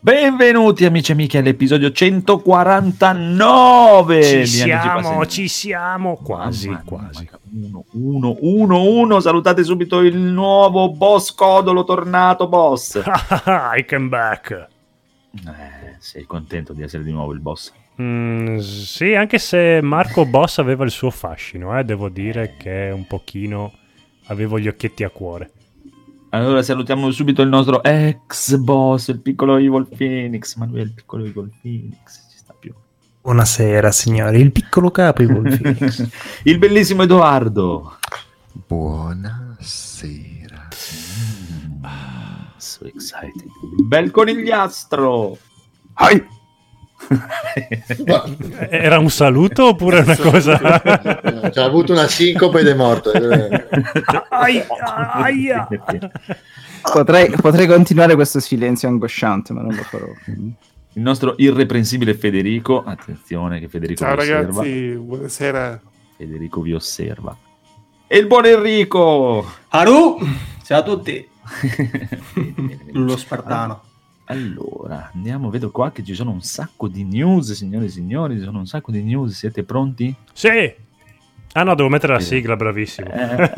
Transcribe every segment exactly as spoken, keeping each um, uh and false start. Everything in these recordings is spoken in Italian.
Benvenuti amici e amiche all'episodio centoquarantanove. Ci siamo, ci siamo, quasi, Mamma, quasi. Uno, uno, uno, uno. Salutate subito il nuovo boss Codolo, tornato boss. I came back. Eh, sei contento di essere di nuovo il boss? Mm, sì, anche se Marco Boss aveva il suo fascino, eh, devo dire che un pochino avevo gli occhietti a cuore. Allora salutiamo subito il nostro ex boss, il piccolo Evil Phoenix. Manuel, il piccolo Evil Phoenix, ci sta più. Buonasera signori, il piccolo capo Evil Phoenix. Il bellissimo Edoardo. Buonasera. Mm, so excited. Bel conigliastro. Hi. Era un saluto oppure una cosa? C'ha avuto una sincope ed è morto. Ai, aia. Potrei, potrei continuare questo silenzio angosciante, ma non lo farò. Il nostro irreprensibile Federico. Attenzione che Federico Ciao vi osserva. ragazzi, buonasera. Federico vi osserva. E il buon Enrico. Aru, ciao a tutti. Bene, bene, bene. Lo spartano. Allora, andiamo, vedo qua che ci sono un sacco di news, signore e signori, ci sono un sacco di news, siete pronti? Sì. Ah no, devo mettere la sigla, bravissimo. Eh.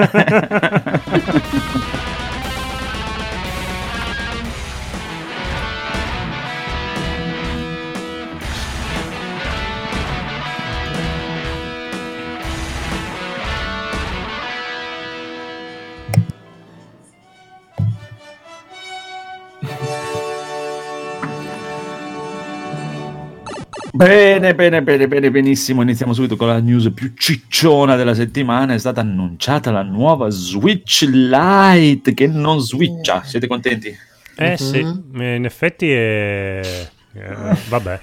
Bene, bene, bene, bene, benissimo. Iniziamo subito con la news più cicciona della settimana. È stata annunciata la nuova Switch Lite che non switcha. Siete contenti? Eh sì, in effetti è... Eh, vabbè.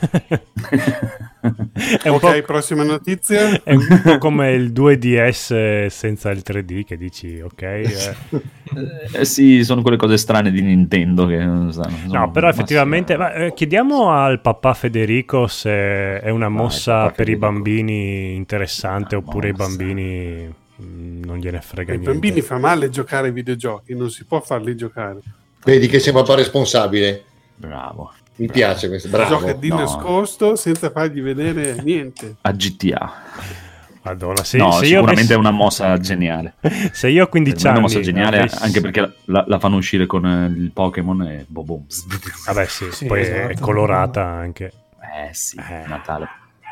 È un Ok, po'... prossima notizia. È un po' come il due D S senza il tre D che dici, ok? Eh. Eh, sì, sono quelle cose strane di Nintendo che non sanno. No, però effettivamente ma, eh, chiediamo al papà Federico se è una mossa papà per Federico. i bambini interessante Una oppure mossa. i bambini mh, non gliene frega Ai niente. bambini fa male giocare ai videogiochi, non si può farli giocare. Vedi che sei un papà responsabile. Bravo. Mi piace questo, bravo. Gioca di no. nascosto senza fargli vedere niente. A G T A. Madonna, se, No, se io sicuramente avessi- è una mossa geniale. se io a È quindici una anni mossa geniale avessi- anche perché la, la fanno uscire con eh, il Pokémon e boh, boom. vabbè sì, Sì, poi è esatto. colorata anche. Eh sì, Eh. Natale.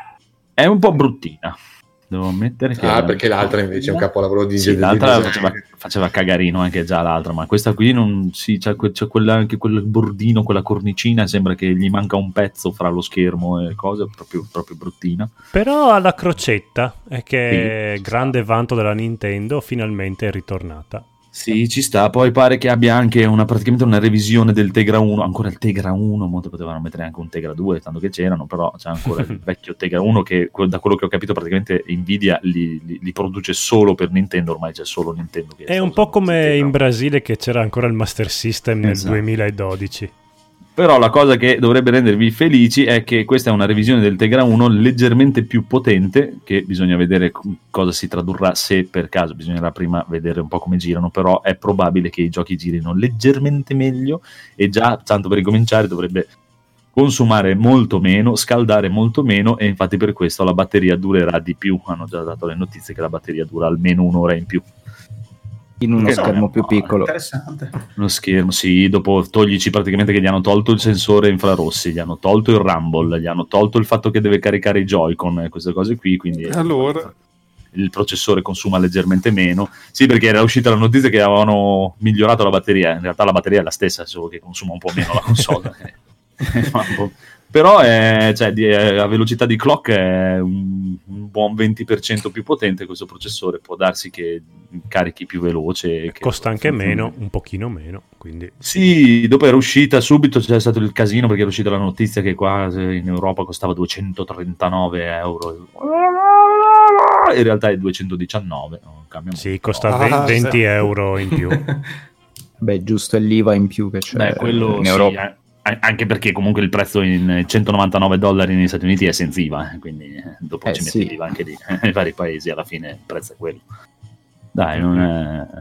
È un po' bruttina. Devo ammettere che Ah, era perché un po' l'altra invece è un bruttina. capolavoro di Sì, di- l'altra di- faceva, faceva cagarino anche già l'altra, ma questa qui non sì, c'è, que- c'è quella, anche quel bordino, quella cornicina, sembra che gli manca un pezzo fra lo schermo e cose, proprio, proprio bruttina. Però ha la crocetta, è che Sì, grande vanto della Nintendo, finalmente è ritornata. Sì, ci sta. Poi pare che abbia anche una praticamente una revisione del Tegra uno, ancora il Tegra uno, molto potevano mettere anche un Tegra due, tanto che c'erano, però c'è ancora il vecchio Tegra uno che que- da quello che ho capito praticamente Nvidia li, li- li produce solo per Nintendo, ormai c'è solo Nintendo che È sta un po' usando come questi Tegra in Brasile che c'era ancora il Master System nel Esatto. duemiladodici. Però la cosa che dovrebbe rendervi felici è che questa è una revisione del Tegra uno leggermente più potente, che bisogna vedere c- cosa si tradurrà, se per caso bisognerà prima vedere un po' come girano, però è probabile che i giochi girino leggermente meglio e già, tanto per ricominciare, dovrebbe consumare molto meno, scaldare molto meno e infatti per questo la batteria durerà di più. Hanno già dato le notizie che la batteria dura almeno un'ora in più. In uno Che schermo no, più no, piccolo. Interessante. Lo schermo, sì, dopo toglici praticamente che gli hanno tolto il sensore infrarossi, gli hanno tolto il rumble, gli hanno tolto il fatto che deve caricare i Joy-Con e queste cose qui, quindi Allora, il processore consuma leggermente meno. Sì, perché era uscita la notizia che avevano migliorato la batteria, in realtà la batteria è la stessa, solo che consuma un po' meno la console. Però è, cioè, di, è, a velocità di clock è un, un buon venti per cento più potente questo processore, può darsi che carichi più veloce. e Che Costa anche funzioni meno, un pochino meno, quindi... Sì, dopo era uscita subito, c'è stato il casino perché era uscita la notizia che qua in Europa costava duecentotrentanove euro. In realtà è duecentodiciannove. Non cambia molto. Sì, costa Ah, venti sì. euro in più. Beh, giusto, è l'I V A in più che c'è Beh, quello in sì, Europa. eh. An- anche perché comunque il prezzo in centonovantanove dollari negli Stati Uniti è senza I V A, eh, quindi eh, dopo Eh, ci metti sì. l'I V A anche lì, nei vari paesi alla fine il prezzo è quello. Dai, non è...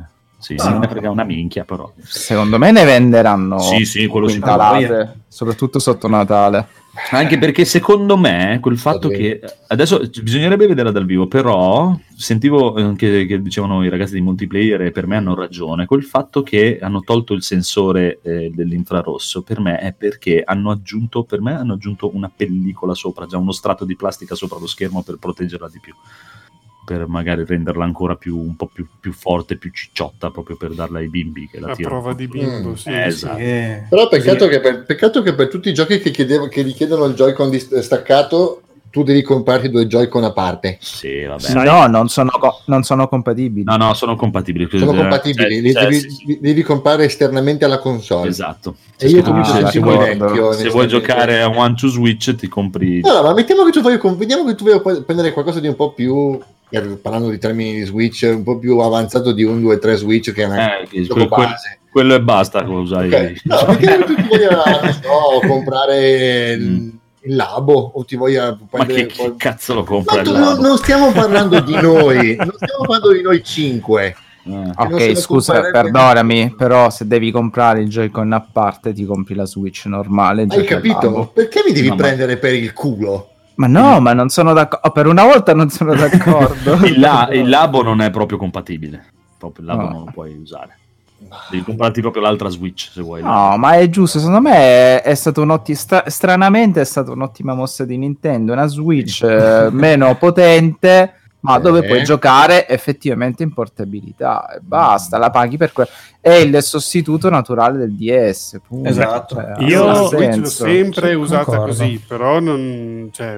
Sì, se Ah. non ne frega una minchia, però. Secondo me ne venderanno Sì, sì, quello quintalate, sicuro. soprattutto sotto Natale. Anche perché secondo me quel fatto che adesso bisognerebbe vederla dal vivo, però sentivo eh, che, che dicevano i ragazzi di multiplayer e per me hanno ragione, quel fatto che hanno tolto il sensore eh, dell'infrarosso per me è perché hanno aggiunto, per me hanno aggiunto una pellicola sopra, già uno strato di plastica sopra lo schermo per proteggerla di più, per magari renderla ancora più un po' più, più forte, più cicciotta, proprio per darla ai bimbi che la A tirano. prova di bimbo, Mm. sì. Eh, sì. esatto. Eh, Però peccato, sì. che per, peccato che per tutti i giochi che, chiedevo, che richiedono il Joy-Con dis- staccato, tu devi comprarti due Joy-Con a parte. Sì, vabbè. Sai- No, non sono, co- non sono compatibili. No, no, sono compatibili. Sono Cioè, compatibili, li cioè, devi, sì, sì. li devi comprare esternamente alla console. Esatto. E io C'è tu mi scritto, Ah, se, sentivo se vuoi, d'accordo. vecchio. se vuoi onestamente. giocare a One to Switch ti compri. No, no, ma mettiamo che tu voglia, vediamo che tu voglia prendere qualcosa di un po' più, parlando di termini di Switch, un po' più avanzato di un, due, tre Switch che è una Eh, che gioco quel- quel- base. quello e basta, cosa usai. Ok. No, mettiamo che tu ti voglia non so, comprare il, Mm. il Labo o ti voglia Ma prendere che, qual- che cazzo lo compra Ma il tu- non, Labo? non stiamo parlando di noi, non stiamo parlando di noi cinque. Eh. non se Ok, lo scusa, comprerebbe perdonami, nessuno. però se devi comprare il Joy-Con a parte ti compri la Switch normale. Hai giochi al capito? Labo. Perché mi devi No, ma- prendere per il culo? Ma no, ma non sono d'accordo. Per una volta non sono d'accordo. il, la- il Labo non è proprio compatibile. Proprio il Labo No. non lo puoi usare. Devi comprarti proprio l'altra Switch se vuoi. No, ma è giusto, secondo me è, è stato un'ottima, stra- stranamente è stata un'ottima mossa di Nintendo, una Switch eh, meno potente, ma Eh. dove puoi giocare effettivamente in portabilità e basta, la paghi per quello. È il sostituto naturale del D S, punto. Esatto. Cioè, Io- ha la Switch l'ho senso. sempre Sì, usata concordo. così, però non, cioè,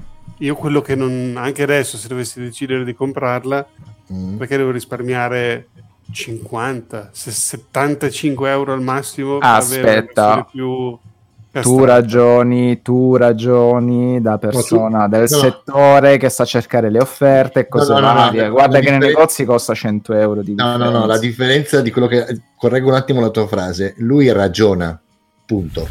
io quello che non, anche adesso se dovessi decidere di comprarla, Mm. perché devo risparmiare cinquanta, se- settantacinque euro al massimo per Aspetta. avere una versione più per Tu strada. ragioni, tu ragioni da persona del no. settore che sta a cercare le offerte e cose No, no, no, no, varie. no, Guarda la che nei differen- negozi costa cento euro di No, differenza. no, no, la differenza di quello che... Correggo un attimo la tua frase. Lui ragiona, punto.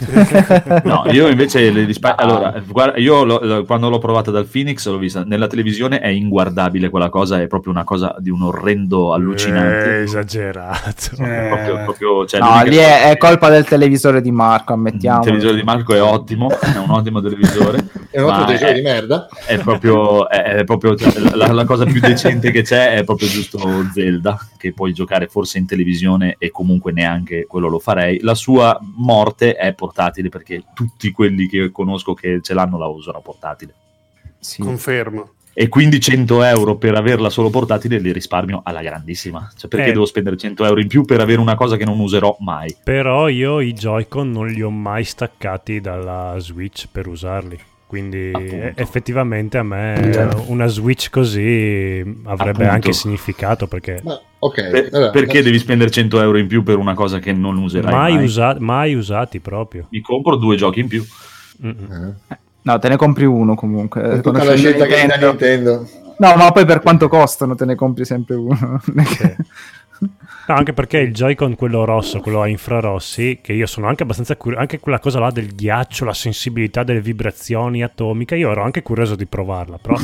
No, io invece le rispa- No. allora, guarda, io lo- lo- quando l'ho provata dal Phoenix l'ho vista nella televisione, è inguardabile quella cosa, è proprio una cosa di un orrendo allucinante. Eh, esagerato. Eh, Proprio, proprio, cioè, No, l'unica lì cosa è, è che- colpa del televisore di Marco, il ammettiamo. televisore di Marco è ottimo, è un ottimo televisore. È un altro ma tesoro è- di merda. È proprio, è, è proprio cioè, la, la cosa più decente che c'è è proprio giusto Zelda, che puoi giocare forse in televisione e comunque neanche quello lo farei. La sua morte è portatile perché tutti quelli che conosco che ce l'hanno la usano portatile. Sì. Confermo. E quindi cento euro per averla solo portatile li risparmio alla grandissima. Cioè, perché Eh. devo spendere cento euro in più per avere una cosa che non userò mai? Però io i Joy-Con non li ho mai staccati dalla Switch per usarli. Quindi Appunto. eh, effettivamente a me una Switch così avrebbe Appunto. anche significato perché Ma, ok. Per- allora, perché devi spendere cento euro in più per una cosa che non userai mai? mai, usa- mai usati proprio. Mi compro due giochi in più. Mm-mm. Eh, No, te ne compri uno comunque. con tutta la Conoscendo scelta che dà Nintendo. Nintendo. No, ma poi per quanto costano te ne compri sempre uno. Sì. No, anche perché il Joy-Con, quello rosso, quello a infrarossi, che io sono anche abbastanza curioso, anche quella cosa là del ghiaccio, la sensibilità delle vibrazioni atomiche, io ero anche curioso di provarla, però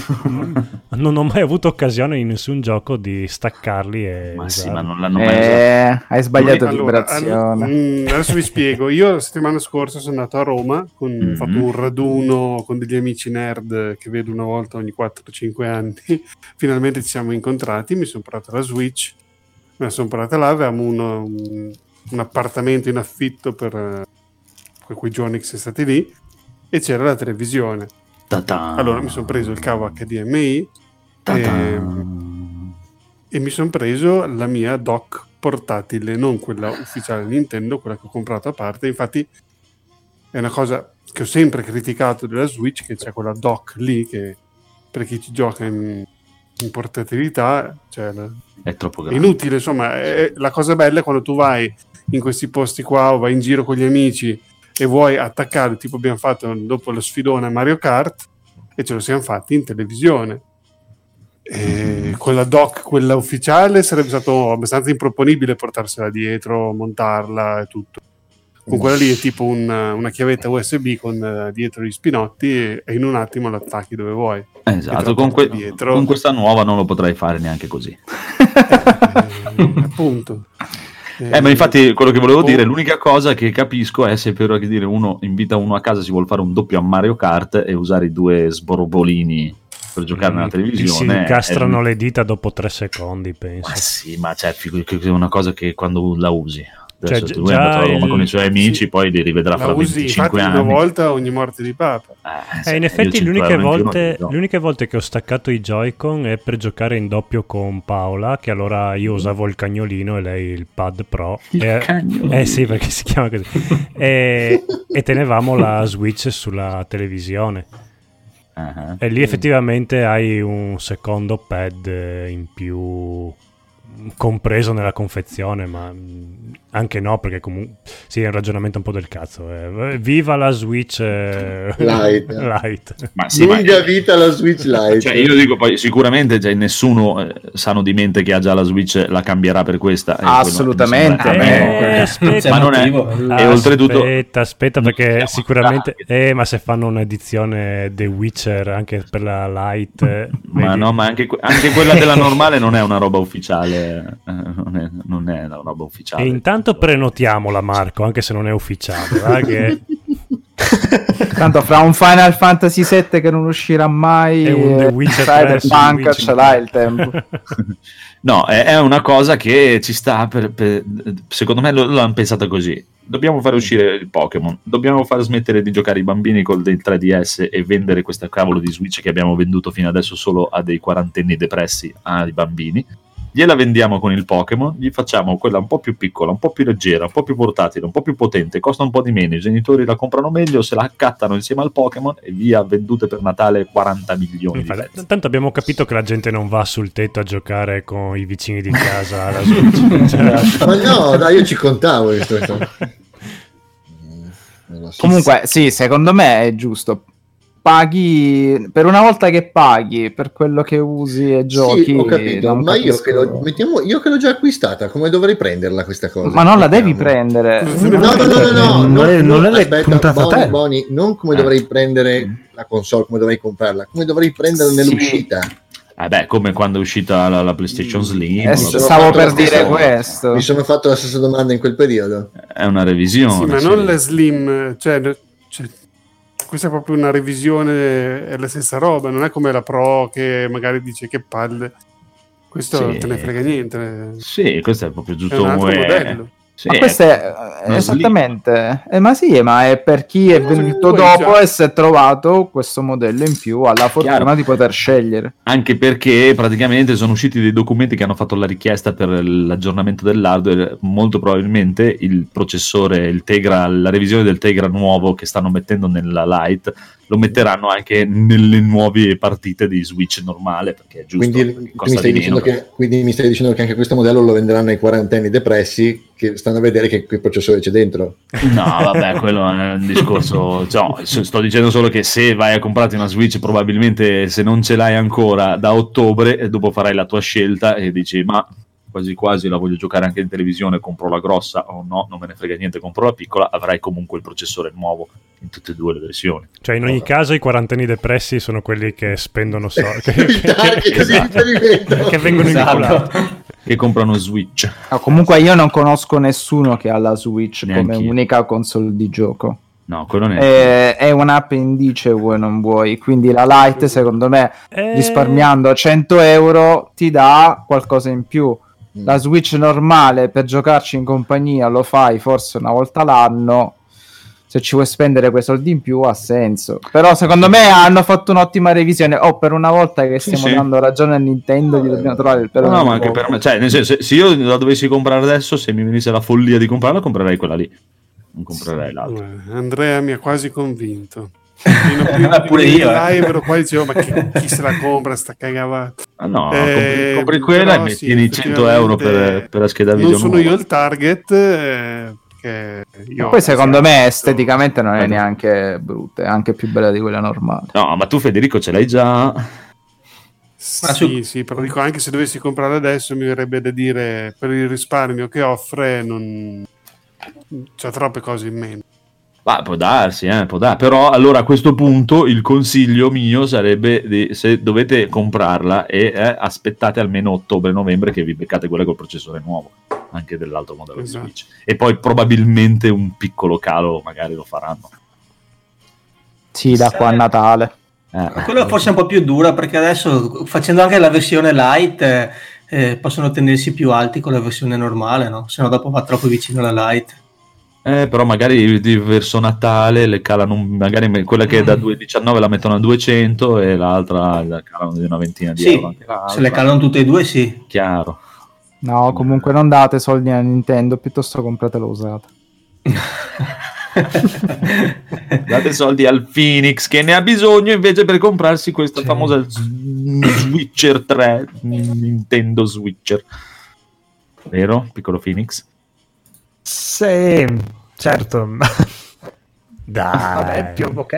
non ho mai avuto occasione in nessun gioco di staccarli e Ma sì, usarli. ma non l'hanno mai usato. Eh, hai sbagliato Allora, vibrazione. all- mm, adesso vi spiego. Io la settimana scorsa sono andato a Roma, con, ho Mhm. fatto un raduno con degli amici nerd che vedo una volta ogni quattro cinque anni. Finalmente ci siamo incontrati, mi sono portato la Switch, me la sono portata là, avevamo uno- un, un appartamento in affitto per, eh, per quei giorni che siamo stati lì e c'era la televisione. Ta-ta. Allora mi sono preso il cavo H D M I Ta-ta. e, e mi sono preso la mia dock portatile, non quella ufficiale Nintendo, quella che ho comprato a parte. Infatti è una cosa che ho sempre criticato della Switch, che c'è quella dock lì che per chi ci gioca in, in portatilità, cioè, È troppo è grande. inutile. Insomma, è- la cosa bella è quando tu vai in questi posti qua o vai in giro con gli amici e vuoi attaccare, tipo abbiamo fatto dopo lo sfidone a Mario Kart, e ce lo siamo fatti in televisione. E con la dock, quella ufficiale, sarebbe stato abbastanza improponibile portarsela dietro, montarla e tutto. Con quella lì è tipo un- una chiavetta U S B con eh, dietro gli spinotti e, e in un attimo l'attacchi dove vuoi. E te Esatto, la con, porti que- dietro. con questa nuova non lo potrai fare neanche così. appunto. Eh, ma infatti quello che volevo dire, l'unica cosa che capisco è se per dire uno invita uno a casa, si vuole fare un doppio a Mario Kart e usare i due sborobolini per giocare nella televisione. Si incastrano è... le dita dopo tre secondi, penso. Ma sì, ma cioè, è una cosa che quando la usi. Adesso cioè, tu vai a Roma il... con i suoi amici, sì. Poi li rivedrà la fra usi, venticinque infatti, anni. Una volta ogni morte di papa. Eh, eh, in effetti le uniche, volte, le uniche volte che ho staccato i Joy-Con è per giocare in doppio con Paola, che allora io usavo il cagnolino e lei il pad pro. Il e, cagnolino. Eh sì, perché si chiama così. e, e tenevamo la Switch sulla televisione. Uh-huh. E lì effettivamente hai un secondo pad in più compreso nella confezione, ma anche no, perché comunque sì, è un ragionamento un po' del cazzo. Eh. Viva la Switch eh, Lite. Lite. Ma sì, lunga ma... vita la Switch Lite. Cioè, io dico poi sicuramente cioè, nessuno eh, sano di mente che ha già la Switch la cambierà per questa. Assolutamente. Eh, aspetta, ma non è, e oltretutto aspetta, aspetta perché sicuramente eh, ma se fanno un'edizione The Witcher anche per la Lite, ma vedi? No, ma anche, anche quella della normale non è una roba ufficiale. Non è, non è una roba ufficiale. E intanto prenotiamola, Marco, anche se non è ufficiale. Che... Tanto fra un Final Fantasy sette che non uscirà mai e un The Witcher Cyberpunk ce l'hai il tempo. No, è, è una cosa che ci sta per, per, secondo me l'hanno pensata così. Dobbiamo fare uscire il Pokémon, dobbiamo far smettere di giocare i bambini col del tre D S e vendere questa cavolo di Switch che abbiamo venduto fino adesso solo a dei quarantenni depressi ai bambini. Gliela vendiamo con il Pokémon, gli facciamo quella un po' più piccola, un po' più leggera, un po' più portatile, un po' più potente, costa un po' di meno, i genitori la comprano meglio, se la accattano insieme al Pokémon e via, vendute per Natale quaranta milioni. Infatti, tanto abbiamo capito che la gente non va sul tetto a giocare con i vicini di casa alla Switch. Cioè... Ma no, dai, io ci contavo questo. Comunque sì, secondo me è giusto. Paghi per una volta che paghi per quello che usi e giochi. Sì, ho capito, ma io che, l'ho, mettiamo, io che l'ho già acquistata, come dovrei prenderla questa cosa? Ma non la devi prendere. No, no, no, no, no, non, è, non, non è aspetta, Boni, Boni, non come dovrei prendere la console, come dovrei comprarla, come dovrei prenderla nell'uscita. Sì. Eh beh, come quando è uscita la, la PlayStation Slim. Eh, stavo per dire stessa, questo. Mi sono fatto la stessa domanda in quel periodo. È una revisione. Sì, ma sì. Non la Slim, cioè, cioè questa è proprio una revisione, è la stessa roba, non è come la Pro che magari dice che palle. Questo sì. Non te ne frega niente. Sì, questo è proprio giusto è un altro come modello. Sì, ma questo è, è esattamente eh, ma sì, ma è per chi è venuto dopo già. E si è trovato questo modello in più, ha la fortuna Chiaro. Di poter scegliere. Anche perché praticamente sono usciti dei documenti che hanno fatto la richiesta per l'aggiornamento dell'hardware. Molto probabilmente il processore, il Tegra, la revisione del Tegra nuovo che stanno mettendo nella Lite lo metteranno anche nelle nuove partite di Switch normale, perché è giusto. Quindi, perché mi stai, dicendo che, quindi mi stai dicendo che anche questo modello lo venderanno ai quarantenni depressi che stanno a vedere che, che processore c'è dentro? No, vabbè, quello è un discorso. No, sto dicendo solo che se vai a comprarti una Switch, probabilmente se non ce l'hai ancora da ottobre, e dopo farai la tua scelta e dici ma quasi quasi la voglio giocare anche in televisione, compro la grossa o no, non me ne frega niente, compro la piccola, avrai comunque il processore nuovo in tutte e due le versioni. Cioè in ogni allora. caso i quarantenni depressi sono quelli che spendono soldi che, che, che, esatto. che vengono esatto. inculati, che comprano Switch. No, comunque io non conosco nessuno che ha la Switch Neanche come io. unica console di gioco. No, quello non è. È, è un'app indice, vuoi non vuoi. Quindi la Lite, secondo me, eh... risparmiando cento euro ti dà qualcosa in più. La Switch normale per giocarci in compagnia lo fai forse una volta l'anno. Se ci vuoi spendere quei soldi in più ha senso. Però secondo me hanno fatto un'ottima revisione. Oh, per una volta che stiamo sì, dando sì. ragione a Nintendo gli dobbiamo trovare il pelo. No, no ma anche per me, cioè nel senso, se io la dovessi comprare adesso, se mi venisse la follia di comprarla, comprerei quella lì, non comprerei l'altra. Andrea mi ha quasi convinto. Ma pure io live ero qua e dicevo ma chi, chi se la compra sta cagavata. Ah, no, eh, compri, compri quella e metti sì, cento euro per, per la scheda video non sono nuova. Io il target eh, che io poi secondo me esteticamente non è neanche brutta, è anche più bella di quella normale. No, ma tu Federico ce l'hai già? Sì, su... sì, però dico anche se dovessi comprare adesso mi verrebbe da dire per il risparmio che offre non c'è troppe cose in meno. Ma può darsi, eh, può dar- però allora a questo punto il consiglio mio sarebbe di, se dovete comprarla e eh, aspettate almeno ottobre-novembre che vi beccate quella col processore nuovo, anche dell'altro modello Esatto. di Switch, e poi probabilmente un piccolo calo magari lo faranno. Sì, da qua a Natale. Eh, Quello forse è un po' più dura, perché adesso facendo anche la versione light eh, eh, possono tenersi più alti con la versione normale, no? Se no dopo va troppo vicino alla light. Eh, però magari di- verso Natale le calano, un- magari me- quella che è da due virgola diciannove la mettono a duecento e l'altra la calano di una ventina di Sì, euro anche l'altra. se le calano tutte e due, sì. Chiaro. No, comunque non date soldi a Nintendo, piuttosto compratelo usato. Date soldi al Phoenix che ne ha bisogno invece per comprarsi questa Sì. famosa S- Switcher tre, Nintendo Switcher. Vero, piccolo Phoenix? Sì, certo. Dai. Vabbè, più ok.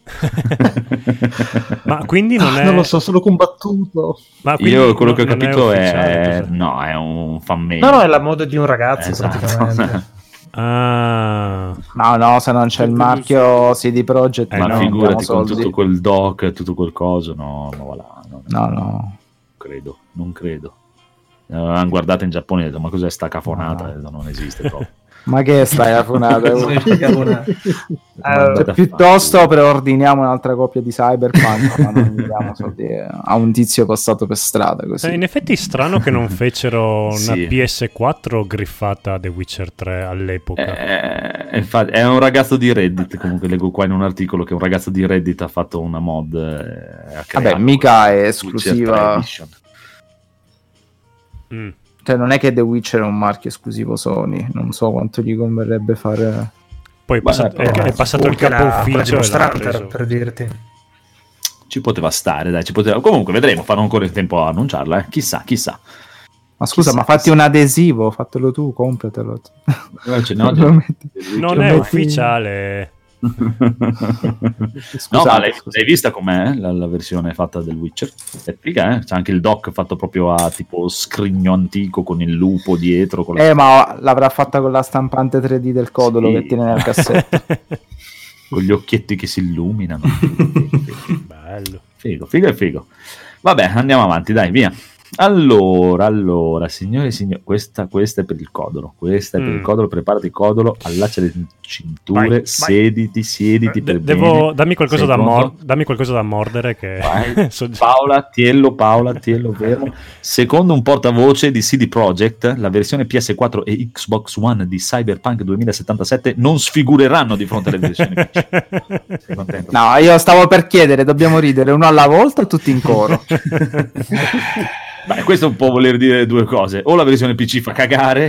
Ma quindi non è... Non lo so, sono combattuto. Ma quindi Io quello che ho non capito è, ufficiale, cos'è? no, è un fan made. No, no, è la moda di un ragazzo Esatto. praticamente. Ah, No, no, se non c'è il marchio C D Projekt, Eh, Ma no, figurati diamo con soldi. tutto quel doc, tutto quel coso, no, no, voilà, no, No, no. non credo, non credo. Eh, hanno guardato in Giappone e detto, ma cos'è sta cafonata? No. Eh, non esiste proprio. Ma che stai a funata? Non spiegavo una- Mandate a Piuttosto fare. preordiniamo un'altra copia di Cyberpunk, ma non gli diamo soldi a un tizio passato per strada così. in effetti è strano che non fecero una Sì. P S quattro griffata a The Witcher tre all'epoca. Eh, infatti, è un ragazzo di Reddit, comunque leggo qua in un articolo che un ragazzo di Reddit ha fatto una mod. eh, ha creato Vabbè, mica è Witcher tre esclusiva. Edition. Mm. Cioè, non è che The Witcher è un marchio esclusivo Sony, non so quanto gli converrebbe fare. Poi è passato, Vabbè, è- è passato il Anche capo la- quella di ufficio e Monster l'ha Hunter, preso. per dirti. Ci poteva stare, dai, ci poteva. Comunque vedremo, fanno ancora il tempo a annunciarla, eh. Chissà, chissà. Ma scusa, Chissà, ma fatti chissà. un adesivo, fatelo tu, compratelo. Eh, ce n'ho Lo già. metti- Non Lo è metti- ufficiale. No, ma l'hai, l'hai vista com'è la, la versione fatta del Witcher? È figa, eh? C'è anche il doc fatto proprio a tipo scrigno antico con il lupo dietro. Con la... Eh, ma l'avrà fatta con la stampante tre D del codolo Sì. che tiene nel cassetto. con gli occhietti che si illuminano. Bello. Figo, figo e figo. Vabbè, andiamo avanti, dai, via. Allora, allora, signore e signori, questa, questa è per il codolo. Questa è per Mm. il codolo. Preparati, codolo, allaccia le cinture, Vai, vai. sediti, siediti. De- per devo bene. dammi qualcosa, Sei da pronto? mor- dammi qualcosa da mordere che Vai. so già- Paola, tiello, Paola, tiello, fermo. Secondo un portavoce di C D Projekt, la versione P S quattro e Xbox One di Cyberpunk duemilasettantasette non sfigureranno di fronte alle versioni P C. Sei contento? No, io stavo per chiedere, dobbiamo ridere uno alla volta o tutti in coro? Beh, questo può voler dire due cose. O la versione P C fa cagare,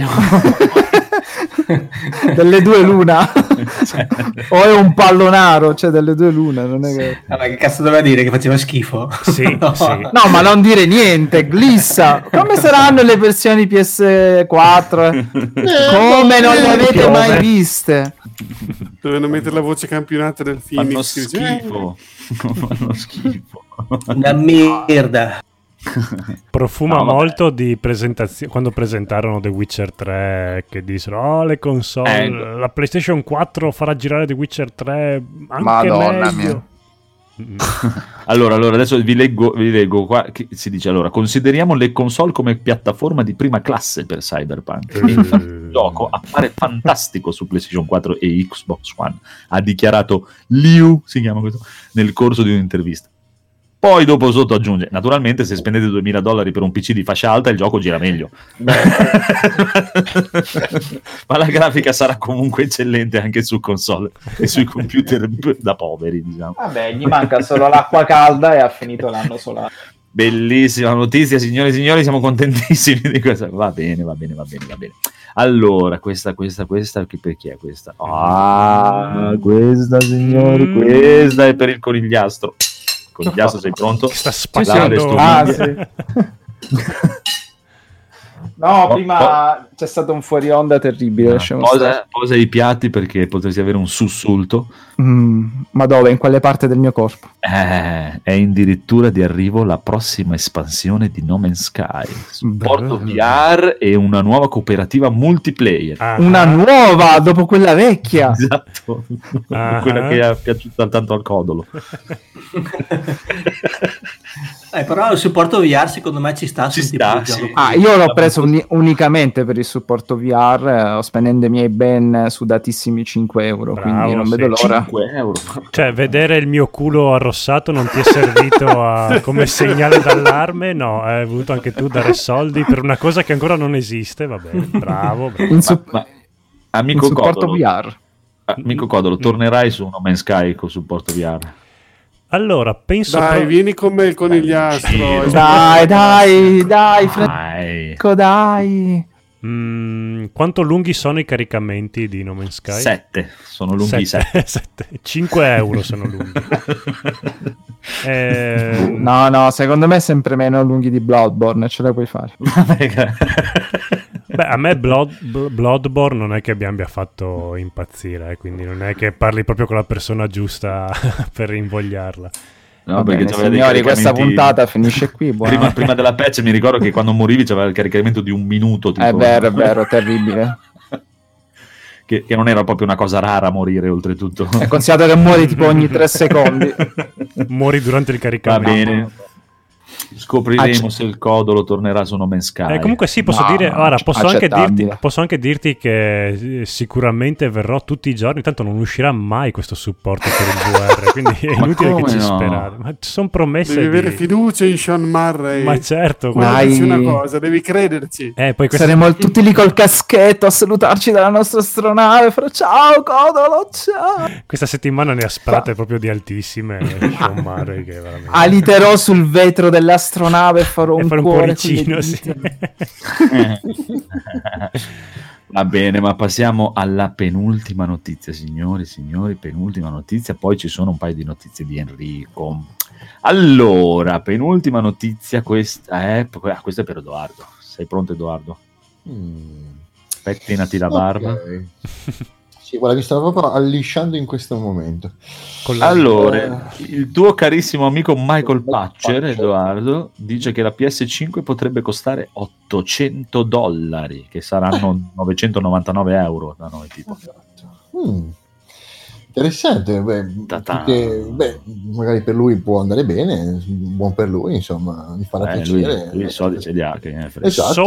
Delle due l'una. O è un pallonaro, cioè delle due l'una, non è che... Vabbè, che cazzo doveva dire? Che faceva schifo? Sì, No. sì. No, ma non dire niente, glissa. Come saranno le versioni P S quattro? Come non le avete mai viste? Dovevano mettere la voce campionata del fanno Phoenix. che dice, "Eh, schifo. fanno schifo. Una merda. Profuma No, vabbè. molto di presentazione quando presentarono The Witcher tre, che dissero oh le console, Ecco. la PlayStation quattro farà girare The Witcher tre anche Madonna meglio. Mm. Allora, allora, adesso vi leggo, vi leggo qua che si dice allora, consideriamo le console come piattaforma di prima classe per Cyberpunk. E infatti il gioco appare fantastico su PlayStation quattro e Xbox One, ha dichiarato Liu, si chiama questo, nel corso di un'intervista. Poi dopo sotto aggiunge, naturalmente se spendete duemila dollari per un P C di fascia alta il gioco gira meglio. Ma la grafica sarà comunque eccellente anche su console e sui computer da poveri, diciamo. Vabbè, gli manca solo l'acqua calda e ha finito l'anno solare. Bellissima notizia, signore e signori, siamo contentissimi di questa. Va bene, va bene, va bene, va bene. Allora, questa, questa, questa, che per chi è questa? Ah, questa, signori, Mm. questa è per il conigliastro. Conigliastro, sei pronto? Sta Lava le spaccando. stoviglie. Ah, sì. No, Po- prima c'è stato un fuori onda terribile. po- lasciamo stare. posa, posa i piatti perché potresti avere un sussulto. Mm, ma dove? In quale parte del mio corpo? Eh, è addirittura di arrivo la prossima espansione di No Man's Sky, supporto Bello. V R e una nuova cooperativa multiplayer. Ah, Una nuova dopo quella vecchia. Esatto, Ah. quella che è piaciuta tanto al codolo. Eh, però il supporto V R secondo me ci sta. Ci su un sta, tipo di gioco sì. così. Ah, io l'ho preso uni- unicamente per il supporto V R, eh, spendendo i miei ben sudatissimi cinque euro, Bravo, quindi non sì. vedo l'ora. cinque euro. Cioè, vedere il mio culo arrossato non ti è servito a- come segnale d'allarme? No, hai voluto anche tu dare soldi per una cosa che ancora non esiste. Vabbè, bravo. bravo. In, su- Ma- ma- in amico supporto Codolo, V R. amico Codolo, tornerai su No Man's Sky con supporto V R? Allora, penso... Dai, pro- vieni con me il conigliastro. Sì. Dai, dai, dai, Dai. Fresco, dai. Mm, quanto lunghi sono i caricamenti di No Man's Sky? Sette, sono lunghi sette. cinque euro sono lunghi. Eh, No, no, secondo me sempre meno lunghi di Bloodborne, ce la puoi fare. Beh, a me Blood, Bl- Bloodborne non è che mi abbia fatto impazzire, eh, quindi non è che parli proprio con la persona giusta per invogliarla. No, Va perché bene, c'aveva dei signori, questa caricamenti- puntata finisce qui. buona- Prima, prima della patch mi ricordo che quando morivi c'aveva il caricamento di un minuto. Tipo, È vero, è vero, terribile. che, che non era proprio una cosa rara morire, oltretutto. È considerato che muori tipo ogni tre secondi. Muori durante il Va caricamento. bene. Scopriremo Acc- se il Codolo tornerà su No Man's Sky. Eh, comunque sì, posso No, dire, ora, posso anche, accettabile. dirti, posso anche dirti che eh, sicuramente verrò tutti i giorni, tanto non uscirà mai questo supporto per il V R, quindi è Ma inutile che come ci no? sperare. Ma ci sono promesse Devi di... avere fiducia in Sean Murray. Ma certo, Quando Dai. dici una cosa, devi crederci. eh, poi questa... Saremo tutti lì col caschetto a salutarci dalla nostra astronave. Farò ciao, Codolo, ciao. questa settimana ne ha sparate proprio di altissime. Sean Murray, che veramente... Aliterò sul vetro dell'astronave e farò E un fare un cuore cuoricino, con le sì. dita. Va bene, ma passiamo alla penultima notizia, signori, signori, penultima notizia, poi ci sono un paio di notizie di Enrico. Allora, penultima notizia, questa è, ah, questa è per Edoardo. Sei pronto, Edoardo? Mm. Pettinati la barba. Ok. Sì, guarda, mi stavo proprio allisciando in questo momento. Con la- Allora, il tuo carissimo amico Michael Patcher, Patcher. Edoardo, dice che la P S cinque potrebbe costare ottocento dollari, che saranno novecentonovantanove euro da noi, tipo. Mm. Interessante, beh, Ta-ta. perché, beh, magari per lui può andare bene, buon per lui, insomma, mi farà Eh, lui, piacere. lui i soldi ce li ha, che ne frega. Esatto.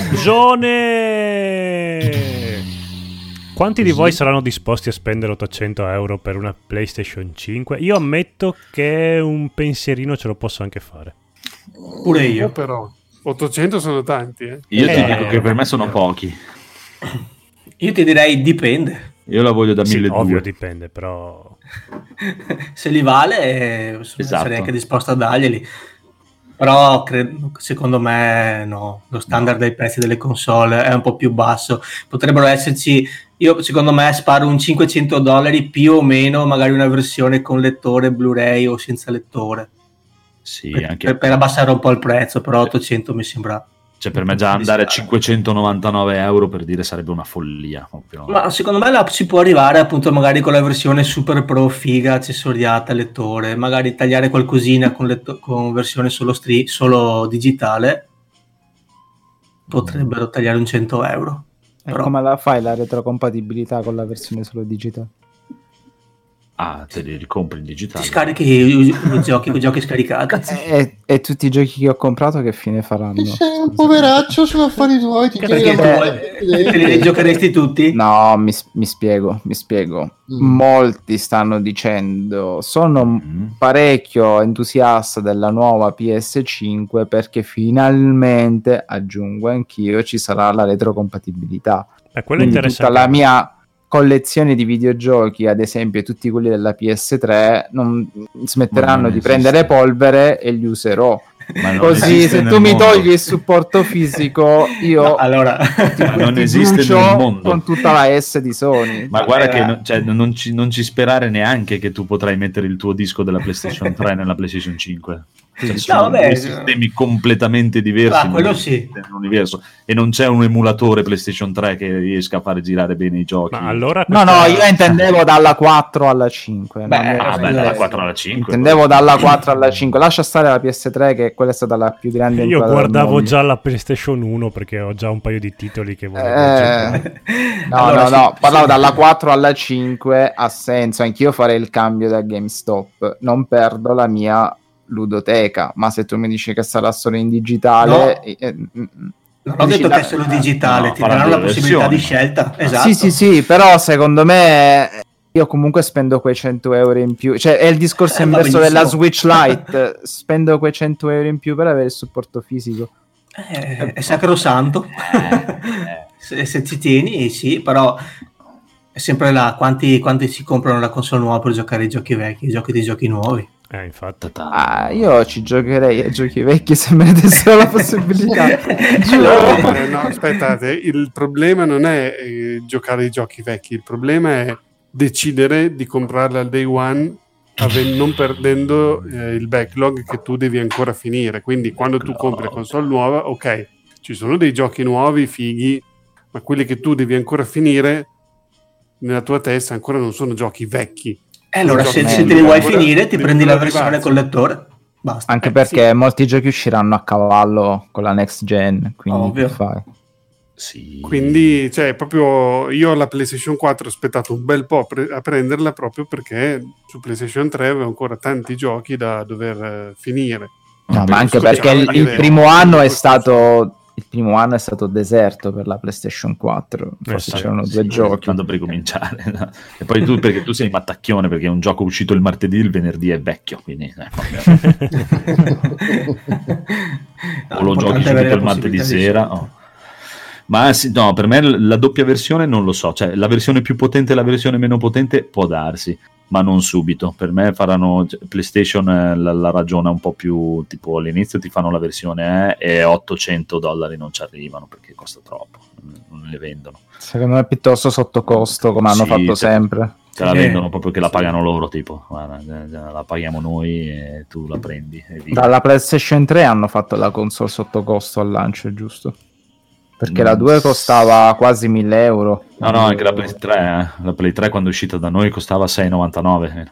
Sondaggione! Quanti di Sì. voi saranno disposti a spendere ottocento euro per una PlayStation cinque? Io ammetto che un pensierino ce lo posso anche fare. Pure Io io. però ottocento sono tanti, eh. Io ti Eh. dico che per me sono pochi. Io ti direi dipende. Io la voglio da Sì, ovvio, milleduecento. dipende, però... Se li vale, eh, sono- Esatto. sarei anche disposto a darglieli. Però cre- secondo me no, lo standard dei prezzi delle console è un po' più basso. Potrebbero esserci, io secondo me sparo un cinquecento dollari più o meno, magari una versione con lettore Blu-ray o senza lettore. Sì, per, anche per- per abbassare un po' il prezzo, però ottocento mi sembra. cioè per me già andare a cinquecentonovantanove euro per dire sarebbe una follia. Proprio. Ma secondo me la, si può arrivare appunto magari con la versione super pro figa, accessoriata, lettore, magari tagliare qualcosina con, letto- con versione solo, stri- solo digitale, potrebbero tagliare un cento euro. E Però- come la fai la retrocompatibilità con la versione solo digitale? Ah, te li ricompri in Ti digitale. scarichi i, i giochi, i giochi scaricati. E, e tutti i giochi che ho comprato che fine faranno? Che sei un poveraccio, sono affari tuoi, ti Perché tieni tu la vuoi- te li giocheresti tutti? No, mi, mi spiego, mi spiego. Mm. Molti stanno dicendo, sono Mm. parecchio entusiasta della nuova P S cinque perché finalmente, aggiungo anch'io, ci sarà la retrocompatibilità. Eh, quello è Quindi tutta interessante. la mia collezione di videogiochi, ad esempio tutti quelli della P S tre, non smetteranno Ma non di esiste. prendere polvere e li userò. Ma non Così esiste se nel tu mi mondo. togli il supporto fisico, io No, allora, Ma non ti esiste brucio nel mondo. con tutta la S di Sony. Ma guarda Eh, che non, cioè, non, ci, non ci sperare neanche che tu potrai mettere il tuo disco della PlayStation tre nella PlayStation cinque. Cioè, No, sono vabbè, due sistemi completamente diversi Ah, quello sì. nell'universo, e non c'è un emulatore PlayStation tre che riesca a fare girare bene i giochi. Ma allora No, questa- no, io intendevo dalla quattro alla cinque. Beh, non mi Ah, ero- beh, dalla quattro alla cinque. Intendevo dalla quattro alla cinque. Lascia stare la P S tre, che quella è stata la più grande Io entrata del guardavo mondo. già la PlayStation uno perché ho già un paio di titoli che volevo Eh, giocare. no, Allora, no, sì, no, parlavo sì. dalla quattro alla cinque, ha senso, anch'io farei il cambio da GameStop, non perdo la mia ludoteca, ma se tu mi dici che sarà solo in digitale... No. eh, eh, mm, Non ho dici detto la- che è solo digitale, no, ti faranno daranno la due possibilità versioni. di scelta. Esatto. Sì, sì, sì, però secondo me io comunque spendo quei cento euro in più, cioè è il discorso Eh, va inverso della benissimo. Switch Lite, spendo quei cento euro in più per avere il supporto fisico. Eh, è sacrosanto. Eh, se, se ci tieni, sì, però è sempre là. Quanti, quanti si comprano la console nuova per giocare ai giochi vecchi, i giochi dei giochi nuovi? Eh, infatti. Ah, io ci giocherei ai giochi vecchi se me ne dessero la possibilità. Allora- No, eh, no, aspettate, il problema non è eh, giocare ai giochi vecchi, il problema è decidere di comprarla al day one ave- non perdendo eh, il backlog che tu devi ancora finire. Quindi quando tu compri la console nuova, ok, ci sono dei giochi nuovi, fighi, ma quelli che tu devi ancora finire nella tua testa ancora non sono giochi vecchi. Eh, allora, Sono se, giochi se che te li vuoi ancora finire, ti devono prendi la versione arrivarci. collettore. Basta. Anche Eh, perché molti giochi usciranno a cavallo con la next gen, quindi Ovvio. che fai? sì. Quindi, cioè, proprio io alla PlayStation quattro ho aspettato un bel po' pre- a prenderla proprio perché su PlayStation tre avevo ancora tanti giochi da dover eh, finire. No, perché ma anche scusa, perché il, cioè, il dire- primo anno è stato il primo anno è stato deserto per la PlayStation quattro, forse Esatto, c'erano due Sì, giochi. tanto per ricominciare, no? E poi tu, perché tu sei mattacchione, perché un gioco uscito il martedì, il venerdì è vecchio, quindi eh, vabbè. o lo giochi subito il martedì sera oh. Ma sì, no, per me la doppia versione non lo so, cioè la versione più potente e la versione meno potente può darsi, ma non subito. Per me faranno cioè, PlayStation eh, la, la ragiona un po' più, tipo all'inizio ti fanno la versione E e ottocento dollari non ci arrivano perché costa troppo, non le vendono. Secondo me è piuttosto sotto costo, come hanno Sì, fatto cioè, sempre. te la Sì. vendono proprio che la pagano loro, tipo guarda, eh, la paghiamo noi e tu la prendi e via. Dalla PlayStation tre hanno fatto la console sotto costo al lancio, giusto? Perché la Mm, due costava quasi mille euro. No, no, anche la Play tre, eh. La Play tre quando è uscita da noi costava sei e novantanove.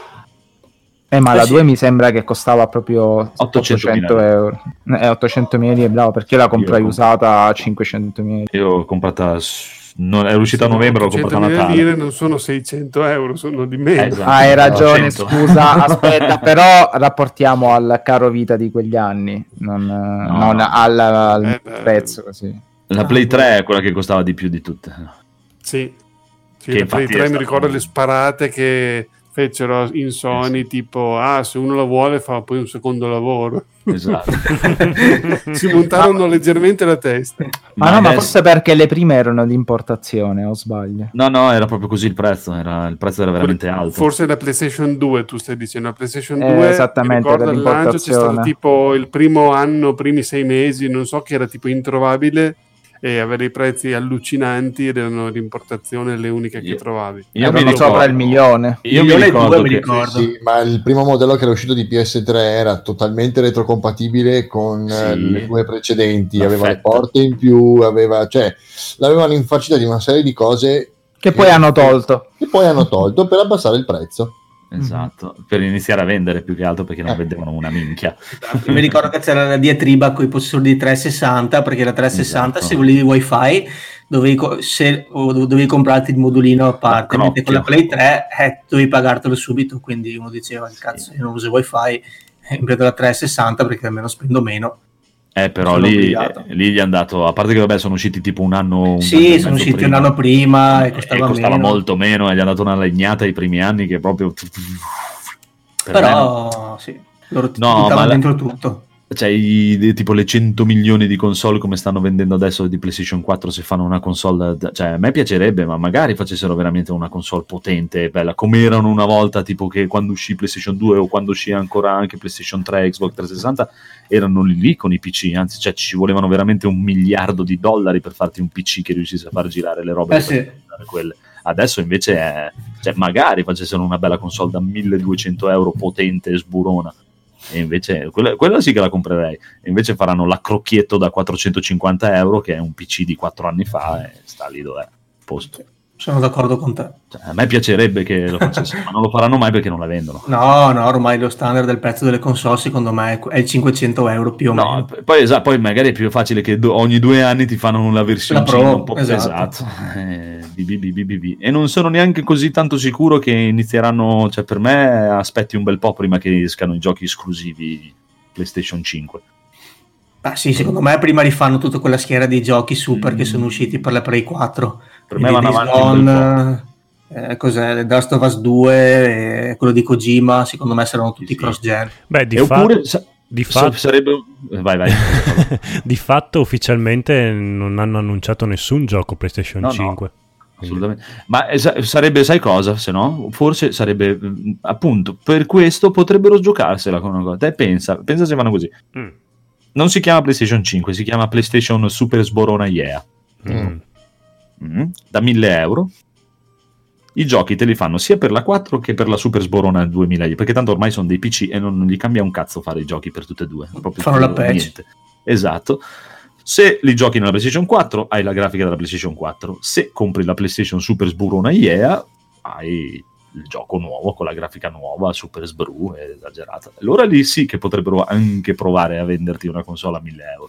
Eh, ma Eh la sì. due mi sembra che costava proprio ottocentomila ottocento euro. Eh, ottocentomila lire, bravo, perché io la comprai Io- usata a cinquecentomila. Io l'ho comprata, s- non, è uscita a novembre, l'ho comprata a ottocentomila Natale. lire non sono seicento euro, sono di meno. Eh, esatto. Ah, hai ragione, cento. scusa, aspetta, però rapportiamo al caro vita di quegli anni, non, non no. al, al Eh, beh. prezzo così. La Play tre è quella che costava di più di tutte. Sì, sì Che la Play infatti è tre mi stato- ricordo le sparate che fecero in Sony, Eh, sì. tipo, ah, se uno la vuole fa poi un secondo lavoro. Esatto. Si montarono leggermente la testa. Ma, no, ma adesso- forse perché le prime erano di importazione, o sbaglio? No, no, era proprio così il prezzo, era, il prezzo era veramente alto. Forse la PlayStation due, tu stai dicendo, la PlayStation Eh, due, esattamente, mi ricordo era al lancio c'è stato l'importazione. tipo il primo anno, primi sei mesi, non so, che era tipo introvabile e aveva dei prezzi allucinanti ed erano di importazione le uniche che Io- trovavi. Io mi Erano ricordo, sopra il milione. io mi Milione e ricordo due, mi che ricordo. Sì, ma il primo modello che era uscito di P S tre era totalmente retrocompatibile con eh, Sì. le due precedenti, La aveva le Fat. porte in più, aveva, cioè, l'avevano infarcita di una serie di cose Che poi hanno tolto. che poi hanno tolto per abbassare il prezzo. esatto, per iniziare a vendere più che altro perché non Eh. vendevano una minchia. Io mi ricordo che c'era la diatriba con i possessori di trecentosessanta, perché la trecentosessanta Esatto. se volevi wifi dovevi, co- se, o dovevi comprarti il modulino a parte, Da mentre con la crocchio. Play tre eh, dovevi pagartelo subito, quindi uno diceva che cazzo, io non uso wifi eh, in vez della trecentosessanta perché almeno spendo meno. Eh, però Sono lì, obbligato. eh, lì gli è andato, a parte che vabbè sono usciti tipo un anno, un anno Sì, e sono mezzo usciti prima. un anno prima e E costava, costava meno. molto meno e gli hanno dato una legnata i primi anni che proprio per me Però sì, loro ti No, buttavano ma la- dentro tutto. cioè i, di- tipo le cento milioni di console come stanno vendendo adesso di PlayStation quattro, se fanno una console da- cioè a me piacerebbe, ma magari facessero veramente una console potente e bella come erano una volta, tipo che quando uscì PlayStation due o quando uscì ancora anche PlayStation tre, Xbox trecentosessanta erano lì, lì con i P C, anzi cioè ci volevano veramente un miliardo di dollari per farti un P C che riuscisse a far girare le robe Eh che sì. potevano girare quelle. Adesso invece è, cioè magari facessero una bella console da milleduecento euro potente e sburona. E invece quella, quella sì che la comprerei. E invece faranno l'accrocchietto da quattrocentocinquanta euro, che è un P C di quattro anni fa, e sta lì dov'è, posto. Sono d'accordo con te. Cioè, a me piacerebbe che lo facessero, ma non lo faranno mai perché non la vendono. No, no, ormai lo standard del prezzo delle console secondo me è il cinquecento euro più o No, meno. p- poi, esatto, poi magari è più facile che do- ogni due anni ti fanno la versione La Pro, un po' esatto. esatto. Eh, bi- bi- bi- bi- bi- bi. E non sono neanche così tanto sicuro che inizieranno, cioè per me aspetti un bel po' prima che escano i giochi esclusivi PlayStation cinque. Ah sì, secondo me prima rifanno tutta quella schiera di giochi super mm. che sono usciti per la Play quattro. Per me vanno avanti un bel po'. Eh, cos'è? The Last of Us due, eh, quello di Kojima, secondo me saranno tutti sì, cross-gen. Beh, di e fatto... oppure sa- Di fatto, sarebbe... vai, vai. Di fatto ufficialmente non hanno annunciato nessun gioco PlayStation no, cinque. No, assolutamente. Ma es- sarebbe, sai cosa? Se no, forse sarebbe appunto per questo potrebbero giocarsela con una cosa. Te pensa, pensa se vanno così. Mm. Non si chiama PlayStation cinque, si chiama PlayStation Super Sborona Yeah. Mm. Mm. Da mille euro. I giochi te li fanno sia per la quattro che per la Super Sborona duemila, perché tanto ormai sono dei P C e non gli cambia un cazzo fare i giochi per tutte e due. Proprio fanno la patch. Niente. Esatto. Se li giochi nella PlayStation quattro hai la grafica della PlayStation quattro. Se compri la PlayStation Super Sborona Yeah hai il gioco nuovo con la grafica nuova, Super Sbru, è esagerata. Allora lì sì che potrebbero anche provare a venderti una console a mille euro.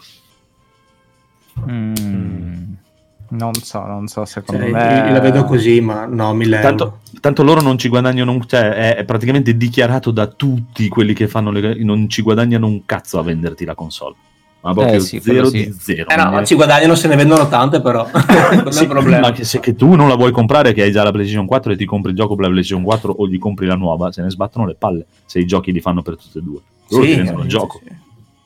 Mm. Non so, non so, secondo cioè, me... Io la vedo così, ma no, mille tanto, euro. Tanto loro non ci guadagnano, cioè è, è praticamente dichiarato da tutti quelli che fanno le... non ci guadagnano un cazzo a venderti la console. Ma proprio eh sì, zero sì. di zero. Eh no, ci guadagnano se ne vendono tante però. Non sì, è il problema. Ma che se che tu non la vuoi comprare, che hai già la PlayStation quattro e ti compri il gioco per la PlayStation quattro o gli compri la nuova, se ne sbattono le palle se i giochi li fanno per tutte e due. Loro sì, ti vendono il gioco. Sì.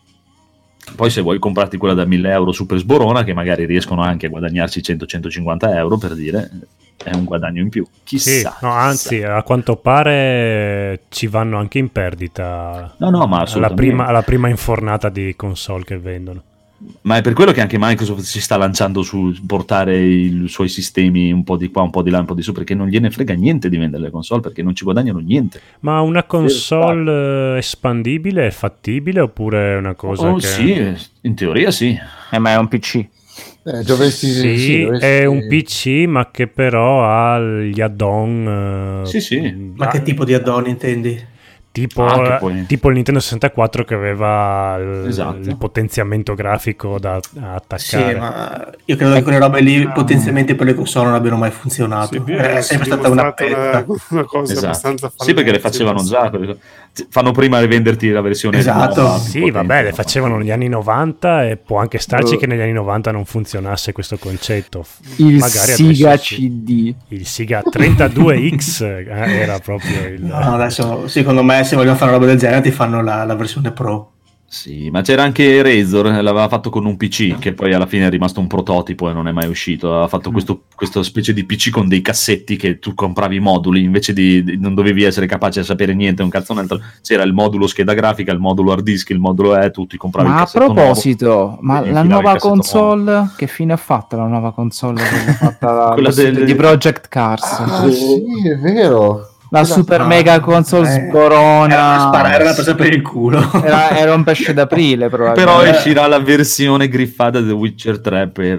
Poi se vuoi comprarti quella da mille euro Super Sborona, che magari riescono anche a guadagnarci cento centocinquanta euro, per dire, è un guadagno in più. Chissà. Sì, no, anzi, chissà. A quanto pare ci vanno anche in perdita. No, no, ma alla prima, alla prima infornata di console che vendono. Ma è per quello che anche Microsoft si sta lanciando su portare i suoi sistemi un po' di qua, un po' di là, un po' di su, perché non gliene frega niente di vendere le console, perché non ci guadagnano niente. Ma una console espandibile è fattibile oppure è una cosa oh, che... Sì, in teoria sì. Eh, ma è un P C. Eh, dovessi, sì, sì dovessi... è un P C, ma che però ha gli add-on. Sì, sì. Ma che tipo di add-on intendi? Tipo, ah, poi... tipo il Nintendo sessantaquattro che aveva il, esatto. il potenziamento grafico da, da attaccare. Sì, ma io credo che quelle robe lì potenziamenti per le console non abbiano mai funzionato. Sì, è sempre stata una pezza. Una, una cosa esatto. abbastanza sì, perché le facevano già. Fanno prima venderti la versione esatto. nuova, sì, potente, vabbè, le no? facevano negli anni novanta e può anche starci uh. che negli anni novanta non funzionasse questo concetto. Il Magari Siga sì. C D. Il Siga trentadue X era proprio il... No, adesso secondo me se vogliono fare una roba del genere ti fanno la, la versione Pro. Sì, ma c'era anche Razer, l'aveva fatto con un P C che poi alla fine è rimasto un prototipo e non è mai uscito. Aveva fatto questo, questa specie di P C con dei cassetti che tu compravi i moduli, invece di, di non dovevi essere capace a sapere niente, un cazzo un altro. C'era il modulo scheda grafica, il modulo hard disk, il modulo E, tu ti compravi ma il cassetto a proposito, nuovo, ma la nuova console, nuovo. Che fine ha fatto la nuova console? fatta Quella del... di Project Cars. Ah, sì, è vero. La super mega console eh, sborona era una presa per il culo. Era, era un pesce d'aprile, però uscirà la versione griffata di The Witcher tre per,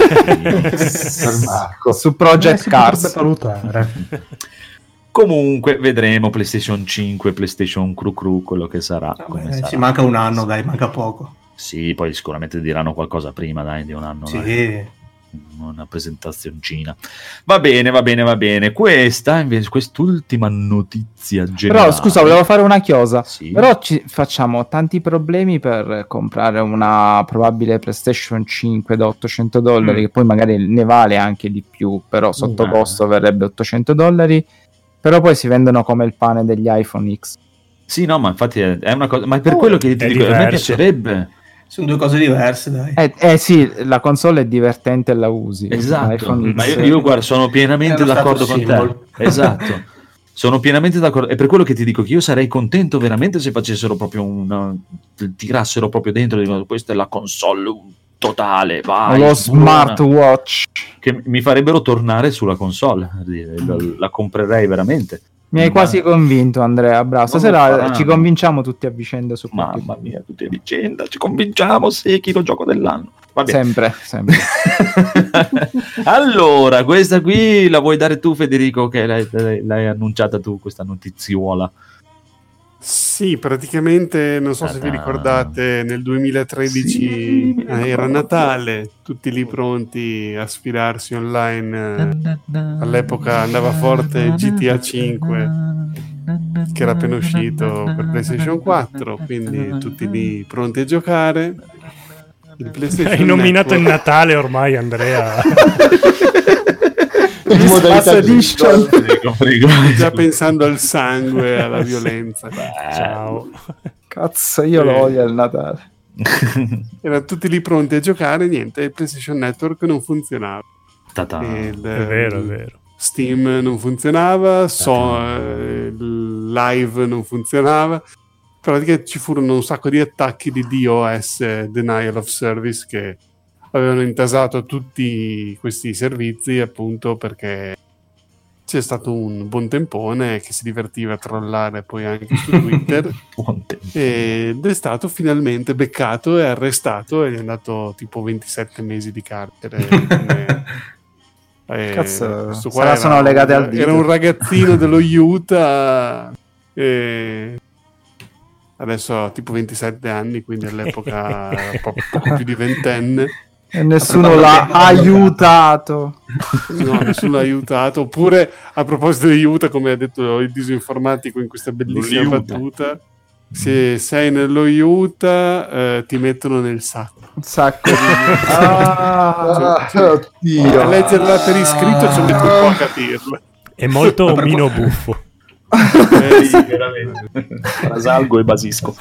per Marco su Project eh, Cars. Comunque vedremo PlayStation cinque, PlayStation Cru Cru, quello che sarà, no, come beh, sarà. Ci manca un anno, dai, manca poco. Sì, poi sicuramente diranno qualcosa prima, dai, di un anno. Sì. Dai. Una presentazioncina. Va bene, va bene, va bene. Questa invece, quest'ultima notizia generale. Però scusa, volevo fare una chiosa. Sì. Però ci facciamo tanti problemi per comprare una probabile PlayStation cinque da ottocento dollari, mm. che poi magari ne vale anche di più, però sotto uh. costo verrebbe ottocento dollari. Però poi si vendono come il pane degli iPhone X. Sì, no, ma infatti è, è una cosa. Ma è per oh, quello che ti dico, a me piacerebbe. Sono due cose diverse, dai. Eh, eh sì, la console è divertente e la usi. Esatto, ma io, io guarda, sono pienamente d'accordo con te. Esatto, sono pienamente d'accordo. È per quello che ti dico che io sarei contento veramente se facessero proprio una... tirassero proprio dentro, dico, questa è la console totale, vai, lo smartwatch. Che mi farebbero tornare sulla console, la, la comprerei veramente. Mi hai quasi convinto, Andrea. Bravo. Stasera ci convinciamo tutti a vicenda su Mamma qualche... mia, tutti a vicenda. Ci convinciamo, Sekiro gioco dell'anno. Va bene. Sempre, sempre. Allora, questa qui la vuoi dare tu, Federico, che l'hai, l'hai annunciata tu, questa notiziola? Sì, praticamente, non so se vi ricordate, nel duemilatredici sì, eh, era Natale, tutti lì pronti a sfidarsi online. All'epoca andava forte G T A cinque, che era appena uscito per PlayStation quattro, quindi tutti lì pronti a giocare. Il PlayStation Hai nominato Network... il Natale ormai, Andrea. In modalità edition. Già pensando al sangue, alla violenza. Ciao. Cazzo, io eh. lo voglio il Natale. Erano tutti lì pronti a giocare, niente, il PlayStation Network non funzionava. Il, è vero, è vero. Steam non funzionava, so, eh, Live non funzionava. Praticamente ci furono un sacco di attacchi di DOS, Denial of Service, che avevano intasato tutti questi servizi, appunto perché c'è stato un buon tempone che si divertiva a trollare poi anche su Twitter ed è stato finalmente beccato e arrestato e gli è andato tipo ventisette mesi di carcere. Come, eh, Cazzo, qua sono un, legate al dito. Era un ragazzino dello Utah e adesso ha tipo ventisette anni, quindi all'epoca era poco, poco più di ventenne. E nessuno l'ha aiutato. No, nessuno l'ha aiutato. Oppure, a proposito di aiuto, come ha detto il disinformatico in questa bellissima battuta, se sei nello Utah eh, ti mettono nel sacco. Un sacco di... ah, cioè, oddio. A leggerla per iscritto ci ho detto un po' a capirla. È molto mino buffo. Eh, sì, veramente. Rasalgo e basisco.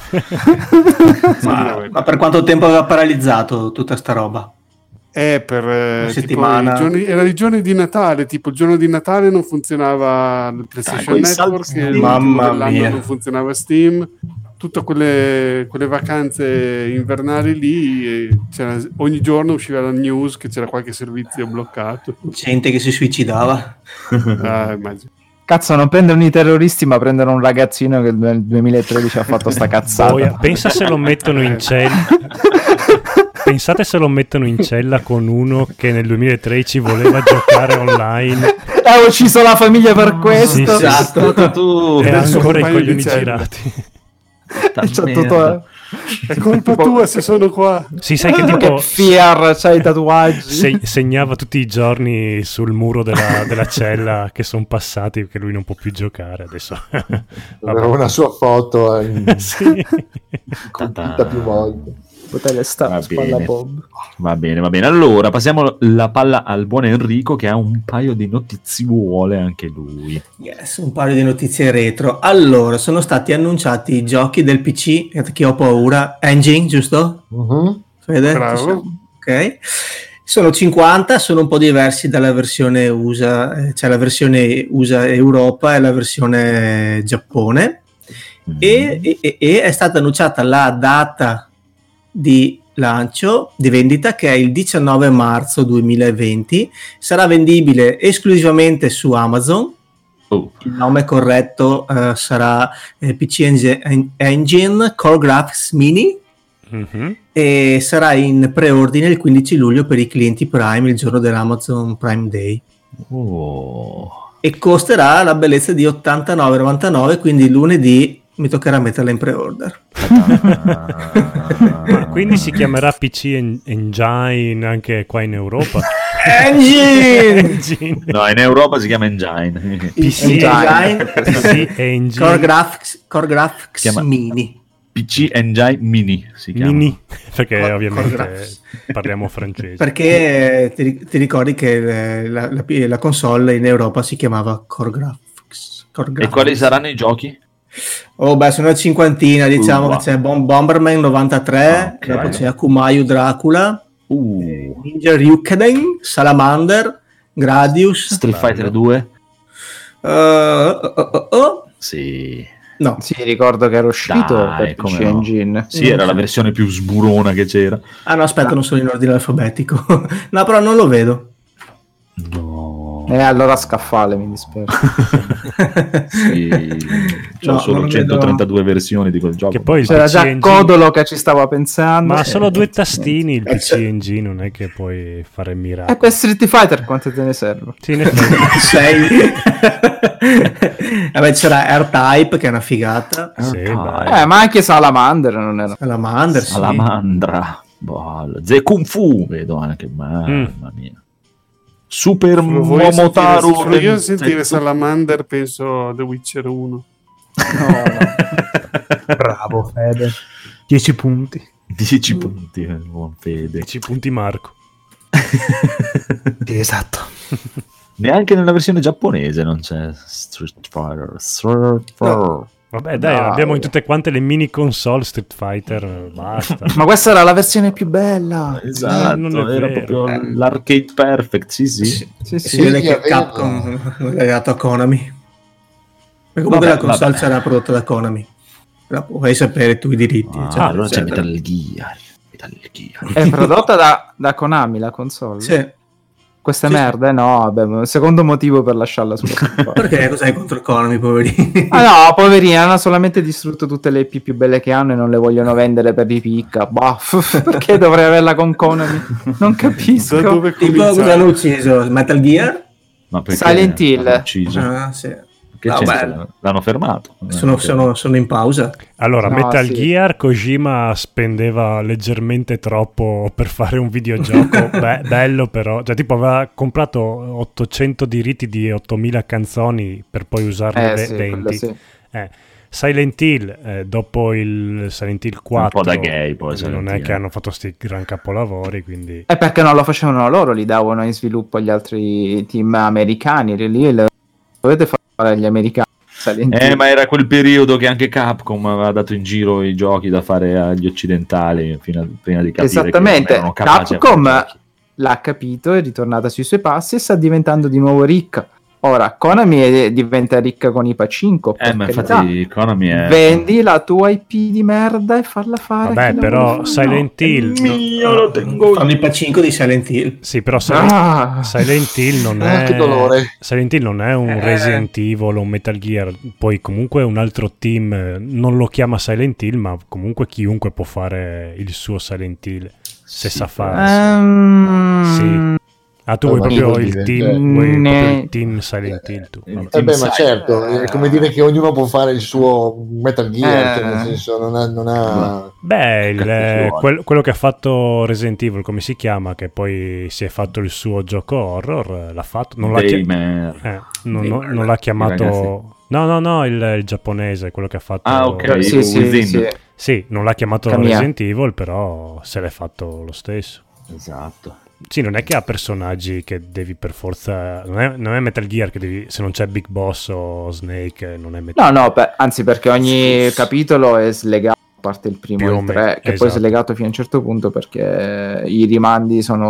ma, ma per quanto tempo aveva paralizzato tutta sta roba? Eh, per Una tipo, settimana. I giorni, era i giorni di Natale, tipo il giorno di Natale non funzionava il PlayStation Network, il mamma dell'anno mia. non funzionava Steam, tutte quelle, quelle vacanze invernali lì, c'era, ogni giorno usciva la news che c'era qualche servizio bloccato. Gente che si suicidava. Ah, immagino. Cazzo, non prendono i terroristi, ma prendono un ragazzino che nel duemilatredici ha fatto sta cazzata. Boia, pensa se lo mettono in cella. Pensate se lo mettono in cella con uno che nel duemilatredici voleva giocare online. Ha ucciso la famiglia per questo. Sì, sì, esatto. Tu e ancora i coglioni girati. Tutto... È colpa tua se sono qua. Sì, sai che tipo che fier, c'hai i tatuaggi. Se, segnava tutti i giorni sul muro della, della cella che sono passati, che lui non può più giocare adesso. Aveva una sua foto in... sì. Compita più volte. Potere stare, spalla Bob. Va bene, va bene. Allora, passiamo la palla al buon Enrico che ha un paio di notiziuole anche lui. Yes, un paio di notizie retro. Allora, sono stati annunciati i giochi del P C, che ho paura. Engine, giusto? Uh-huh. Fede? Bravo. Ok. Sono cinquanta, sono un po' diversi dalla versione U S A, c'è cioè la versione U S A Europa e la versione Giappone. Mm. E, e, e è stata annunciata la data di lancio, di vendita, che è il diciannove marzo duemilaventi. Sarà vendibile esclusivamente su Amazon. Oh. Il nome corretto uh, sarà eh, P C Engine, Engine Core Graphics Mini. Mm-hmm. E sarà in preordine il quindici luglio per i clienti Prime, il giorno dell'Amazon Prime Day. Oh. E costerà la bellezza di ottantanove virgola novantanove, quindi lunedì mi toccherà metterla in pre-order. Quindi si chiamerà P C en- Engine anche qua in Europa? Engine! Engine! No, in Europa si chiama Engine. P C Engine, P C Engine. Core Graphics, Core Graphics chiama Mini. P C Engine Mini si chiama. Mini, perché Core, ovviamente Core parliamo francese. Perché ti, ti ricordi che la, la, la console in Europa si chiamava Core Graphics. Core Graphics. E quali saranno i giochi? Oh, beh, sono una cinquantina, diciamo. Uh, wow. Che c'è Bom- Bomberman novantatré, okay. Dopo c'è Akumayu Dracula, uh. Ninja Ryukiden, Salamander, Gradius, Street Fighter due. Uh, oh, oh, oh. Sì. No. Sì, ricordo che era uscito Dai, per P C no. Engine. Sì, era la versione più sburona che c'era. Ah no, aspetta, no. Non sono in ordine alfabetico. No, però non lo vedo. No. E allora scaffale, mi dispiace. Sì, c'ho No, solo non centotrentadue versioni di quel gioco. Che poi il C'era P C già Engine- Codolo che ci stava pensando. Ma Eh, solo due eh, tastini il Eh, P C sì. Engine, non è che puoi fare E miracoli. per Street Fighter quanto te ne serve? Sì, in effetti. sei. Vabbè, c'era R-Type che è una figata. Sì, Ah, beh. Eh, ma anche Salamander non era. Salamander, sì. Salamandra. Boh, Ze Kung Fu vedo anche, mamma mia. Super Solo voi a Momotaru. sentire, solo io a Densetsu. sentire Salamander penso a The Witcher uno. Bravo, Fede. dieci punti. dieci punti, eh, buon fede. dieci punti Marco. Sì, esatto. Neanche nella versione giapponese non c'è Street Fighter. Street Fighter. Vabbè, dai, Dai. abbiamo in tutte quante le mini console Street Fighter, eh, basta. Ma questa era la versione più bella. Esatto, non è era vero. proprio l'arcade perfect, sì sì. Sì. Sì, Si sì. vede Sì, che avevo- Capcom è legato a Konami. Perché comunque Vabbè, la console vabbè. sarà prodotta da Konami. La puoi sapere tu i diritti. Ah, eccetera, allora c'è eccetera. Metal Gear. Metal Gear. È prodotta da, da Konami la console. Sì. Queste Sì, merde, no, vabbè, un secondo motivo per lasciarla su Spotify. Perché cos'hai contro Konami, poverini? Ah no, poverini, hanno solamente distrutto tutte le I P più belle che hanno e non le vogliono vendere per ripicca. Bah, perché dovrei averla con Konami? Non Da capisco. dove Tipo cosa cominciare? hanno ucciso? Metal Gear? Ma perché Silent Hill. l'hanno ucciso? Ah, sì. Che No, c'è? beh, L'hanno fermato. sono, sono- sono in pausa. Allora, No, Metal sì. Gear, Kojima spendeva leggermente troppo per fare un videogioco Be- bello, però, cioè tipo aveva comprato ottocento diritti di ottomila canzoni per poi usarne Eh ve- sì, quello venti. sì. Eh, Silent Hill, eh, dopo il Silent Hill quattro, Un po' da gay, poi, Silent non è Hill, che eh. hanno fatto sti gran capolavori, quindi... È perché non lo facevano loro, li davano in sviluppo agli altri team americani. Lì lo dovete fare agli americani. Silent Eh, Hill. ma era quel periodo che anche Capcom aveva dato in giro i giochi da fare agli occidentali fino a- prima di capire Esattamente. che non erano capaci a Capcom fare giochi. l'ha capito, è ritornata sui suoi passi e sta diventando di nuovo ricca. Ora Konami è- diventa ricca con i Pacinco. Eh, per ma carità. infatti Konami è... Vendi la tua I P di merda e farla fare. Vabbè, chi la però vuole fare. Silent Hill... Io lo tengo Fanno il pacinco di Silent Hill. Sì, però Silent, Ah. Silent Hill non Ah, è che dolore. Silent Hill non è un Eh. Resident Evil o un Metal Gear, poi comunque un altro team eh, non lo chiama Silent Hill, ma comunque chiunque può fare il suo Silent Hill se Sì, sa fare. Ehm, Sì. Ah, tu Eh, vuoi ma proprio vuol il dire, team, cioè, vuoi ne- proprio il team Silent Hill tu. Eh, Vabbè. Eh beh, ma Inside. certo, è come dire che ognuno può fare il suo Metal Gear, Eh. cioè, nel senso non ha... Non ha... Beh, il- Cazzo eh, vuole. quel- quello che ha fatto Resident Evil, come si chiama, che poi si è fatto il suo gioco horror, eh, l'ha fatto, non l'ha, chi- Daymer. eh, non, non- non l'ha I chiamato... ragazzi. No, no, no, il, il giapponese, quello che ha fatto... Ah, ok. Sì, sì, Within. sì. Sì, non l'ha chiamato Kamiya. Resident Evil, però se l'è fatto lo stesso. Esatto. Sì, non è che ha personaggi che devi per forza... Non è, non è Metal Gear che devi... Se non c'è Big Boss o Snake, non è Metal No, no, beh, anzi perché ogni capitolo è slegato, a parte il primo Più e o il meno, tre, che poi è esatto. slegato fino a un certo punto perché i rimandi sono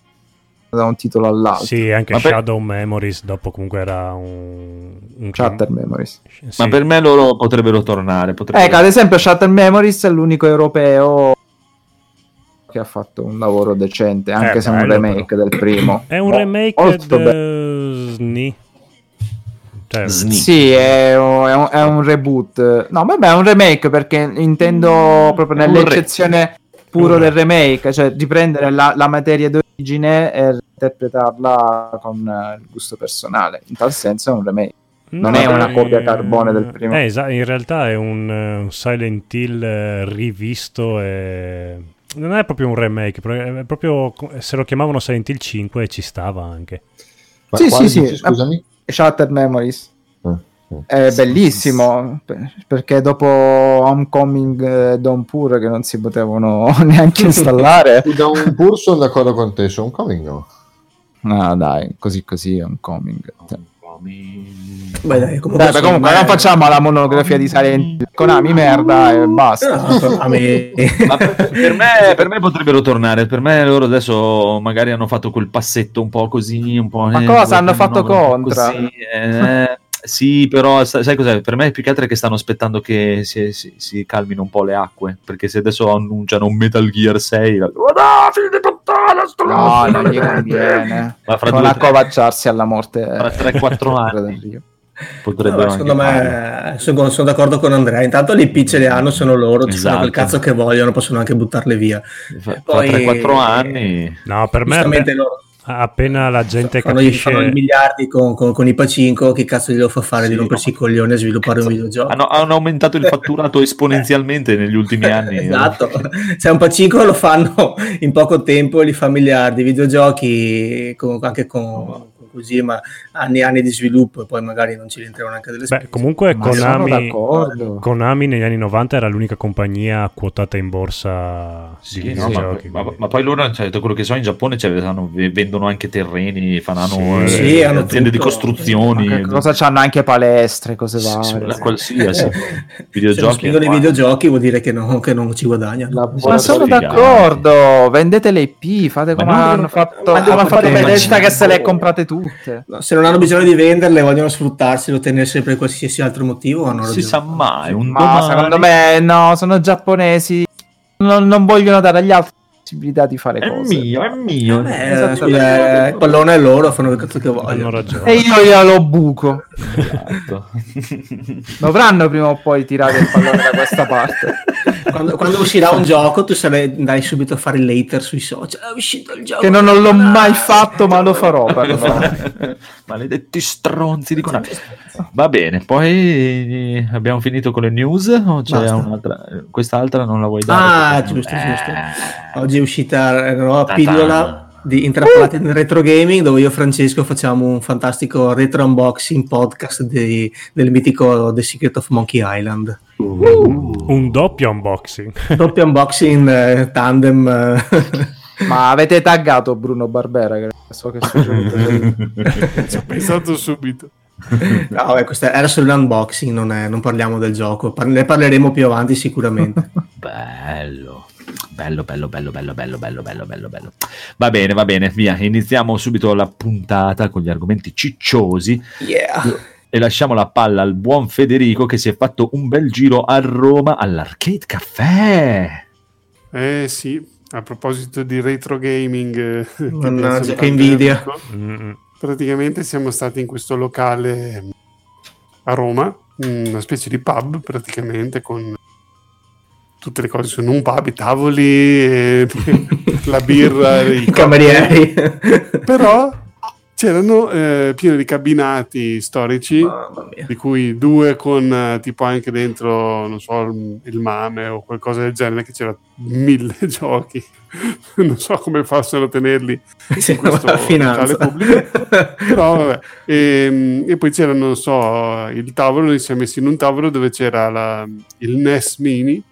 da un titolo all'altro. Sì, anche Ma per- Shadow Memories dopo comunque era un... un Shatter Memories. Sì. Ma per me loro potrebbero tornare. Potrebbero... Ecco, ad esempio Shatter Memories è l'unico europeo che ha fatto un lavoro decente, anche Eh, se è un bello, remake del primo. È un Mo- remake molto di bello. S N I. Cioè, Sni. Sì, è un, è un- è un reboot. No, vabbè, è un remake perché intendo proprio È un nell'eccezione puro Un re- del remake, cioè di prendere la, la materia d'origine e interpretarla con eh, il gusto personale. In tal senso è un remake. Non è una copia carbone del primo. Eh, esa- in realtà è un, eh, un Silent Hill eh, rivisto e... Non è proprio un remake, però è proprio se lo chiamavano Silent Hill cinque ci stava anche. Ma Sì, quale sì, dici, sì. scusami? Shattered Memories. Eh, È bellissimo per- perché dopo Homecoming e Downpour che non si potevano neanche installare. Da un pur sono d'accordo con te, su un coming no. No, dai, così così Homecoming. Cioè, Beh, dai, comunque, Dai, beh, comunque non secondo me- facciamo la monografia di Silent Hill. Konami merda e basta. No, a me... Ma per, per me, per me potrebbero tornare. Per me loro adesso magari hanno fatto quel passetto un po' così, un po'. Ma eh, cosa hanno un fatto po' Contra? così, eh, Sì, però sai sai cos'è? Per me più che altro è che stanno aspettando che si, si- si calmino un po' le acque, perché se adesso annunciano un Metal Gear sei, la- oh no, figlio di puttana, No, stronzo! non gli conviene. Ma fra Con due, accovacciarsi alla morte. fra tre quattro anni Io. potrebbero No, secondo anche farlo. me sono, sono d'accordo con Andrea. Intanto le I P ce le hanno, sono loro, ci fanno quel Esatto. cazzo che vogliono, possono anche buttarle via. Fra E poi- tre quattro anni No, per me Giustamente appe- loro appena la gente fanno, gli- fanno i capisce... miliardi con, con, con i Pacinco, che cazzo glielo fa fare Sì, di rompersi no. i coglioni a sviluppare un videogioco? hanno, hanno aumentato il fatturato esponenzialmente negli ultimi anni. Esatto, se è un Pacinco lo fanno in poco tempo, li fa miliardi. I videogiochi con- anche con, con Kojima, anni e anni di sviluppo, e poi magari non ci rientrano neanche delle spese. Beh, comunque Ma sono Konami, d'accordo. Konami negli anni novanta era l'unica compagnia quotata in borsa Sì, di no, ma, videogiochi. ma- ma poi loro, cioè, da quello che so, in Giappone cioè, hanno- vendono anche terreni, fanno Sì, eh, sì, hanno aziende di tutto. costruzioni. Ma che cosa c'hanno anche palestre, cose Sì, sì, varie. la- qualsiasi Se videogiochi. non spingono i qua. videogiochi vuol dire che, no- che non ci guadagnano. La- Sono ma sono sfigati. d'accordo, vendete le I P, fate Ma come non hanno devono- fatto, ma come devono ha fatto fare Bethesda macchine. che se le ha comprate tutte. No, se non hanno bisogno di venderle, vogliono sfruttarselo, tenersele per qualsiasi altro motivo, hanno Non ragione. si sa mai. Un Ma domani- secondo me no, sono giapponesi, non, non vogliono dare agli altri la possibilità di fare È cose. mio, è mio. Eh, Esatto. scusa, il pallone è loro, fanno il cazzo che Hanno vogliono. ragione. E io glielo buco. Esatto. Dovranno prima o poi tirare il pallone da questa parte. Quando, quando uscirà un gioco, tu sarai, andrai subito a fare il later sui social. È uscito il gioco. Che non l'ho mai fatto, ma lo farò. Per Maledetti stronzi di Konami. Va bene, poi eh, abbiamo finito con le news o c'è Basta. un'altra? Quest'altra non la vuoi dare? Ah, Perché- giusto, Eh, giusto. Oggi è uscita la nuova Ta-ta. pillola di Intrappolati nel retro gaming, dove io e Francesco facciamo un fantastico retro unboxing podcast di- del mitico The Secret of Monkey Island. Un doppio unboxing. Doppio unboxing eh, tandem. eh. Ma avete taggato Bruno Barbera? Che so che sto giocando. Ci ho pensato subito. No, vabbè, questo era solo un unboxing, non, è- non parliamo del gioco. Par- ne parleremo più avanti sicuramente. Bello. Bello, bello, bello, bello, bello, bello, bello, bello, bello. Va bene, va bene, via. Iniziamo subito la puntata con gli argomenti cicciosi Yeah. e lasciamo la palla al buon Federico che si è fatto un bel giro a Roma all'Arcade Café. Eh sì, a proposito di retro gaming, eh, che Mannaggia, piace che tanto invidia. Enrico, Mm. praticamente siamo stati in questo locale a Roma, una specie di pub praticamente con tutte le cose, sono un pub, i tavoli, e la birra, i I camerieri. però c'erano eh, pieno di cabinati storici, Mamma mia. di cui due con eh, tipo anche dentro, non so, il, il mame o qualcosa del genere, che c'era mille giochi, non so come fossero a tenerli Sì, in questo la finanza. locale pubblico, però vabbè. E, e poi c'era, non so, il tavolo, noi siamo messi in un tavolo dove c'era la- il N E S Mini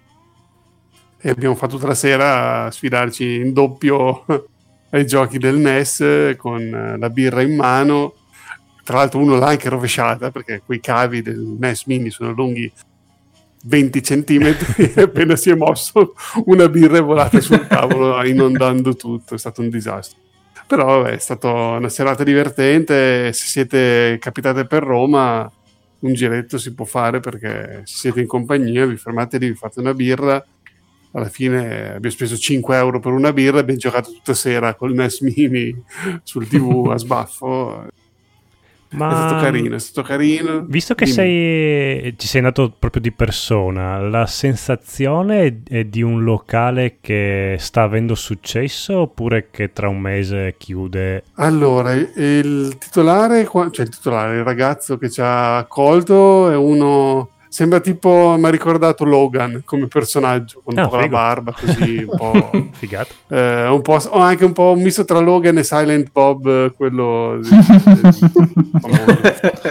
e abbiamo fatto tutta la sera a sfidarci in doppio ai giochi del N E S con eh, la birra in mano. Tra l'altro uno l'ha anche rovesciata perché quei cavi del N E S Mini sono lunghi venti centimetri e appena si è mosso una birra è volata sul tavolo inondando tutto, è stato un disastro. Però vabbè, è stata una serata divertente, se siete capitate per Roma un giretto si può fare, perché se siete in compagnia vi fermate lì, vi fate una birra. Alla fine abbiamo speso cinque euro per una birra e abbiamo giocato tutta sera col N E S Mini sul tivù a sbaffo. Ma È stato carino, è stato carino. visto che Dimmi. sei, ci sei andato proprio di persona, la sensazione è, è di un locale che sta avendo successo oppure che tra un mese chiude? Allora, il titolare, qua- cioè il titolare, il ragazzo che ci ha accolto è uno... Sembra tipo, mi ha ricordato Logan come personaggio, con Ah, un po' la figo. barba, così un po'... Figata. eh, un po', o anche un po' un misto tra Logan e Silent Bob, eh, quello di- di- famoso.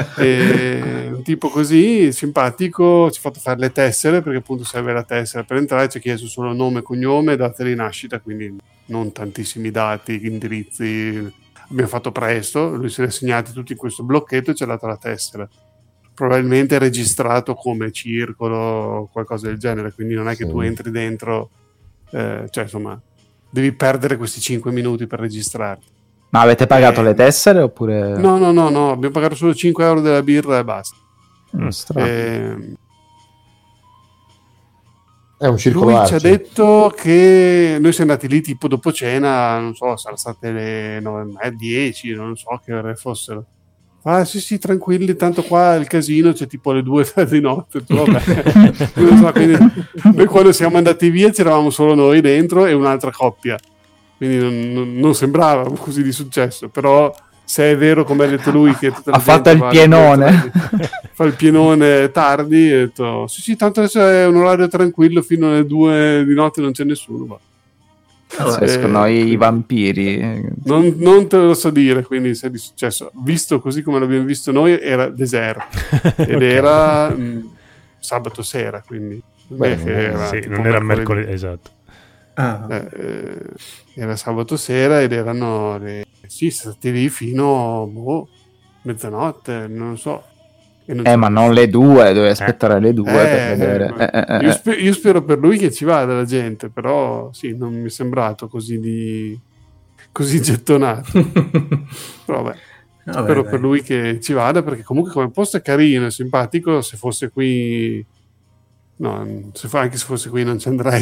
E un tipo così simpatico, ci ha fatto fare le tessere perché appunto serve la tessera per entrare, ci ha chiesto solo nome, cognome e data di nascita, quindi non tantissimi dati, indirizzi. Abbiamo fatto presto, lui se li ha segnati tutti in questo blocchetto e ci ha dato la tessera. Probabilmente è registrato come circolo o qualcosa del genere, quindi non è che Sì. tu entri dentro, eh, cioè insomma devi perdere questi cinque minuti per registrarti. Ma avete pagato Eh, le tessere oppure... No, no, no, no, abbiamo pagato solo cinque euro della birra e basta. Mm, strano. Eh, È un circolo lui ci ha arci. detto che noi siamo andati lì tipo dopo cena, non so, saranno state le nove e mezza, dieci, non so che ore fossero. Ah sì sì, tranquilli, tanto qua il casino c'è tipo alle due tre di notte. Tu, vabbè. Non so, quindi noi quando siamo andati via c'eravamo solo noi dentro e un'altra coppia, quindi non, non- non sembrava così di successo, però se è vero come ha detto lui che tutta la Ha fatto gente il va alle pienone. due, tre, fa il pienone tardi, e ho detto sì sì, tanto adesso è un orario tranquillo fino alle due di notte, non c'è nessuno, va. Cazzo, Eh, escono i quindi- vampiri. non, non te lo so dire, quindi se è di successo, visto così come l'abbiamo visto noi, era deserto ed Ok. era mh, sabato sera, quindi non è Beh, che era Sì, tipo non era mercoledì, esatto. Ah, Eh, eh, era sabato sera ed erano le... sì, stati lì fino boh, mezzanotte, non lo so. E non Eh, c'era ma non nessuno. le due, dovevi aspettare le due Eh, per vedere. ma- Eh, eh, io, eh. spe- io spero per lui che ci vada la gente, però sì, non mi è sembrato così di così gettonato. Però vabbè, vabbè, spero dai. per lui che ci vada, perché comunque come posto è carino e simpatico. Se fosse qui, no, se fa- anche se fosse qui non ci andrei.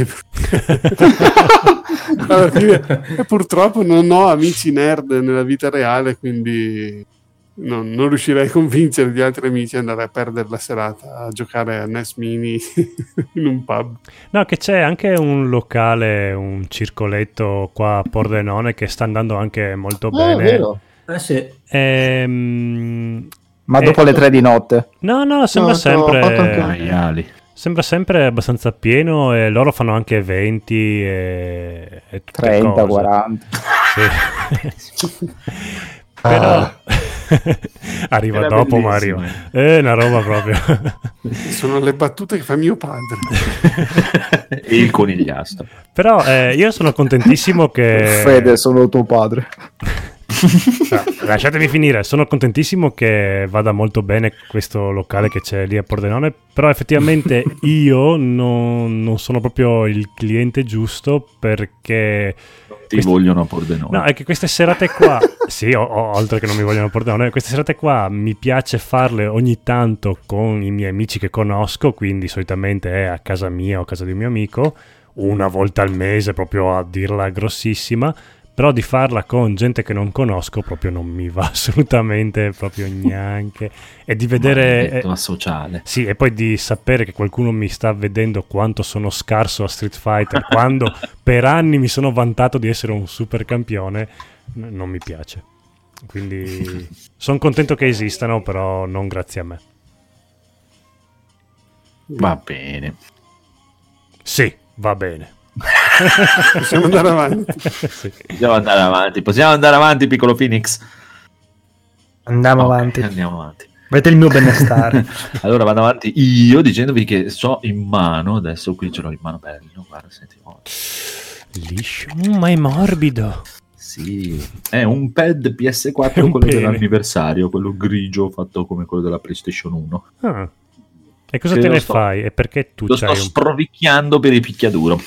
Alla fine, e purtroppo non ho amici nerd nella vita reale, quindi non, non riuscirei a convincere gli altri amici ad andare a perdere la serata a giocare a N E S Mini in un pub. No, che c'è anche un locale, un circoletto qua a Pordenone che sta andando anche molto Ah, è bene. vero. Eh sì. Ehm, Ma eh, dopo le tre di notte. No, no, sembra No, no, ho fatto anche- sempre Maiali. sembra sempre abbastanza pieno e loro fanno anche eventi e, e tutte trenta, cose. quaranta. Sì. Però arriva Era dopo bellissimo. Mario. È una roba proprio. Sono le battute che fa mio padre. E il conigliastro. Però eh, io sono contentissimo che Fede, sono tuo padre. No, lasciatemi finire, sono contentissimo che vada molto bene questo locale che c'è lì a Pordenone, però effettivamente io non, non sono proprio il cliente giusto, perché Ti Questi- vogliono a Pordenone. no, è che queste serate qua, sì, o- o- oltre che non mi vogliono a Pordenone, queste serate qua mi piace farle ogni tanto con i miei amici che conosco, quindi solitamente è a casa mia o a casa di un mio amico, una volta al mese, proprio a dirla grossissima. Però di farla con gente che non conosco proprio non mi va assolutamente, proprio neanche. E di vedere... Maledetto eh, asociale. sì, e poi di sapere che qualcuno mi sta vedendo quanto sono scarso a Street Fighter, quando per anni mi sono vantato di essere un super campione, n- non mi piace. Quindi sono contento che esistano, però non grazie a me. Va bene. Sì, va bene. Possiamo andare avanti. Sì. Possiamo andare avanti. Possiamo andare avanti, piccolo Phoenix. Andiamo Ok, avanti. Andiamo avanti. Avete il mio benestare. Allora vado avanti io dicendovi che so in mano, adesso qui ce l'ho in mano, bello, guarda, senti, oh, Liscio, mm, ma è morbido. sì, è un pad P S È quattro, un quello pene. dell'anniversario, quello grigio fatto come quello della PlayStation uno. Ah. E cosa Che te lo ne sto- fai? E perché tu Lo c'hai sto un... sprovicchiando per il picchiaduro,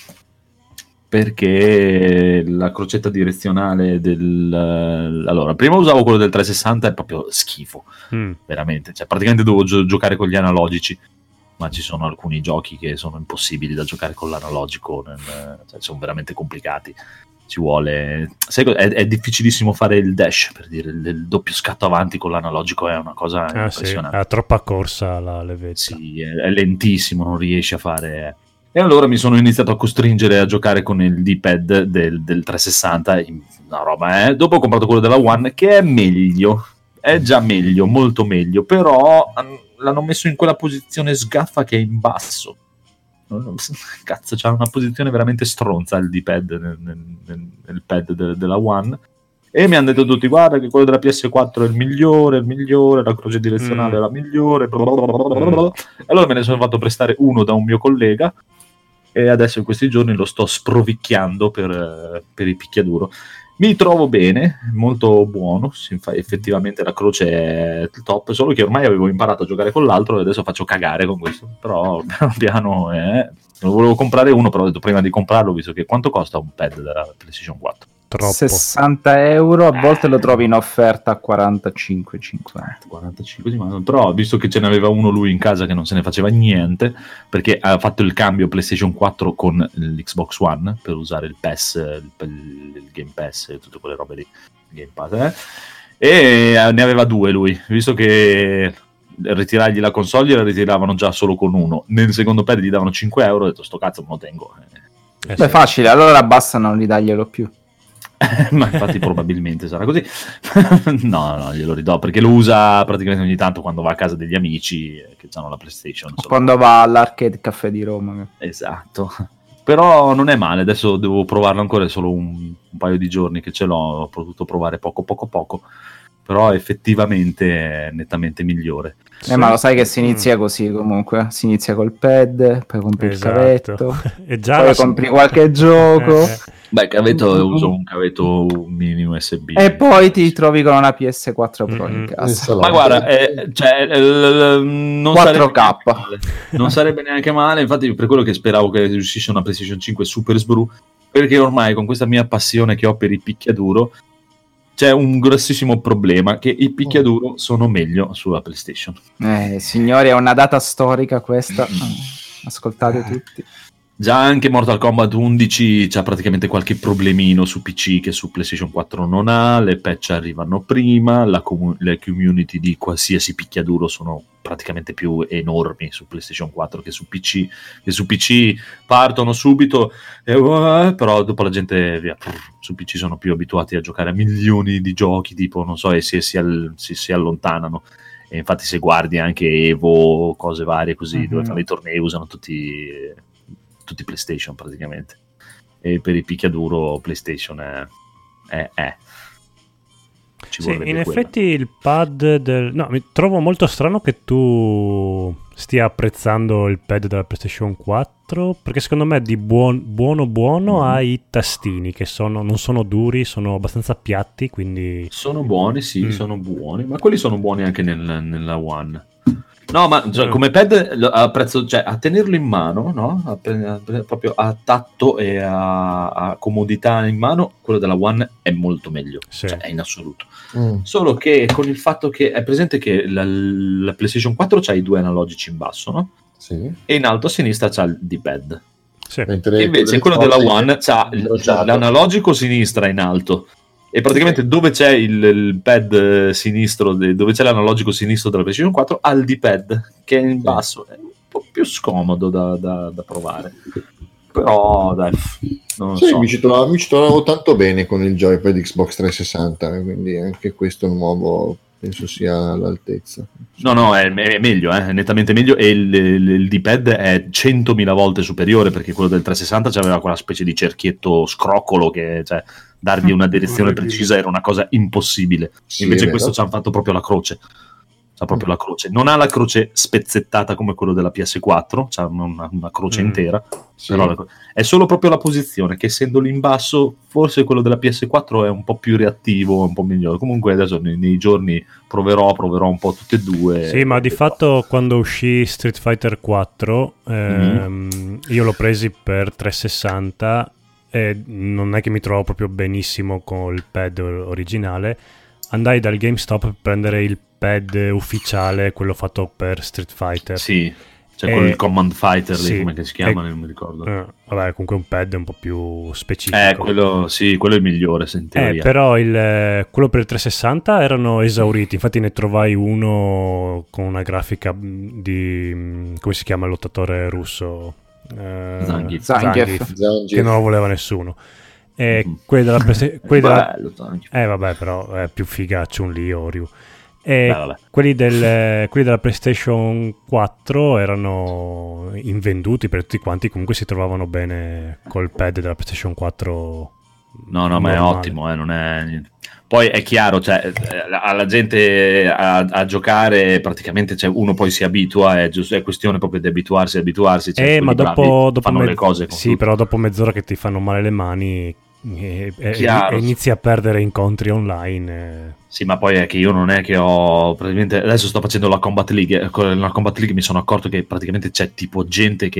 perché la crocetta direzionale del... Allora, prima usavo quello del trecentosessanta, è proprio schifo, Mm. veramente, cioè praticamente devo gio- giocare con gli analogici, ma ci sono alcuni giochi che sono impossibili da giocare con l'analogico, nel- cioè, sono veramente complicati. Ci vuole, sai co- è, è difficilissimo fare il dash, per dire, il, il doppio scatto avanti con l'analogico è una cosa Ah, sì, impressionante. ha troppa corsa la levetta. Sì, è, è lentissimo, non riesci a fare. E allora mi sono iniziato a costringere a giocare con il D-pad del, del trecentosessanta, in- una roba, eh. Dopo ho comprato quello della One, che è meglio, è già meglio, molto meglio, però han- l'hanno messo in quella posizione sgaffa che è in basso. Non- non- Cazzo, c'ha una posizione veramente stronza il D-pad nel, nel- nel- nel pad de- della One. E mi hanno detto tutti, guarda che quello della P S quattro è il migliore, il migliore, la croce direzionale Mm. è la migliore. blablabla. E allora me ne sono fatto prestare uno da un mio collega e adesso in questi giorni lo sto sprovicchiando per, eh, per il picchiaduro. Mi trovo bene, molto buono, si fa- effettivamente la croce è il top, solo che ormai avevo imparato a giocare con l'altro e adesso faccio cagare con questo, però piano piano eh, lo volevo comprare uno, però ho detto prima di comprarlo, visto che quanto costa un pad della PlayStation quattro? Troppo. sessanta euro, a volte lo trovi in offerta a quarantacinque cinquanta. quarantacinque, ma- però visto che ce n'aveva uno lui in casa che non se ne faceva niente, perché ha fatto il cambio PlayStation quattro con l'Xbox One per usare il P E S, il, il, il Game Pass e tutte quelle robe lì, Game Pass, eh? E ne aveva due lui, visto che ritirargli la console la ritiravano già solo con uno, nel secondo pad gli davano cinque euro, ho detto sto cazzo me lo tengo. Eh, Beh, sì. facile, allora basta non ridaglielo più. Ma infatti probabilmente sarà così. No, no, glielo ridò perché lo usa praticamente ogni tanto quando va a casa degli amici che hanno la PlayStation. Solo. Quando va all'Arcade Caffè di Roma. Esatto. Però non è male, adesso devo provarlo ancora, è solo un, un paio di giorni che ce l'ho, ho potuto provare poco poco poco, però effettivamente è nettamente migliore. Eh, ma lo sai che si inizia così comunque, si inizia col pad, poi compri Esatto. il cavetto, E già poi la- compri qualche gioco Eh, eh. Beh, cavetto uso un cavetto mini U S B. e poi ti trovi con una P S quattro Pro in Mm-mm. casa. Ma guarda, eh, cioè, eh, non quattro K. sarebbe neanche male. Non sarebbe neanche male, infatti per quello che speravo che uscisse una PlayStation cinque Super Sbru, perché ormai con questa mia passione che ho per il picchiaduro c'è un grossissimo problema, che i picchiaduro sono meglio sulla PlayStation. Eh, signori, è una data storica questa. Ascoltate tutti. Già anche Mortal Kombat undici c'ha praticamente qualche problemino su P C che su PlayStation quattro non ha, le patch arrivano prima, la comu- le community di qualsiasi picchiaduro sono praticamente più enormi su PlayStation quattro che su P C, e su P C partono subito, e, uh, però dopo la gente via, su P C sono più abituati a giocare a milioni di giochi, tipo, non so, e si, si, all- si, si allontanano. E infatti se guardi anche Evo, cose varie così, Mhm. dove fanno i tornei usano tutti... tutti PlayStation praticamente, e per il picchiaduro PlayStation è, è, è. Ci Sì, vorrebbe in quella. effetti il pad del... No, mi trovo molto strano che tu stia apprezzando il pad della PlayStation quattro, perché secondo me di buon, buono buono Mm. ha i tastini che sono, non sono duri, sono abbastanza piatti, quindi... Sono buoni, sì, Mm. sono buoni, ma quelli sono buoni anche nel- nella One. No, ma cioè, Mm. come pad lo apprezzo, cioè a tenerlo in mano, no? A pre- a pre- proprio a tatto e a, a comodità in mano, quello della One è molto meglio, Sì. cioè, è in assoluto. Mm. Solo che con il fatto che è presente che la, la PlayStation quattro c'ha i due analogici in basso, no? Sì. E in alto a sinistra c'ha il D-pad. Sì. Mentre E invece quello della One c'ha il- l'analogico sinistra in alto, e praticamente dove c'è il, il pad eh, sinistro, de- dove c'è l'analogico sinistro della PlayStation quattro, ha il D-pad che è in Sì. basso, è un po' più scomodo da, da- da provare, però dai, non lo Sì, so. mi, ci trovavo, mi ci trovavo tanto bene con il joypad Xbox trecentosessanta, eh, quindi anche questo nuovo penso sia all'altezza. No, no, è, è meglio, eh, è nettamente meglio, e il, il- il D-pad è centomila volte superiore, perché quello del trecentosessanta aveva quella specie di cerchietto scroccolo che, cioè, dargli una direzione Orribile. precisa era una cosa impossibile. Sì, Invece è questo vero. ci hanno fatto proprio la croce. C'ha proprio la croce. Non ha la croce spezzettata come quello della P S quattro, c'ha una, una croce Mm. intera, Sì. però la cro- è solo proprio la posizione, che essendo lì in basso, forse quello della P S quattro è un po' più reattivo, un po' migliore. Comunque adesso nei, nei giorni proverò, proverò un po' tutte e due. Sì, ma di e- fatto quando uscì Street Fighter quattro, ehm, io l'ho presi per trecentosessanta e non è che mi trovo proprio benissimo con il pad originale. Andai dal GameStop per prendere il pad ufficiale, quello fatto per Street Fighter. Sì, c'è Eh, quello il Command Fighter, lì, sì, come che si chiama, eh, non mi ricordo. Eh, vabbè, comunque un pad un po' più specifico. Eh, quello, sì, quello è il migliore, se in Eh, teoria. però il, quello per il trecentosessanta erano esauriti, infatti ne trovai uno con una grafica mh, di, mh, come si chiama il lottatore russo? Eh, Zangief. Zangief. Zangief. che non lo voleva nessuno. E Mhm. quelli della, Playsta- quelli della- Bello, Zangief. eh vabbè, però è più figa Chun-Li o Ryu. E Beh, vabbè. quelli, del, quelli della PlayStation quattro erano invenduti per tutti quanti, comunque si trovavano bene col pad della PlayStation quattro. No, no, ma è normale. ottimo, eh, non è niente. Poi è chiaro, cioè, eh, alla gente a, a giocare praticamente, cioè, uno poi si abitua, è, giusto, è questione proprio di abituarsi, abituarsi. Cioè, Eh, quelli ma bravi dopo, dopo fanno me- le cose con sì, tutto. però dopo mezz'ora che ti fanno male le mani e, e- Chiaro. e inizi a perdere incontri online. eh. Sì, ma poi è che io non è che ho praticamente adesso sto facendo la Combat League, e con la Combat League mi sono accorto che praticamente c'è tipo gente che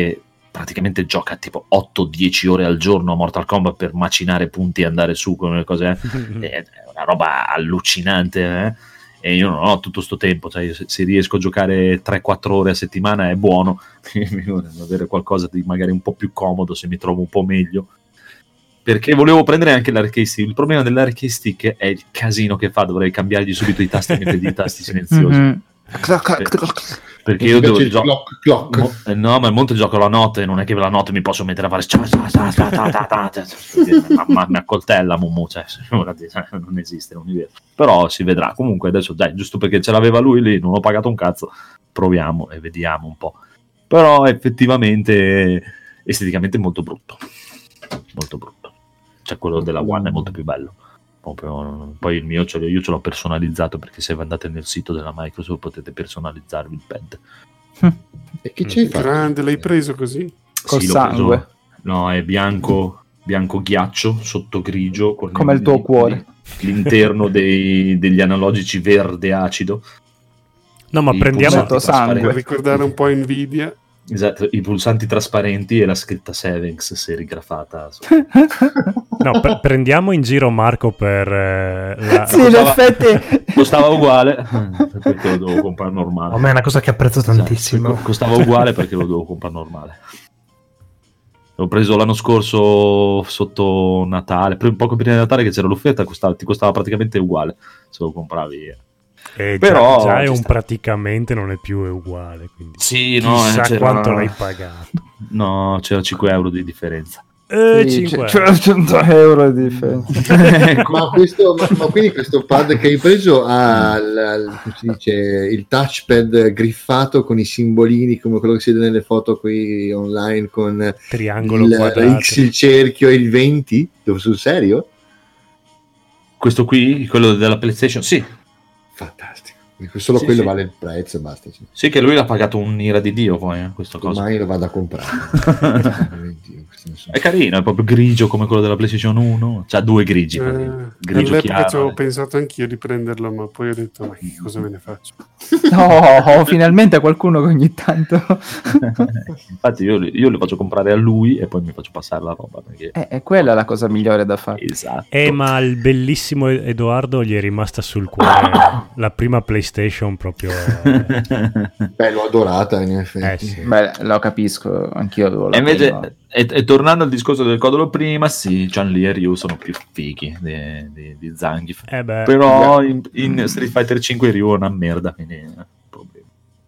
praticamente gioca tipo otto dieci ore al giorno a Mortal Kombat per macinare punti e andare su con le cose, eh. È una roba allucinante, eh? E io non ho tutto sto tempo, cioè se, se riesco a giocare tre quattro ore a settimana è buono, avere qualcosa di magari un po' più comodo se mi trovo un po' meglio, perché volevo prendere anche l'arcade stick. Il problema dell'arcade stick è il casino che fa, dovrei cambiargli subito i tasti e mettergli i tasti silenziosi. Mm-hmm. Perché io devo il clock, clock. Mo- eh, no, ma il monte gioco la notte, non è che la notte mi posso mettere a fare ma, ma mi accoltella Mumu, cioè, non esiste l'universo. Però si vedrà. Comunque adesso dai, giusto perché ce l'aveva lui lì, non ho pagato un cazzo, proviamo e vediamo un po'. Però effettivamente esteticamente è molto brutto, molto brutto. Cioè quello della One è molto più bello. Proprio, poi il mio ce l'ho, io ce l'ho personalizzato, perché se andate nel sito della Microsoft potete personalizzarvi il pad. E che c'è? Grande, l'hai preso così? Col sì, l'ho sangue preso, no, è bianco, bianco ghiaccio sotto grigio con come il tuo cuore, l'interno dei, degli analogici verde acido. No, ma I prendiamo sangue per ricordare un po' Nvidia. Esatto, i pulsanti trasparenti e la scritta Sevenx serigrafata. No, pre- prendiamo in giro Marco per eh, la... sì, in effetti costava uguale perché lo devo comprare normale. A me è una cosa che apprezzo tantissimo. Esatto, costava uguale perché lo devo comprare normale. L'ho preso l'anno scorso sotto Natale, poco prima di Natale, che c'era l'offerta, costava, ti costava praticamente uguale se lo compravi. Eh, però già, già è un sta... praticamente non è più è uguale, quindi sì, no, chissà c'era... quanto l'hai pagato. No, c'era cinque euro di differenza. Eh, sì, cinque c'era cento euro di differenza. ma, questo, ma, ma quindi questo pad che hai preso ha il, come si dice, il touchpad griffato con i simbolini come quello che si vede nelle foto qui online con triangolo il, quadrato, X, il cerchio e il venti? Sul serio? Questo qui, quello della PlayStation, sì. Fantastico. Solo sì, quello sì. vale il prezzo e basta. Sì, sì, che lui l'ha pagato un'ira di Dio poi, eh, questa cosa. Ormai lo vado a comprare. È carino, è proprio grigio come quello della PlayStation uno. C'ha due grigi. Eh, grigio all'epoca chiaro. ci avevo pensato anch'io di prenderlo, ma poi ho detto, ma che cosa me ne faccio? No, finalmente qualcuno che ogni tanto... Infatti io, io le faccio comprare a lui e poi mi faccio passare la roba. Perché... Eh, è quella la cosa migliore da fare. Esatto. Eh, ma il bellissimo Edoardo gli è rimasta sul cuore la prima PlayStation proprio. Eh... Beh, l'ho adorata in effetti. Eh, sì. Beh, lo capisco, anch'io avevo la E invece, prima. e, e tornando al discorso del codolo prima, sì, Chun-Li e Ryu sono più fighi di, di, di Zangief. Eh beh, Però in, in Street Fighter cinque Ryu è una merda, quindi eh, problema.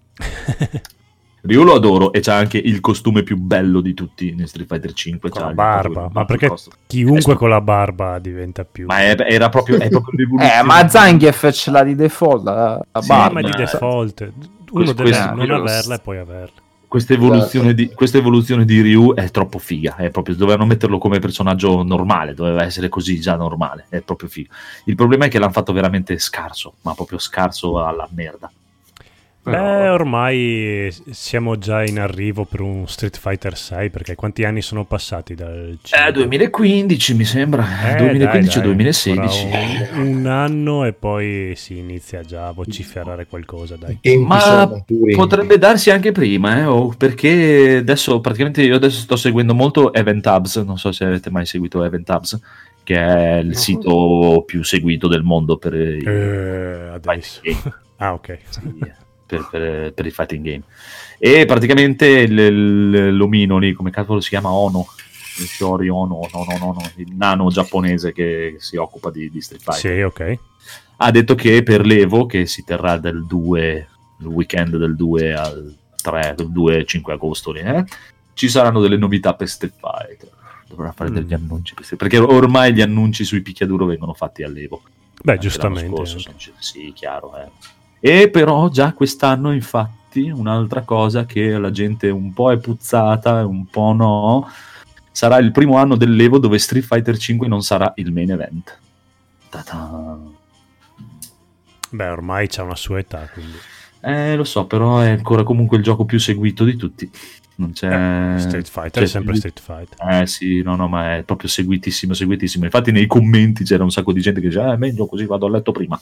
Ryu lo adoro e c'ha anche il costume più bello di tutti in Street Fighter cinque. con c'ha la il- barba, il- ma il perché costume. chiunque Eh, con la barba diventa più. Ma è- era proprio, è proprio l'evoluzione. Eh, ma Zangief ce l'ha di default la, la Sì, barba. ma di eh, default uno questo- deve questo- non quello- averla e poi averla. Questa evoluzione, di, questa evoluzione di Ryu è troppo figa, è proprio, dovevano metterlo come personaggio normale, doveva essere così già normale, è proprio figo. Il problema è che l'hanno fatto veramente scarso, ma proprio scarso alla merda. Beh, ormai siamo già in arrivo per un Street Fighter sei, perché quanti anni sono passati dal cinque? Eh, duemilaquindici mi sembra, Eh, duemilaquindici dai, dai, duemilasedici. ancora Un, un anno e poi si inizia già a vociferare qualcosa, dai. Tempi Ma sono maturi. potrebbe darsi anche prima, eh, oh, perché adesso praticamente io adesso sto seguendo molto Event Hubs, non so se avete mai seguito Event Hubs, che è il sito più seguito del mondo per i Eh, adesso. fighting game. Ah, ok. Sì, per, per, per i fighting game. E praticamente il- il- l'omino lì, come cavolo si chiama, Ono, il Shiori Ono, no, no, no, no, il nano giapponese che si occupa di, di Street Fighter, Sì, ok. ha detto che per l'Evo, che si terrà dal due, il weekend del due al tre, del due al cinque agosto lì, eh, ci saranno delle novità per Street Fighter. Dovrà fare Mm. degli annunci per Street- perché ormai gli annunci sui picchiaduro vengono fatti all'Evo. Beh, Anche giustamente. l'anno scorso anche. sono- sì, chiaro, eh. E però già quest'anno, infatti, un'altra cosa che la gente un po' è puzzata, un po' no, sarà il primo anno dell'Evo dove Street Fighter cinque non sarà il main event. Ta-ta. Beh, ormai c'ha una sua età, quindi. Eh, lo so, però è ancora comunque il gioco più seguito di tutti. Non c'è... Eh, Street Fighter cioè, è sempre Street Fighter. Eh sì, no, no, ma è proprio seguitissimo, seguitissimo. Infatti nei commenti c'era un sacco di gente che diceva, eh, meglio così vado a letto prima.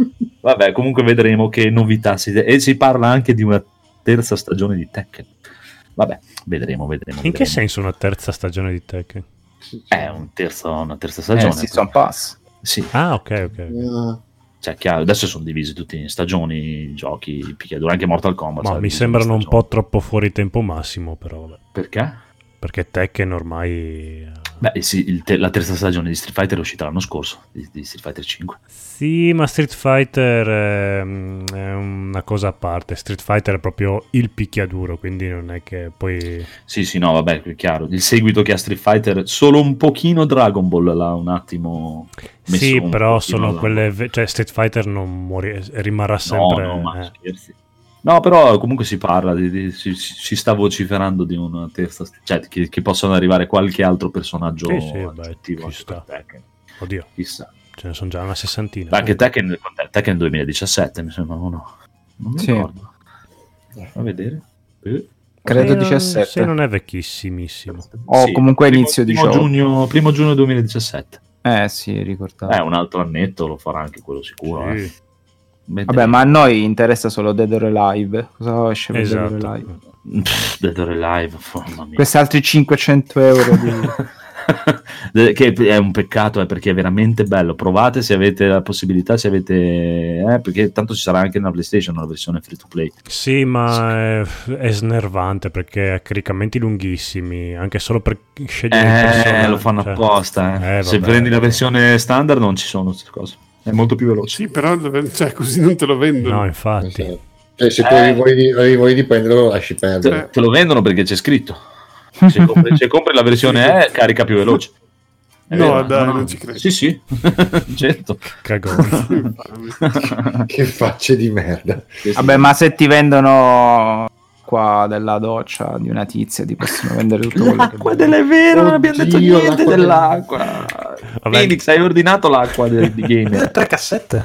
Vabbè, comunque vedremo che novità si... E si parla anche di una terza stagione di Tekken. vabbè, vedremo, vedremo. In vedremo. che senso una terza stagione di Tekken? È un terzo, una terza stagione. Eh, Season Pass. Sì. Ah, ok, ok. Uh, Cioè, chiaro, adesso sono divisi tutti in stagioni, giochi, picchiaduro, anche Mortal Kombat. Ma sarà mi diviso in sembrano un stagioni. po' troppo fuori tempo massimo, però vabbè. Perché? Perché Tekken ormai... Beh, sì, il te- la terza stagione di Street Fighter è uscita l'anno scorso, di, di Street Fighter cinque. Sì, ma Street Fighter è, è una cosa a parte. Street Fighter è proprio il picchiaduro, quindi non è che poi... Sì, sì, no, vabbè, è chiaro. Il seguito che ha Street Fighter, solo un pochino Dragon Ball l'ha un attimo messo Sì, un però pochino sono alla- quelle... ve- Cioè, Street Fighter non muore, rimarrà sempre... No, no, ma eh. scherzi. No, però comunque si parla, di, di- si, si- si sta vociferando di una terza, cioè che, che possano arrivare qualche altro personaggio Sì, sì, vabbè, aggiuntivo ci anche sta. per Tekken. Oddio, Chissà. ce ne sono già una sessantina. Anche Tekken, Tekken duemiladiciassette mi sembra, o no? Non mi Sì. ricordo. A vedere. Eh. Credo Se non- diciassette. Se non è vecchissimissimo. O Sì, comunque primo- inizio primo diciotto. giugno, primo giugno duemiladiciassette. Eh sì, ricordavo. Eh, un altro annetto lo farà anche quello sicuro. Sì, eh. Vedremo. Vabbè, ma a noi interessa solo Dead or Alive. Cosa esce per Dead or esatto. Alive? Pff, Dead or Alive, mamma mia. Questi altri cinquecento euro di... Che è un peccato, eh, perché è veramente bello. Provate se avete la possibilità, se avete eh, perché tanto ci sarà anche nella PlayStation una versione free to play. Sì, ma è, è snervante perché ha caricamenti lunghissimi, anche solo per scegliere il Eh, personaggio. lo fanno cioè. apposta. eh. Eh, se vabbè. prendi la versione standard non ci sono queste cose. È molto più veloce. Sì, però cioè, così non te lo vendono. No, infatti. esatto. Cioè, se tu Eh. avevi voglia di, avevi voglia di prenderlo, lo lasci perdere. Te, te lo vendono perché c'è scritto. Se compri, se compri la versione E, carica più veloce. È No, vero? dai, non ci credo. Sì, sì, certo. Cagone. Che facce di merda. Vabbè, ma se ti vendono qua della doccia di una tizia ti possono vendere tutto quello che L'acqua vuoi. delle vero, non abbiamo detto Oddio, niente l'acqua dell'acqua. Vabbè. Phoenix, hai ordinato l'acqua del, di gamer. Tre cassette.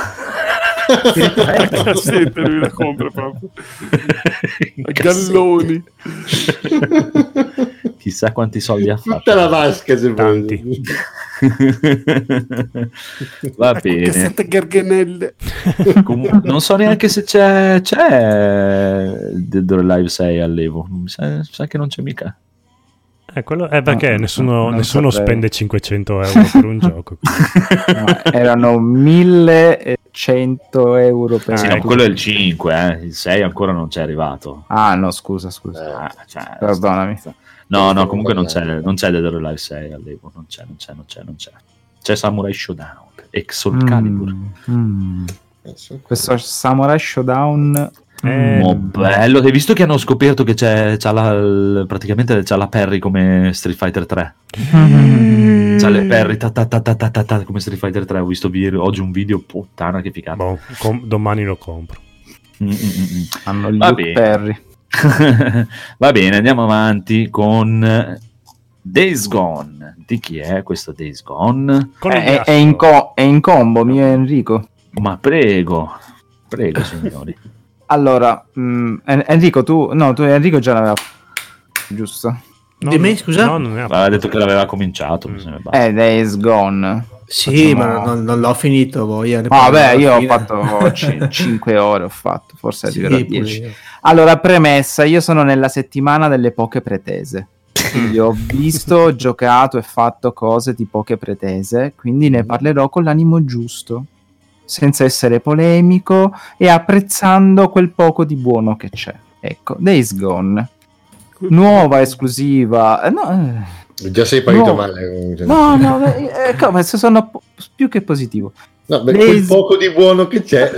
Sì, lui la compra proprio. A galloni. Chissà quanti soldi ha fatto. Tutta la vasca se Tanti. vuoi. Va Ecco, bene. cassette garganelle. Comunque, non so neanche se c'è c'è Dead or Alive sei all'Evo. Mi sa, sa che non c'è mica. Eh, quello è perché No, nessuno, no, non nessuno saprei. spende cinquecento euro per un gioco. No, erano millecento euro per... Ah, Sì, no, ecco. quello è il cinque, eh. Il sei ancora non c'è arrivato. Ah, no, scusa, scusa. Ah, cioè, Perdonami. No, no, comunque non c'è, non c'è Dead or Alive sei all'Evo. Non c'è, non c'è, non c'è, non c'è. C'è Samurai Showdown e Soul Calibur. Mm, mm. Questo Samurai Showdown... Eh, Oh, bello, hai visto che hanno scoperto che c'è, c'ha la, il- praticamente c'ha la parry come Street Fighter tre. C'ha le parry ta ta ta ta ta ta ta, come Street Fighter tre. Ho visto vi- oggi un video, puttana che figata. boh, com- domani lo compro. Mm, mm, mm. Hanno il Va Luke bene. Perry. Va bene, andiamo avanti con Days Gone. Di chi è questo Days Gone? Con il È, è ghiaccio. in co- è in combo, mio Enrico. Ma prego, prego signori. Allora, mm, En- Enrico, tu... No, tu Enrico già l'aveva... Giusto? No, Di me, no, scusa? No, non è Aveva detto che l'aveva cominciato. mi sembra. Eh, Days Gone. Sì, Facciamo- ma non, non l'ho finito. Voglia, ne Ah, parliamo vabbè, alla io ho fine. fatto cinque ore, ho fatto, forse Sì, arriverò a pure dieci. io. Allora, premessa, io sono nella settimana delle poche pretese. Quindi ho visto, ho giocato e fatto cose di poche pretese, quindi ne parlerò con l'animo giusto, senza essere polemico e apprezzando quel poco di buono che c'è. Ecco, Days Gone. Nuova esclusiva. eh, No, eh, Già sei partito No. male. no, no, eh, eh, come se sono po- più che positivo. No, beh, Days- quel poco di buono che c'è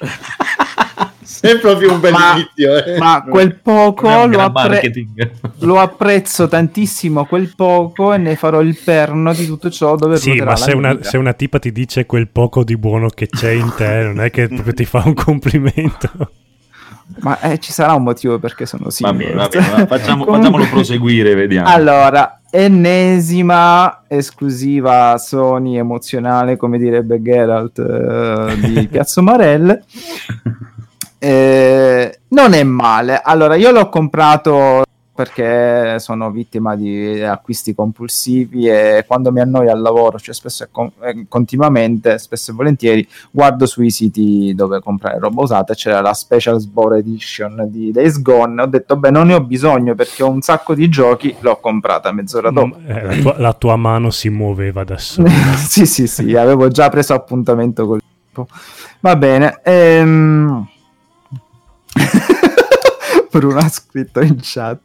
è proprio un bel Ma- inizio. Eh. Ma quel poco Non è un lo, gran appre- marketing. lo apprezzo tantissimo quel poco e ne farò il perno di tutto ciò dove Sì, ruoterà ma la se mia una, vita. se una tipa ti dice quel poco di buono che c'è in te, non è che proprio ti fa un complimento. Ma eh, ci sarà un motivo perché sono Va singolo. bene, va bene, va, facciamo, Comunque- facciamolo proseguire, vediamo. Allora, ennesima esclusiva Sony emozionale, come direbbe Geralt eh, di Piazza Marelle. Eh, non è male. Allora, io l'ho comprato perché sono vittima di acquisti compulsivi e quando mi annoio al lavoro, cioè spesso e con- eh, continuamente, spesso e volentieri, guardo sui siti dove comprare roba usata e c'era la Special Sbore Edition di Days Gone. Ho detto, beh, non ne ho bisogno perché ho un sacco di giochi, l'ho comprata mezz'ora dopo. Mm, eh, la, tua, la tua mano si muoveva da sola. sì, sì, sì, avevo già preso appuntamento col tipo. Va bene. Ehm... Bruno ha scritto in chat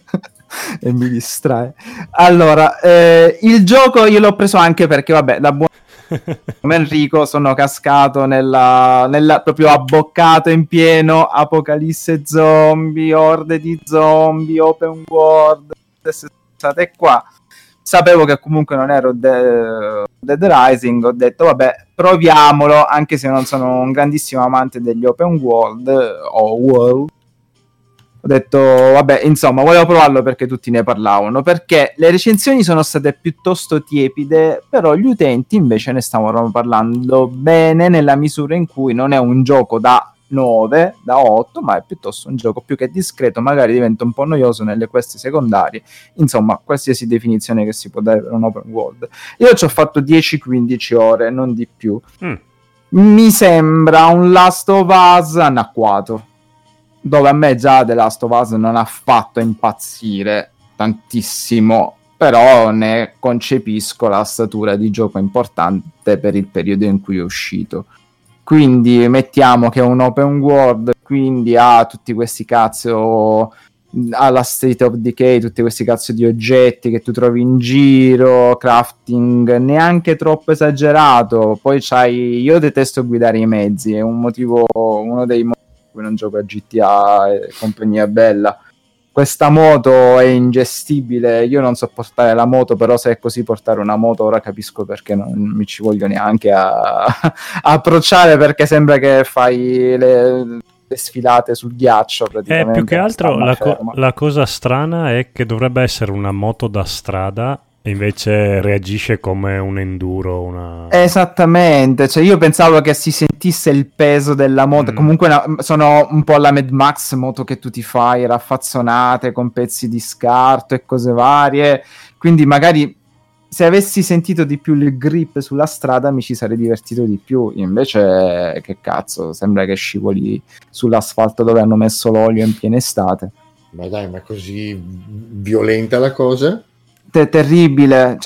e mi distrae. Allora, eh, il gioco io l'ho preso anche perché, vabbè, da buon come Enrico sono cascato nella, nella proprio abboccato in pieno apocalisse zombie, orde di zombie, open world, state qua. Sapevo che comunque non ero de- Dead Rising, ho detto vabbè, proviamolo, anche se non sono un grandissimo amante degli open world o world. Ho detto, vabbè, insomma, volevo provarlo perché tutti ne parlavano, perché le recensioni sono state piuttosto tiepide, però gli utenti invece ne stavano parlando bene, nella misura in cui non è un gioco da nove, da otto, ma è piuttosto un gioco più che discreto, magari diventa un po' noioso nelle queste secondarie, insomma, qualsiasi definizione che si può dare per un open world. Io ci ho fatto dieci quindici ore, non di più. Mm. Mi sembra un Last of Us anacquato, dove a me già The Last of Us non ha fatto impazzire tantissimo, però ne concepisco la statura di gioco importante per il periodo in cui è uscito. Quindi mettiamo che è un open world, quindi ha tutti questi cazzo, alla State of Decay, tutti questi cazzo di oggetti che tu trovi in giro, crafting neanche troppo esagerato, poi c'hai, io detesto guidare i mezzi, è un motivo, uno dei motivi non gioco a G T A e compagnia bella. Questa moto è ingestibile, io non so portare la moto, però se è così portare una moto ora capisco perché non mi ci voglio neanche a, a approcciare, perché sembra che fai le, le sfilate sul ghiaccio praticamente. Eh, più che altro la, co- la cosa strana è che dovrebbe essere una moto da strada e invece reagisce come un enduro, una... Esattamente, cioè io pensavo che si sentisse il peso della moto, mm. comunque no, sono un po' la Mad Max moto che tu ti fai raffazzonate con pezzi di scarto e cose varie, quindi magari se avessi sentito di più il grip sulla strada mi ci sarei divertito di più, invece che cazzo, sembra che scivoli sull'asfalto dove hanno messo l'olio in piena estate. Ma dai, ma così violenta la cosa? È terribile,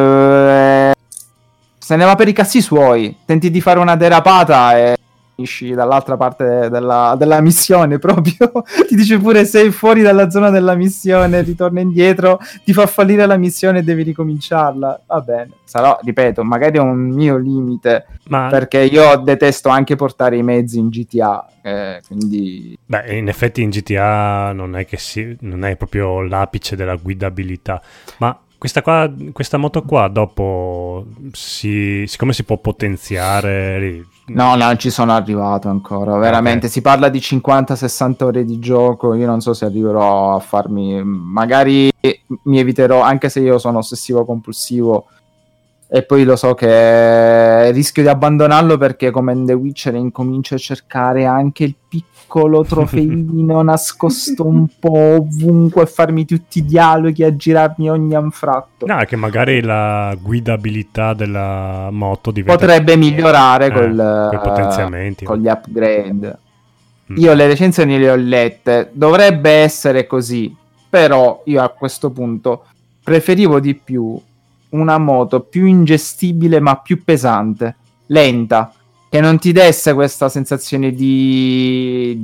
cioè, eh, se ne va per i cazzi suoi, tenti di fare una derapata e finisci dall'altra parte della, della missione proprio, ti dice pure sei fuori dalla zona della missione, ritorna indietro, ti fa fallire la missione e devi ricominciarla, va bene, sarò, ripeto, magari è un mio limite, ma... perché io detesto anche portare i mezzi in G T A, eh, quindi... Beh, in effetti in G T A non è che si, non è proprio l'apice della guidabilità, ma... Questa, qua, questa moto qua dopo si, siccome si può potenziare? No, non ci sono arrivato ancora, veramente, okay. Si parla di cinquanta sessanta ore di gioco, io non so se arriverò a farmi, magari mi eviterò, anche se io sono ossessivo compulsivo e poi lo so che rischio di abbandonarlo perché come in The Witcher incomincio a cercare anche il piccolo trofeino nascosto un po' ovunque e farmi tutti i dialoghi, a girarmi ogni anfratto. No, è che magari la guidabilità della moto diventa... potrebbe migliorare eh, col, con i potenziamenti, con gli upgrade. Mm. Io le recensioni le ho lette, dovrebbe essere così, però io a questo punto preferivo di più una moto più ingestibile ma più pesante, lenta, che non ti desse questa sensazione di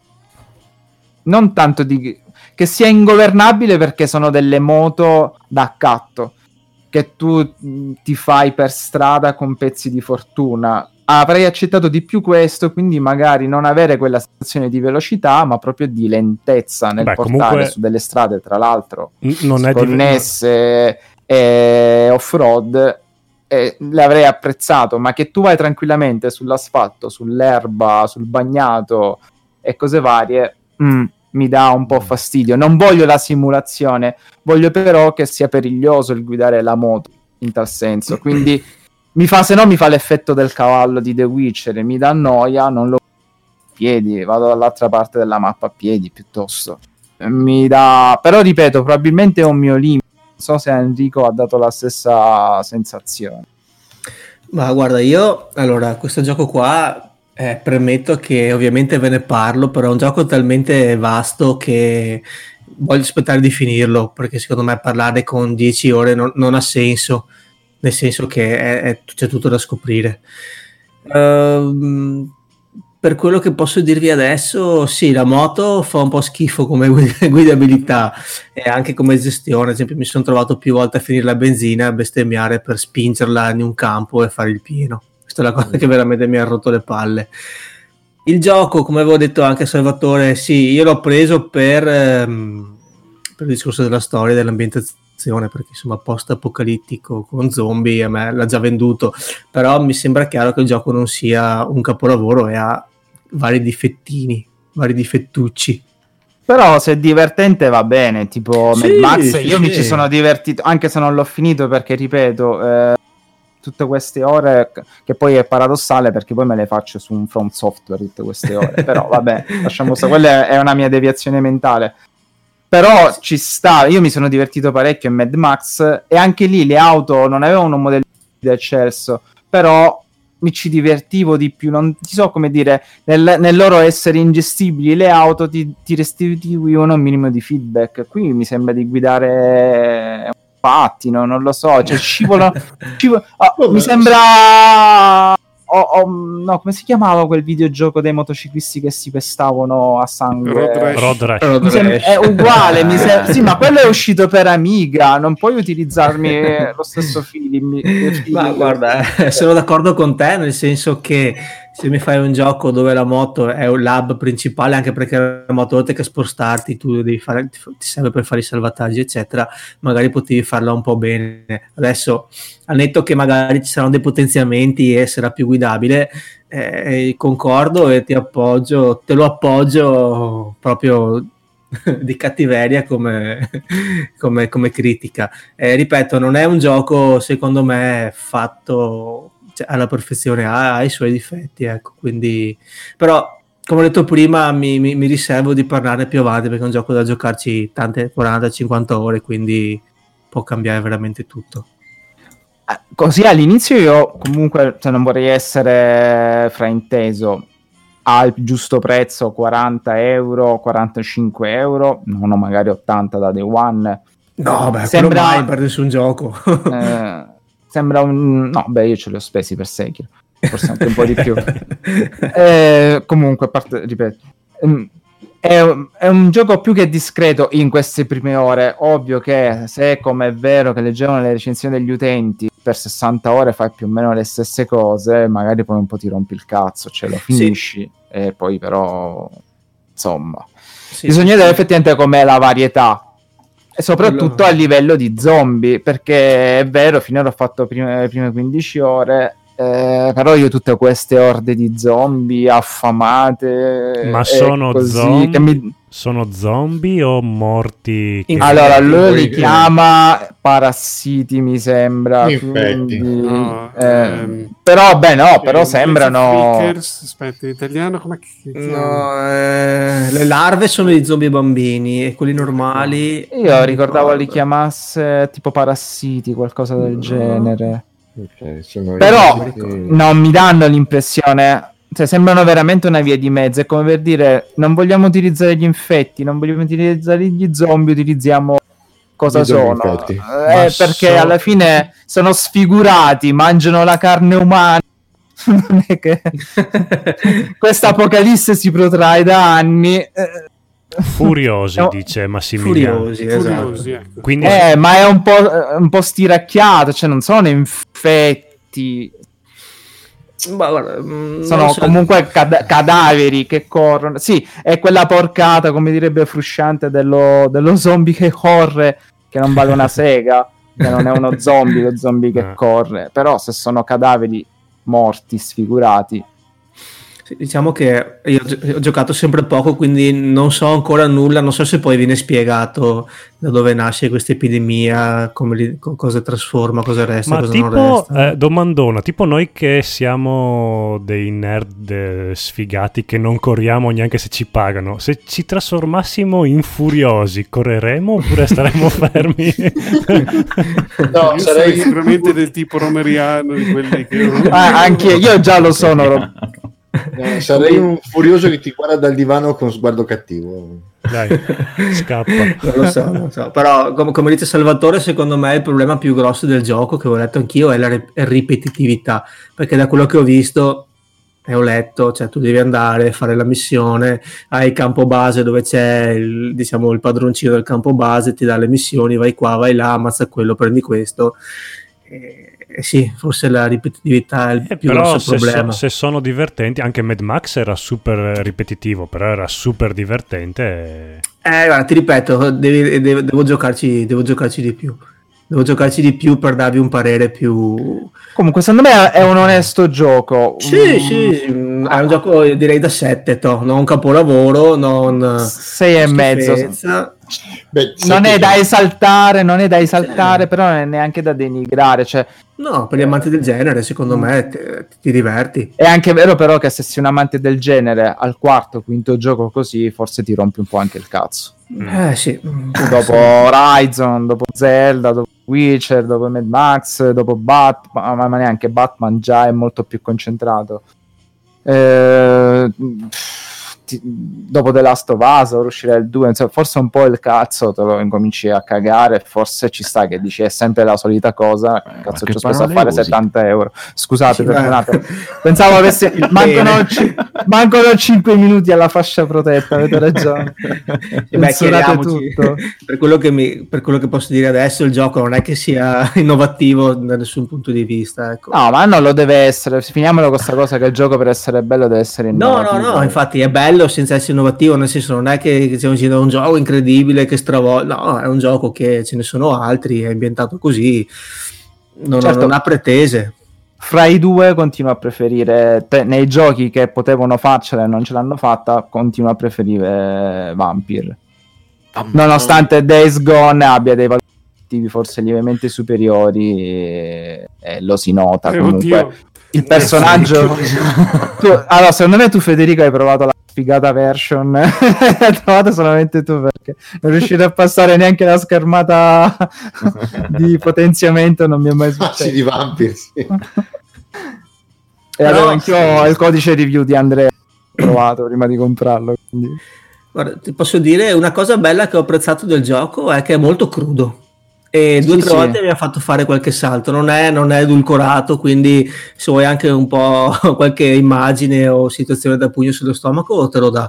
non tanto di che sia ingovernabile, perché sono delle moto da accatto che tu ti fai per strada con pezzi di fortuna. Avrei accettato di più questo, quindi magari non avere quella sensazione di velocità ma proprio di lentezza nel Beh, portare comunque... su delle strade tra l'altro non sconnesse è di... e off-road, eh, l'avrei apprezzato, ma che tu vai tranquillamente sull'asfalto, sull'erba, sul bagnato e cose varie, mm, mi dà un po' fastidio. Non voglio la simulazione, voglio però che sia periglioso il guidare la moto in tal senso, quindi mi fa, se no mi fa l'effetto del cavallo di The Witcher, mi dà noia, non lo a piedi, vado dall'altra parte della mappa a piedi piuttosto. mi dà, però ripeto, probabilmente è un mio limite, non so se Enrico ha dato la stessa sensazione. Ma guarda, io allora questo gioco qua eh, premetto che ovviamente ve ne parlo, però è un gioco talmente vasto che voglio aspettare di finirlo, perché secondo me parlare con dieci ore non, non ha senso, nel senso che è, è, c'è tutto da scoprire. Uh, per quello che posso dirvi adesso, sì, la moto fa un po' schifo come guidabilità e anche come gestione. Ad esempio, mi sono trovato più volte a finire la benzina, a bestemmiare per spingerla in un campo e fare il pieno. Questa è la cosa che veramente mi ha rotto le palle. Il gioco, come avevo detto anche a Salvatore, sì, io l'ho preso per, ehm, per il discorso della storia, dell'ambientazione, perché insomma post-apocalittico con zombie a me l'ha già venduto, però mi sembra chiaro che il gioco non sia un capolavoro e ha vari difettini, vari difettucci. Però se è divertente va bene, tipo sì, Mad Max, sì, io sì. mi ci sono divertito, anche se non l'ho finito, perché ripeto, eh, tutte queste ore, che poi è paradossale perché poi me le faccio su un From Software tutte queste ore, però vabbè, lasciamo stare, quella è una mia deviazione mentale. Però ci sta, io mi sono divertito parecchio in Mad Max e anche lì le auto non avevano un modello di eccelso, però mi ci divertivo di più, non ti so come dire, nel, nel loro essere ingestibili le auto ti, ti restituivano un minimo di feedback. Qui mi sembra di guidare un pattino, non lo so, cioè scivolo, scivolo oh, mi sembra oh, oh, no, come si chiamava quel videogioco dei motociclisti che si pestavano a sangue? Road Rash. Road Rash. Road Mi sembra, Rash. è uguale, mi sem- sì, ma quello è uscito per Amiga, non puoi utilizzarmi lo stesso feeling. Ma guarda, eh, sono d'accordo con te, nel senso che se mi fai un gioco dove la moto è un lab principale, anche perché la moto oltre che spostarti tu devi fare, ti serve per fare i salvataggi eccetera, magari potevi farla un po' bene. Adesso, al netto che magari ci saranno dei potenziamenti e sarà più guidabile, eh, concordo e ti appoggio, te lo appoggio proprio di cattiveria come, come, come critica. Eh, ripeto, non è un gioco secondo me fatto, cioè, alla perfezione, ha, ha i suoi difetti, ecco, quindi però come ho detto prima mi, mi, mi riservo di parlarne più avanti perché è un gioco da giocarci tante quaranta cinquanta ore, quindi può cambiare veramente tutto. Così all'inizio io comunque, cioè, non vorrei essere frainteso, al giusto prezzo quaranta euro, quarantacinque euro, non ho magari ottanta da day one. No, beh, sembra mai per su un gioco. eh, sembra un no, beh, io ce li ho spesi per Sekiro, forse anche un po' di più. eh, comunque, a parte, ripeto, è, è un gioco più che discreto in queste prime ore. Ovvio che se, come è vero che leggevano le recensioni degli utenti, per sessanta ore fai più o meno le stesse cose, magari poi un po' ti rompi il cazzo, cioè lo finisci, sì. E poi però insomma sì, bisogna sì, vedere sì. effettivamente com'è la varietà e soprattutto Quello... a livello di zombie, perché è vero, finora ho fatto prime, le prime quindici ore, eh, però io tutte queste orde di zombie affamate, ma sono così, zombie che mi... sono zombie o morti che... allora lui li Infetti. chiama parassiti, mi sembra, Infetti. quindi, No, eh, ehm, però beh no, eh, però sembrano Flickers, aspetta, in italiano come si chiama? No, eh, le larve sono i zombie bambini e quelli normali io ricordavo li chiamasse tipo parassiti, qualcosa del No. genere. Ok, sono Però i- non mi danno l'impressione, cioè sembrano veramente una via di mezzo, è come per dire non vogliamo utilizzare gli infetti, non vogliamo utilizzare gli zombie, utilizziamo cosa Gli zombie sono, infetti. eh, Ma perché so- alla fine sono sfigurati, mangiano la carne umana. Non è che questa apocalisse si protrae da anni, eh, Furiosi, No. dice Massimiliano. furiosi, esatto. Furiosi, ecco. Quindi eh, ma è un po', eh, un po' stiracchiato, cioè non sono infetti, Ma guarda, mm, sono non so- comunque cad- cadaveri che corrono. Sì, è quella porcata, come direbbe Frusciante, dello, dello zombie che corre, che non vale una sega, che non è uno zombie, lo zombie che Eh. corre. Però se sono cadaveri morti, sfigurati, Diciamo che io ho giocato sempre poco, quindi non so ancora nulla, non so se poi viene spiegato da dove nasce questa epidemia, come li, cosa trasforma, cosa resta, ma cosa tipo, non resta. Eh, domandona, tipo noi che siamo dei nerd eh, sfigati che non corriamo neanche se ci pagano, se ci trasformassimo in furiosi, correremo oppure staremo fermi? No, io sarei sicuramente del tipo romeriano, di quelli che... ah, anche io già lo sono. No, sarei un furioso che ti guarda dal divano con sguardo cattivo. Dai, scappa. Non lo so, non lo so. Però come, come dice Salvatore, secondo me il problema più grosso del gioco, che ho letto anch'io, è la re- è ripetitività, perché da quello che ho visto e ho letto, cioè tu devi andare a fare la missione, hai il campo base dove c'è il, diciamo, il padroncino del campo base, ti dà le missioni, vai qua, vai là, ammazza quello, prendi questo. E, eh sì, forse la ripetitività è il eh, più però grosso se problema. So, se sono divertenti, anche Mad Max era super ripetitivo, però era super divertente. E... Eh, guarda, ti ripeto, devi, devo, devo giocarci, devo giocarci di più. Devo giocarci di più per darvi un parere più... Comunque, secondo me è un onesto gioco. Sì, mm. sì, è un gioco direi da sette, to. Non un capolavoro, non... sei e mezzo. Beh, non è da che... esaltare, non è da esaltare, sì. però non è neanche da denigrare. Cioè, no, per gli amanti del genere, secondo me ti, ti diverti. è anche vero, però, che se sei un amante del genere al quarto, quinto gioco così, forse ti rompi un po' anche il cazzo. Eh sì. Dopo Horizon, dopo Zelda, dopo Witcher, dopo Mad Max, dopo Batman, ma neanche Batman già è molto più concentrato. Eh, ti, dopo The Last of Us, ora uscirà il due, insomma, forse un po' il cazzo te lo incominci a cagare, forse ci sta che dici è sempre la solita cosa, eh, cazzo ci ho speso a fare usi? settanta euro. Scusate, sì, perdonate. Pensavo avessi mancano, c- mancano cinque minuti alla fascia protetta, avete ragione. Beh, tutto. Per quello che mi, per quello che posso dire adesso, il gioco non è che sia innovativo da nessun punto di vista, ecco. No, ma non lo deve essere. Finiamolo con questa cosa che il gioco per essere bello deve essere innovativo. No, no, no, infatti è bello senza essere innovativo, nel senso non è che stiamo dicendo un gioco incredibile che stravolge, no, è un gioco che ce ne sono altri, è ambientato così, non, certo, non ha pretese. Fra i due continuo a preferire, te, nei giochi che potevano farcela e non ce l'hanno fatta, continuo a preferire Vampire, nonostante Days Gone abbia dei valori forse lievemente superiori e, e lo si nota eh, comunque. Oddio. Il personaggio tu, allora secondo me tu Federico hai provato la sfigata version l'hai trovata solamente tu, perché non riuscire a passare neanche la schermata di potenziamento non mi è mai successo. Ah, sì, di Vampire, sì. E allora anch'io il codice review di Andrea ho provato prima di comprarlo, quindi. Guarda, ti posso dire una cosa bella che ho apprezzato del gioco è che è molto crudo. E due o sì, tre sì. volte mi ha fatto fare qualche salto, non è, non è edulcorato, quindi se vuoi anche un po' qualche immagine o situazione da pugno sullo stomaco te lo dà.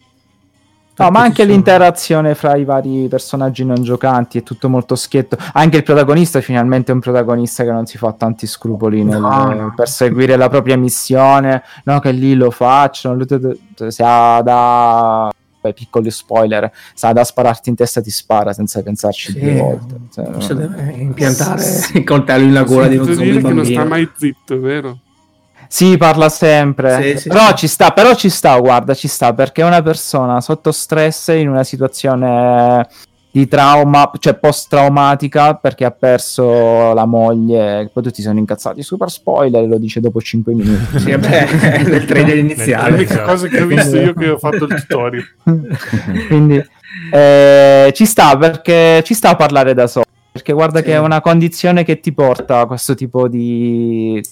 No, ma anche l'interazione fra i vari personaggi non giocanti è tutto molto schietto. Anche il protagonista è finalmente un protagonista che non si fa tanti scrupoli nel no. perseguire la propria missione, no, che lì lo facciano, se ha da... Beh, piccoli spoiler, sa da spararti in testa ti spara senza pensarci sì, due volte, cioè, se deve impiantare sì. il coltello in gola di uno zombie che non sta mai zitto, vero? Sì, parla sempre, sì, sì, però sì. ci sta, però ci sta, guarda, ci sta, perché è una persona sotto stress in una situazione di trauma, cioè post-traumatica, perché ha perso la moglie, poi tutti sono incazzati, super spoiler, lo dice dopo cinque minuti. Sì, beh, nel trailer iniziale. L'unica cosa che ho visto io che ho fatto il tutorial. Quindi eh, ci sta, perché ci sta a parlare da solo, perché guarda sì. che è una condizione che ti porta a questo tipo di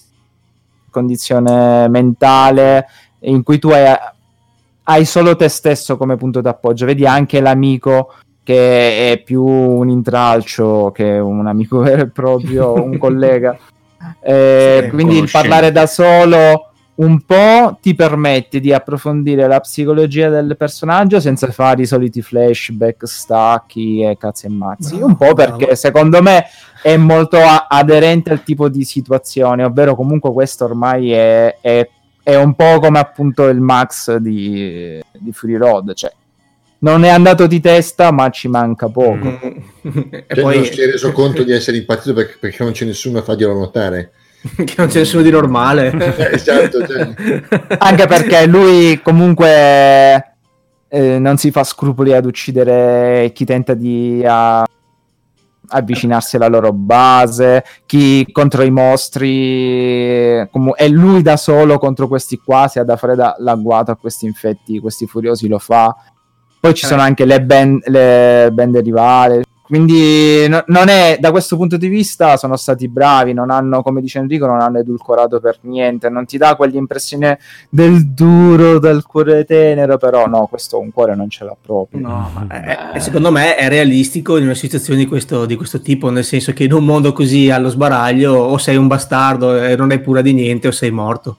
condizione mentale in cui tu hai, hai solo te stesso come punto d'appoggio, vedi anche l'amico che è più un intralcio che un amico vero e proprio, un collega. Eh, sì, quindi il parlare da solo un po' ti permette di approfondire la psicologia del personaggio senza fare i soliti flashback, stacchi e cazzi e mazzi. No, un po' perché no. secondo me è molto a- aderente al tipo di situazione, ovvero comunque questo ormai è, è, è un po' come appunto il Max di, di Fury Road, cioè non è andato di testa ma ci manca poco. Mm. E cioè, poi non si è reso conto di essere impazzito perché, perché non c'è nessuno a farglielo notare. che non c'è nessuno di normale. Esatto, cioè. Anche perché lui comunque eh, non si fa scrupoli ad uccidere chi tenta di a, avvicinarsi alla loro base, chi contro i mostri, com- e lui da solo contro questi qua, se ha da fare da, l'agguato a questi infetti, questi furiosi lo fa. Poi ci sono anche le band, le bande rivali, quindi no, non è, da questo punto di vista sono stati bravi, non hanno, come dice Enrico, non hanno edulcorato per niente, non ti dà quell'impressione del duro, del cuore tenero, però no, questo un cuore non ce l'ha proprio. No, ma è, è, secondo me è realistico in una situazione di questo, di questo tipo, nel senso che in un mondo così allo sbaraglio o sei un bastardo e non hai pura di niente o sei morto.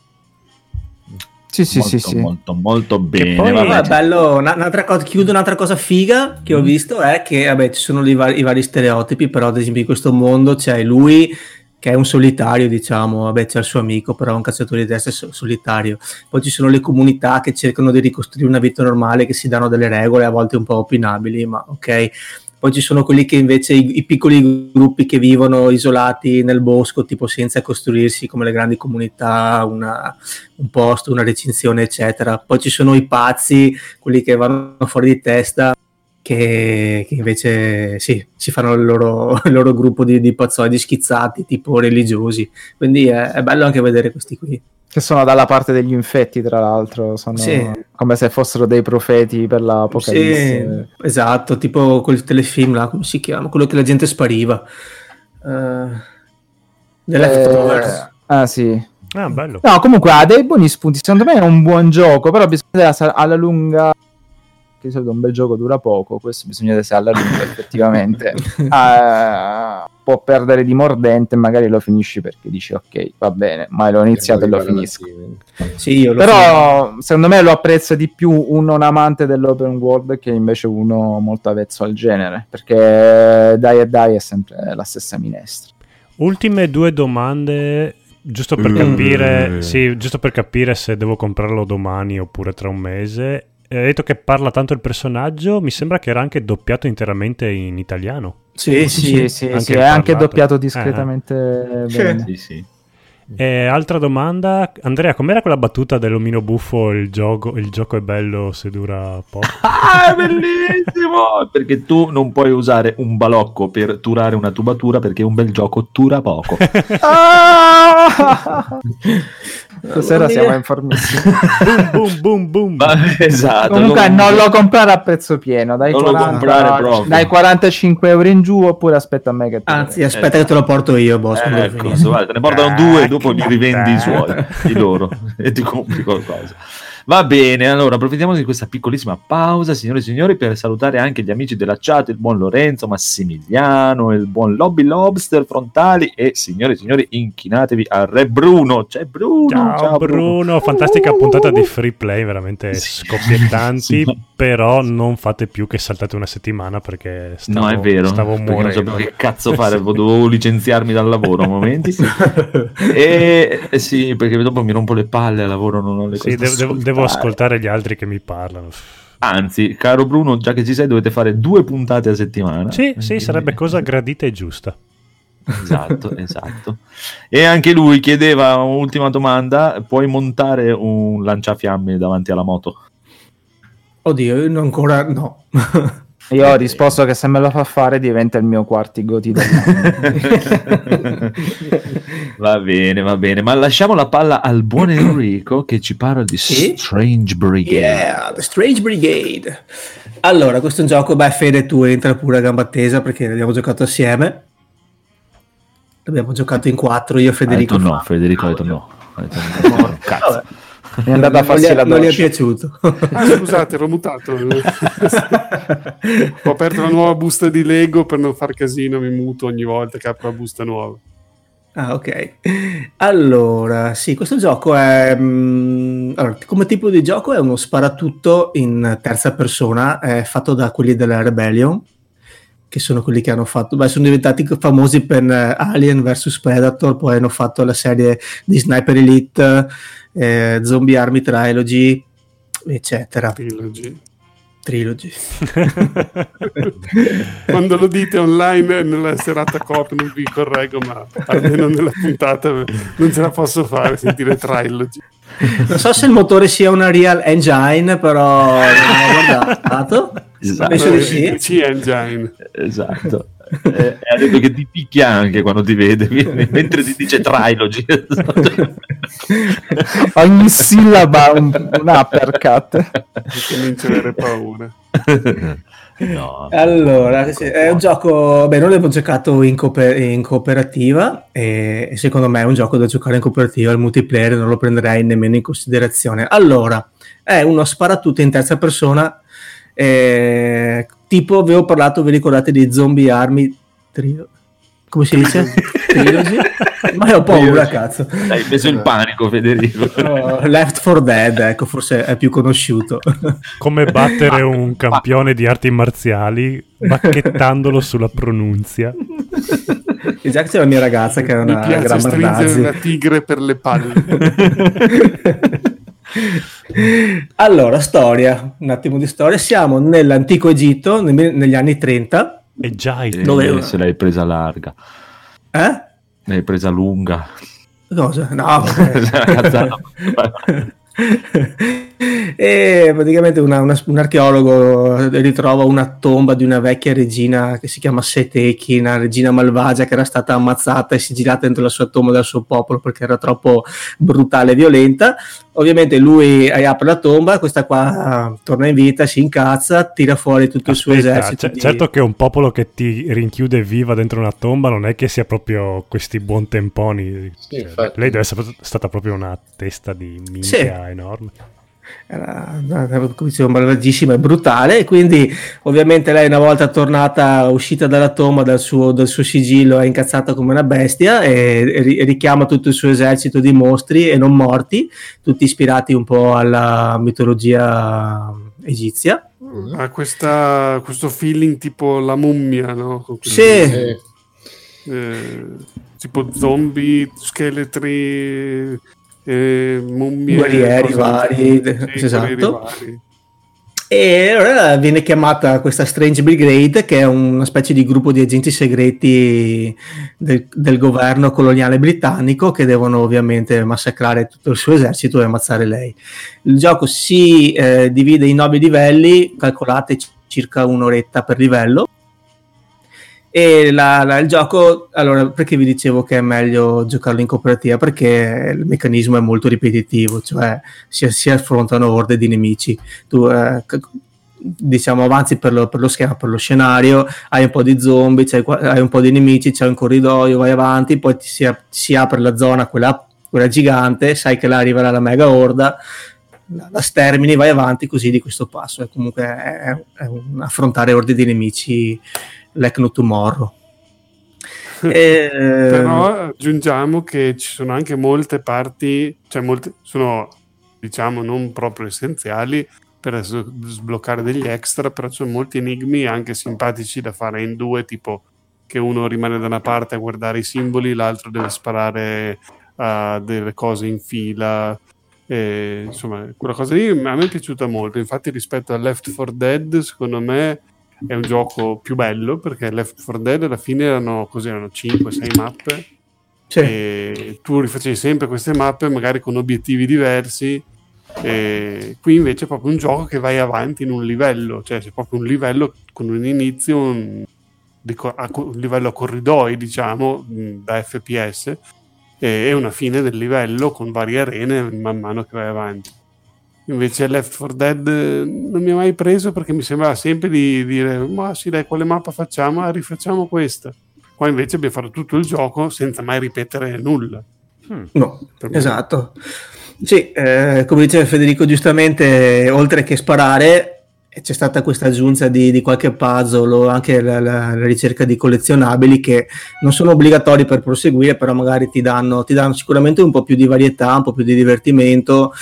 Sì, sì, molto, sì, sì. molto, molto bene. Poi vabbè. è bello, un'altra cosa, chiudo un'altra cosa figa che ho visto è che vabbè, ci sono i vari, i vari stereotipi, però ad esempio in questo mondo c'è lui che è un solitario, diciamo, vabbè c'è il suo amico, però è un cacciatore di teste solitario. Poi ci sono le comunità che cercano di ricostruire una vita normale, che si danno delle regole a volte un po' opinabili, ma ok. Poi ci sono quelli che invece, i, i piccoli gruppi che vivono isolati nel bosco, tipo senza costruirsi come le grandi comunità, una, un posto, una recinzione, eccetera. Poi ci sono i pazzi, quelli che vanno fuori di testa, che, che invece sì, si fanno il loro, il loro gruppo di, di pazzoidi schizzati, tipo religiosi. Quindi è, è bello anche vedere questi qui. Che sono dalla parte degli infetti, tra l'altro, sono Sì. come se fossero dei profeti per l'Apocalisse. Sì, esatto, tipo quel telefilm là, come si chiama? Quello che la gente spariva. Uh, The Leftovers. Eh, ah sì. Ah, bello. No, comunque ha dei buoni spunti, secondo me è un buon gioco, però bisogna vedere se alla lunga, che di solito un bel gioco dura poco, questo bisogna vedere se alla lunga effettivamente uh, può perdere di mordente, magari lo finisci perché dici ok, va bene, ma l'ho iniziato e lo finisco. Sì, io lo però finito. Secondo me lo apprezza di più un non amante dell'open world che invece uno molto avvezzo al genere, perché dai e dai è sempre la stessa minestra. Ultime due domande, giusto per capire, uh. sì, giusto per capire se devo comprarlo domani oppure tra un mese. Hai detto che parla tanto il personaggio, mi sembra che era anche doppiato interamente in italiano. Sì, sì, sì, anche sì, è anche doppiato discretamente eh. bene. Sì, sì. E altra domanda, Andrea, com'era quella battuta dell'omino buffo, il gioco, il gioco è bello se dura poco? Ah, è bellissimo! Perché tu non puoi usare un balocco per turare una tubatura, perché un bel gioco tura poco. Ah! Stasera siamo informissimi. Boom, boom, boom, boom. Ma, esatto. Comunque non, non lo comprare a prezzo pieno, dai, non quaranta, lo comprare proprio. Dai quarantacinque euro in giù, oppure aspetta a me che te Anzi, aspetta eh. che te lo porto io, boss. Eh, ecco, guarda, te ne portano eh, due, dopo li rivendi i suoi, i loro, e ti compri qualcosa. Va bene, allora approfittiamo di questa piccolissima pausa, signore e signori, per salutare anche gli amici della chat, il buon Lorenzo, Massimiliano, il buon Lobby Lobster Frontali e signore e signori inchinatevi a Re Bruno. C'è Bruno. Ciao, ciao Bruno. Bruno, fantastica uh, puntata di free play, veramente sì, scoppiettanti, sì. Però non fate più che saltate una settimana perché stavo, no, è vero, stavo morendo. Non sapevo che cazzo fare, dovevo licenziarmi dal lavoro a momenti. e eh, sì, perché dopo mi rompo le palle al lavoro, non ho le sì, cose devo, devo ascoltare gli altri che mi parlano. Anzi, caro Bruno, già che ci sei dovete fare due puntate a settimana. Sì, sì, sarebbe cosa gradita e giusta. Esatto, esatto. E anche lui chiedeva un'ultima domanda: puoi montare un lanciafiamme davanti alla moto? Oddio, io ancora no. Io ho risposto che se me lo fa fare diventa il mio quartigoti dell'anno. Va bene, va bene, ma lasciamo la palla al buon Enrico che ci parla di sì? Strange Brigade. Yeah, The Strange Brigade. Allora, questo è un gioco, beh, Fede, tu entra pure a gamba tesa perché l'abbiamo giocato assieme. L'abbiamo giocato in quattro, io e Federico. Ha detto no, Federico ha detto no. Ha detto no. no. Cazzo. È andata a farsi la doccia. Non gli è piaciuto. Ah, scusate, ero mutato. Ho aperto una nuova busta di Lego per non far casino, mi muto ogni volta che apro la busta nuova. Ah, ok. Allora, sì, questo gioco è mh, allora, come tipo di gioco è uno sparatutto in terza persona, è fatto da quelli della Rebellion, che sono quelli che hanno fatto, beh, sono diventati famosi per Alien versus Predator, poi hanno fatto la serie di Sniper Elite, eh, Zombie Army Trilogy, eccetera. Trilogy. Trilogy. Quando lo dite online nella serata coop non vi correggo, ma almeno nella puntata non ce la posso fare sentire Trilogy. Non so se il motore sia una Real Engine, però non ho guardato. Esatto. Penso di sì. C-Engine. Esatto. Eh, ha detto che ti picchia anche quando ti vede mentre ti dice Trilogy. Ogni sillaba un, un uppercut. Comincio ad avere paura. No, Allora, sì, è un gioco, beh, non l'avevo giocato in, cooper- in cooperativa e, e secondo me è un gioco da giocare in cooperativa. Il multiplayer non lo prenderei nemmeno in considerazione. Allora, è uno sparatutto in terza persona. Eh, tipo avevo parlato, vi ricordate di Zombie Army Trio? Come si dice? Trilogy? Ma ho paura, cazzo. Hai preso il panico, Federico. Oh, Left four Dead, ecco, forse è più conosciuto. Come battere un campione di arti marziali bacchettandolo sulla pronunzia. E già che c'è la mia ragazza che è una Mi piace gran stringere nazi. la tigre per le palle. Allora, storia, un attimo di storia. Siamo nell'antico Egitto nel- negli anni trenta. E già il Eh, Dove- se l'hai presa larga, Eh? l'hai presa lunga. Cosa? No. Cazzata. E praticamente una- una- un archeologo ritrova una tomba di una vecchia regina che si chiama Seteki, una regina malvagia che era stata ammazzata e sigillata dentro la sua tomba dal suo popolo perché era troppo brutale e violenta. Ovviamente lui apre la tomba, questa qua torna in vita, si incazza, tira fuori tutto il suo Aspetta, esercito. c- di- certo che un popolo che ti rinchiude viva dentro una tomba non è che sia proprio questi buon temponi. Sì, Cioè, infatti. lei deve essere stata proprio una testa di minchia enorme. Era, come dicevo, malvagissima e brutale, e quindi ovviamente lei una volta tornata, uscita dalla tomba, dal suo, dal suo sigillo, è incazzata come una bestia e, e ri- richiama tutto il suo esercito di mostri e non morti, tutti ispirati un po' alla mitologia egizia. Ha questa, questo feeling tipo la mummia, no? Con questi- Sì. Eh, eh, tipo zombie, scheletri, eh, mummie, Guerrieri cose- vari, sì, esatto. guerrieri vari. E allora viene chiamata questa Strange Brigade, che è una specie di gruppo di agenti segreti del, del governo coloniale britannico che devono ovviamente massacrare tutto il suo esercito e ammazzare lei. Il gioco si eh, divide in nove livelli, calcolate c- circa un'oretta per livello. E la- la- il gioco, allora, perché vi dicevo che è meglio giocarlo in cooperativa? Perché il meccanismo è molto ripetitivo, cioè si, si affrontano orde di nemici. Tu eh, c- diciamo avanzi per lo, per lo schema, per lo scenario, hai un po' di zombie, c'hai, qua- hai un po' di nemici, c'è un corridoio, vai avanti, poi ti si, ap- si apre la zona, quella, quella gigante, sai che là arriverà la mega orda, la, la stermini, vai avanti così di questo passo. E comunque è, è un affrontare orde di nemici like no tomorrow. E, Però aggiungiamo che ci sono anche molte parti, cioè molte, sono diciamo non proprio essenziali per s- sbloccare degli extra, però ci sono molti enigmi anche simpatici da fare in due, tipo che uno rimane da una parte a guardare i simboli, l'altro deve sparare a delle cose in fila. E, insomma, quella cosa lì a me è piaciuta molto. Infatti, rispetto a Left four Dead, secondo me è un gioco più bello, perché Left four Dead alla fine erano così, erano cinque sei mappe, sì. e tu rifacevi sempre queste mappe magari con obiettivi diversi. E qui invece è proprio un gioco che vai avanti in un livello, cioè c'è proprio un livello con un inizio, un, di co- a co- un livello a corridoi, diciamo, mh, da F P S, e, e una fine del livello con varie arene man mano che vai avanti. Invece Left four Dead eh, non mi ha mai preso, perché mi sembrava sempre di dire ma sì dai, quale mappa facciamo? Ah, rifacciamo questa. Qua invece abbiamo fatto tutto il gioco senza mai ripetere nulla. No, Per me- esatto. Sì, eh, come diceva Federico giustamente, oltre che sparare, c'è stata questa aggiunta di, di qualche puzzle o anche la, la- la ricerca di collezionabili che non sono obbligatori per proseguire, però magari ti danno, ti danno sicuramente un po' più di varietà, un po' più di divertimento.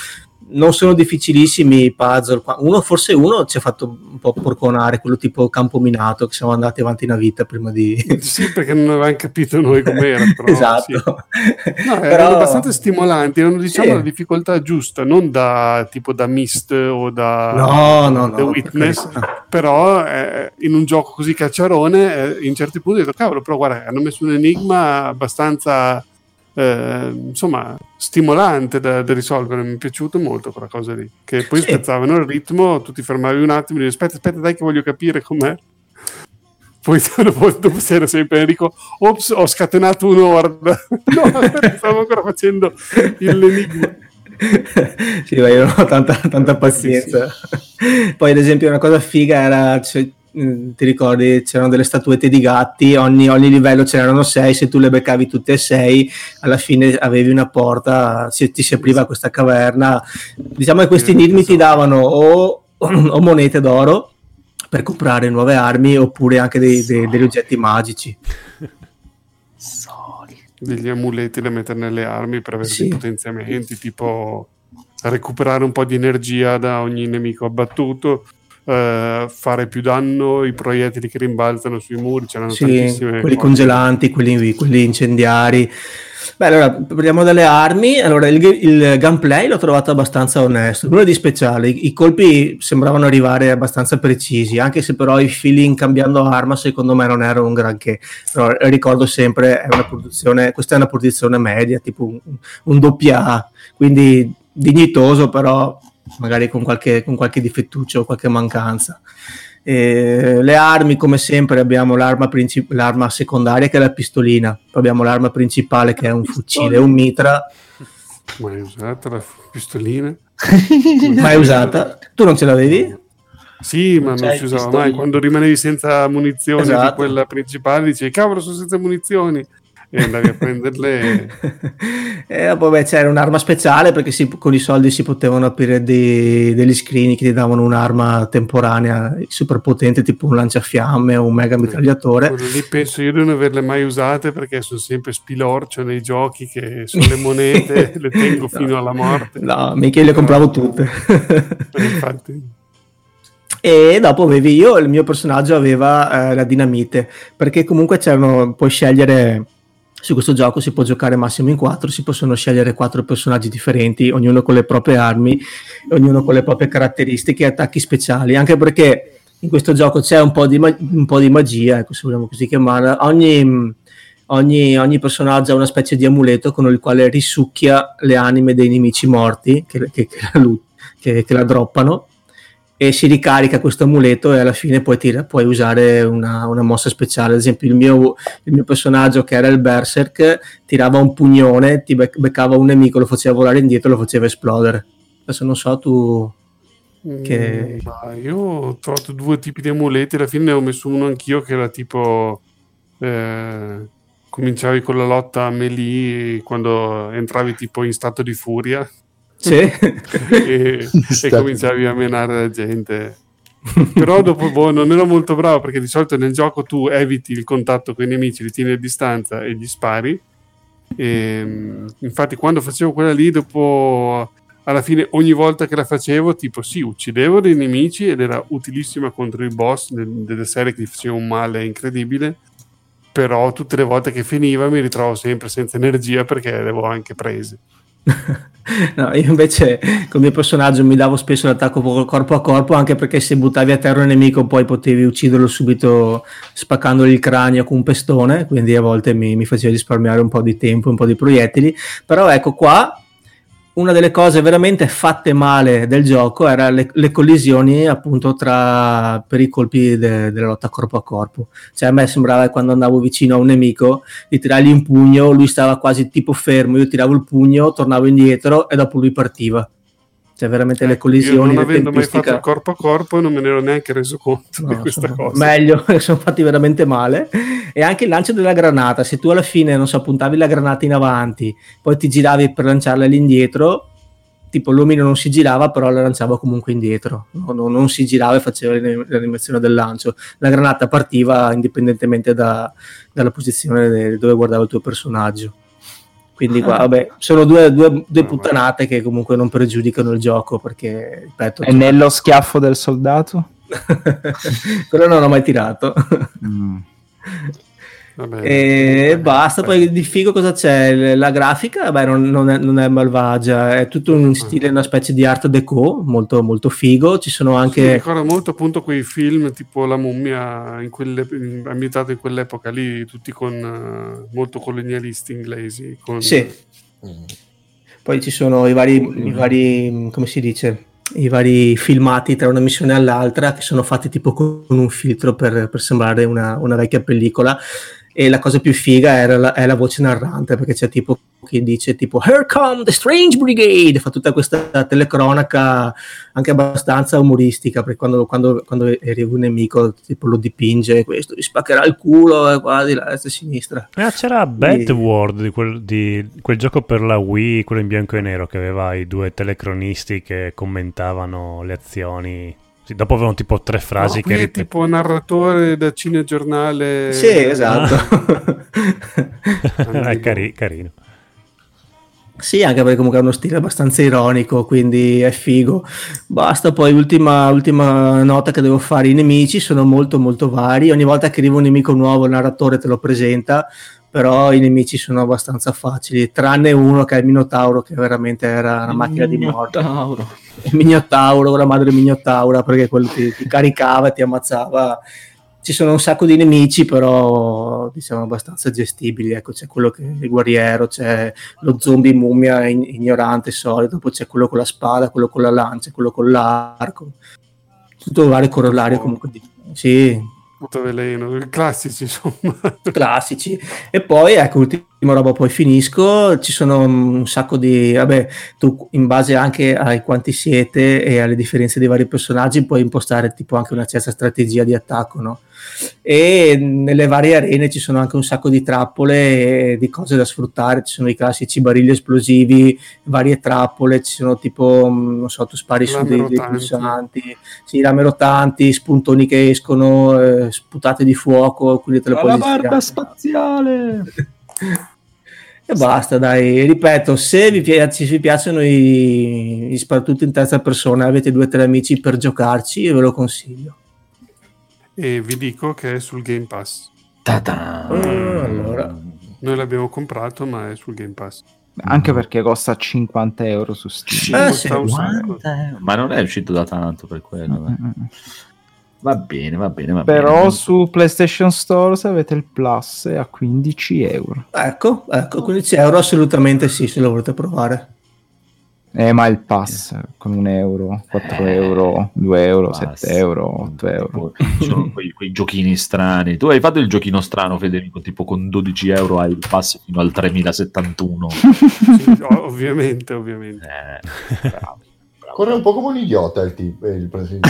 non sono difficilissimi i puzzle. Uno, forse uno ci ha fatto un po' porconare, quello tipo campo minato, che siamo andati avanti una vita prima di... Sì, perché non avevamo capito noi com'era. Però, esatto. Sì. No, Però... erano abbastanza stimolanti, erano diciamo sì. la difficoltà giusta, non da tipo da Myst o da no, no, The no, Witness, no. Però eh, in un gioco così cacciarone, eh, in certi punti ho detto, cavolo, però guarda, hanno messo un enigma abbastanza... Eh, insomma stimolante da, da risolvere. Mi è piaciuto molto quella cosa lì, che poi sì. spezzavano il ritmo, tu ti fermavi un attimo e dici aspetta aspetta dai che voglio capire com'è, poi dopo, dopo sera sempre Enrico ops ho scatenato un'orda no aspetta, stavo ancora facendo l'enigma. Sì, ma io non ho tanta, tanta pazienza. Sì, sì. Poi ad esempio una cosa figa era, cioè, ti ricordi, c'erano delle statuette di gatti, ogni, ogni livello c'erano sei, se tu le beccavi tutte e sei alla fine avevi una porta, si, ti si apriva questa caverna. Diciamo che questi enigmi ti davano o, o monete d'oro per comprare nuove armi oppure anche dei, dei, degli oggetti magici, degli amuleti da mettere nelle armi per avere sì. dei potenziamenti, tipo recuperare un po' di energia da ogni nemico abbattuto, Uh, fare più danno, i proiettili che rimbalzano sui muri, c'erano sì, tantissime quelli cose. Congelanti, quelli, quelli incendiari. Beh, allora parliamo delle armi. Allora il, il gameplay l'ho trovato abbastanza onesto, nulla di speciale, I, i colpi sembravano arrivare abbastanza precisi, anche se però i feeling cambiando arma secondo me non erano un granché. Però ricordo sempre, è una produzione, questa è una produzione media, tipo un, un doppia A, quindi dignitoso, però magari con qualche, con qualche difettuccio o qualche mancanza. E le armi, come sempre, abbiamo l'arma, princip- l'arma secondaria che è la pistolina, poi abbiamo l'arma principale che è un fucile, un mitra. Mai usata la pistolina? Mai usata? Tu non ce l'avevi? Sì, ma non, non si usava pistolina. Mai. Quando rimanevi senza munizioni, esatto, di quella principale, dicevi cavolo, sono senza munizioni, e andavi a prenderle. E poi beh, c'era un'arma speciale perché si, con i soldi si potevano aprire dei, degli screen che ti davano un'arma temporanea super potente, tipo un lanciafiamme o un mega mitragliatore. Quello lì penso io di non averle mai usate perché sono sempre spilorcio nei giochi, che sono le monete le tengo no, fino alla morte. No, mica le compravo tutte. Infatti. E dopo avevi, io il mio personaggio aveva eh, la dinamite, perché comunque c'erano, puoi scegliere. Su questo gioco si può giocare massimo in quattro, si possono scegliere quattro personaggi differenti, ognuno con le proprie armi, ognuno con le proprie caratteristiche e attacchi speciali, anche perché in questo gioco c'è un po' di, ma- un po' di magia, ecco, se vogliamo così chiamarla. Ogni, ogni, ogni personaggio ha una specie di amuleto con il quale risucchia le anime dei nemici morti che, che, che, la, che, che la droppano, e si ricarica questo amuleto e alla fine puoi, tira, puoi usare una, una mossa speciale. Ad esempio il mio, il mio personaggio, che era il Berserk, tirava un pugnone, ti bec- beccava un nemico, lo faceva volare indietro e lo faceva esplodere. Adesso non so tu che... Mm, io ho trovato due tipi di amuleti, alla fine ne ho messo uno anch'io che era tipo eh, cominciavi con la lotta a melee quando entravi tipo in stato di furia. Sì. e, e cominciavi a menare la gente, però dopo boh, non ero molto bravo perché di solito nel gioco tu eviti il contatto con i nemici, li tieni a distanza e gli spari, e, infatti quando facevo quella lì, dopo alla fine ogni volta che la facevo tipo sì, uccidevo dei nemici ed era utilissima contro i boss de- delle serie che gli facevano un male incredibile, però tutte le volte che finiva mi ritrovo sempre senza energia perché le avevo anche prese. No, io invece con il mio personaggio mi davo spesso l'attacco corpo a corpo, anche perché se buttavi a terra un nemico poi potevi ucciderlo subito spaccandogli il cranio con un pestone, quindi a volte mi, mi faceva risparmiare un po' di tempo, un po' di proiettili. Però ecco qua una delle cose veramente fatte male del gioco era le, le collisioni appunto tra per i colpi de, della lotta corpo a corpo. Cioè a me sembrava che quando andavo vicino a un nemico di tirargli un pugno, lui stava quasi tipo fermo, io tiravo il pugno, tornavo indietro e dopo lui partiva. Cioè veramente eh, le collisioni, io non avendo mai fatto il corpo a corpo non me ne ero neanche reso conto no, di questa sono, cosa. Meglio, sono fatti veramente male. E anche il lancio della granata, se tu alla fine non so puntavi la granata in avanti, poi ti giravi per lanciarla all'indietro, tipo l'omino non si girava però la lanciava comunque indietro, no, no, non si girava e faceva l'animazione del lancio, la granata partiva indipendentemente da, dalla posizione dove guardava il tuo personaggio. Quindi qua, vabbè, sono due, due, due puttanate che comunque non pregiudicano il gioco, perché, ripeto... E nello schiaffo del soldato? Quello non ho mai tirato. Mm. Vabbè, E basta. Poi di figo cosa c'è? La grafica, vabbè, non, non, è, non è malvagia, è tutto in stile, una specie di art deco molto, molto figo. Ci sono anche... Mi ricorda molto appunto quei film tipo La mummia, in quelle, in, ambientato in quell'epoca lì, tutti con uh, molto colonialisti inglesi. Con... Sì. Poi ci sono i vari, i vari, come si dice, i vari filmati tra una missione e l'altra, che sono fatti tipo con un filtro per, per sembrare una, una vecchia pellicola. E la cosa più figa era la, è la voce narrante, perché c'è tipo chi dice tipo "Here come the Strange Brigade", fa tutta questa telecronaca anche abbastanza umoristica, perché quando, quando, quando arriva un nemico tipo lo dipinge, questo vi spaccherà il culo e qua di là, destra e sinistra. Ah, c'era Bad World, di quel, di quel gioco per la Wii, quello in bianco e nero, che aveva i due telecronisti che commentavano le azioni. Dopo avevano tipo tre frasi no, che è tipo narratore da cinegiornale. Sì, esatto. È cari- carino. Sì, anche perché comunque ha uno stile abbastanza ironico, quindi è figo. Basta. Poi ultima, ultima nota che devo fare: i nemici sono molto molto vari. Ogni volta che arriva un nemico nuovo il narratore te lo presenta, però i nemici sono abbastanza facili, tranne uno che è il Minotauro, che veramente era una macchina di morte. Il Minotauro, la madre Minotaura, perché quello ti, ti caricava e ti ammazzava. Ci sono un sacco di nemici, però diciamo abbastanza gestibili. Ecco, c'è quello che è il guerriero, c'è lo zombie mummia ignorante solito, poi c'è quello con la spada, quello con la lancia, quello con l'arco, tutto vario corollario comunque. Sì, Tutto veleno, classici insomma. Classici. E poi ecco, ultima roba, poi finisco. Ci sono un sacco di, vabbè, tu in base anche ai quanti siete e alle differenze dei vari personaggi puoi impostare tipo anche una certa strategia di attacco, no? E nelle varie arene ci sono anche un sacco di trappole e di cose da sfruttare. Ci sono i classici barili esplosivi, varie trappole, ci sono tipo, non so, tu spari su dei, dei pulsanti, sì, lame rotanti, spuntoni che escono, eh, sputate di fuoco, quindi te le puoi la barba spaziale. E basta, dai. Ripeto, se vi, piace, se vi piacciono i, i sparatutto in terza persona, avete due o tre amici per giocarci, io ve lo consiglio. E vi dico che è sul Game Pass. Ta-ta. Allora, noi l'abbiamo comprato, ma è sul Game Pass. Anche perché costa cinquanta euro su Steam. Eh, sì, ma non è uscito da tanto per quello. Mm-hmm. Va bene, va bene, va Però bene. su PlayStation Store se avete il Plus è a quindici euro. Ecco, ecco, quindici euro assolutamente sì, se lo volete provare. Eh, ma il pass con un euro, quattro eh, euro, due euro, basta. sette euro, otto euro. Sono quei, quei giochini strani. Tu hai fatto il giochino strano, Federico, tipo con dodici euro hai il pass fino al tremilasettantuno. Sì, ovviamente, ovviamente. Eh, bravo, bravo. Corre un po' come un idiota il, tipo, il presidente.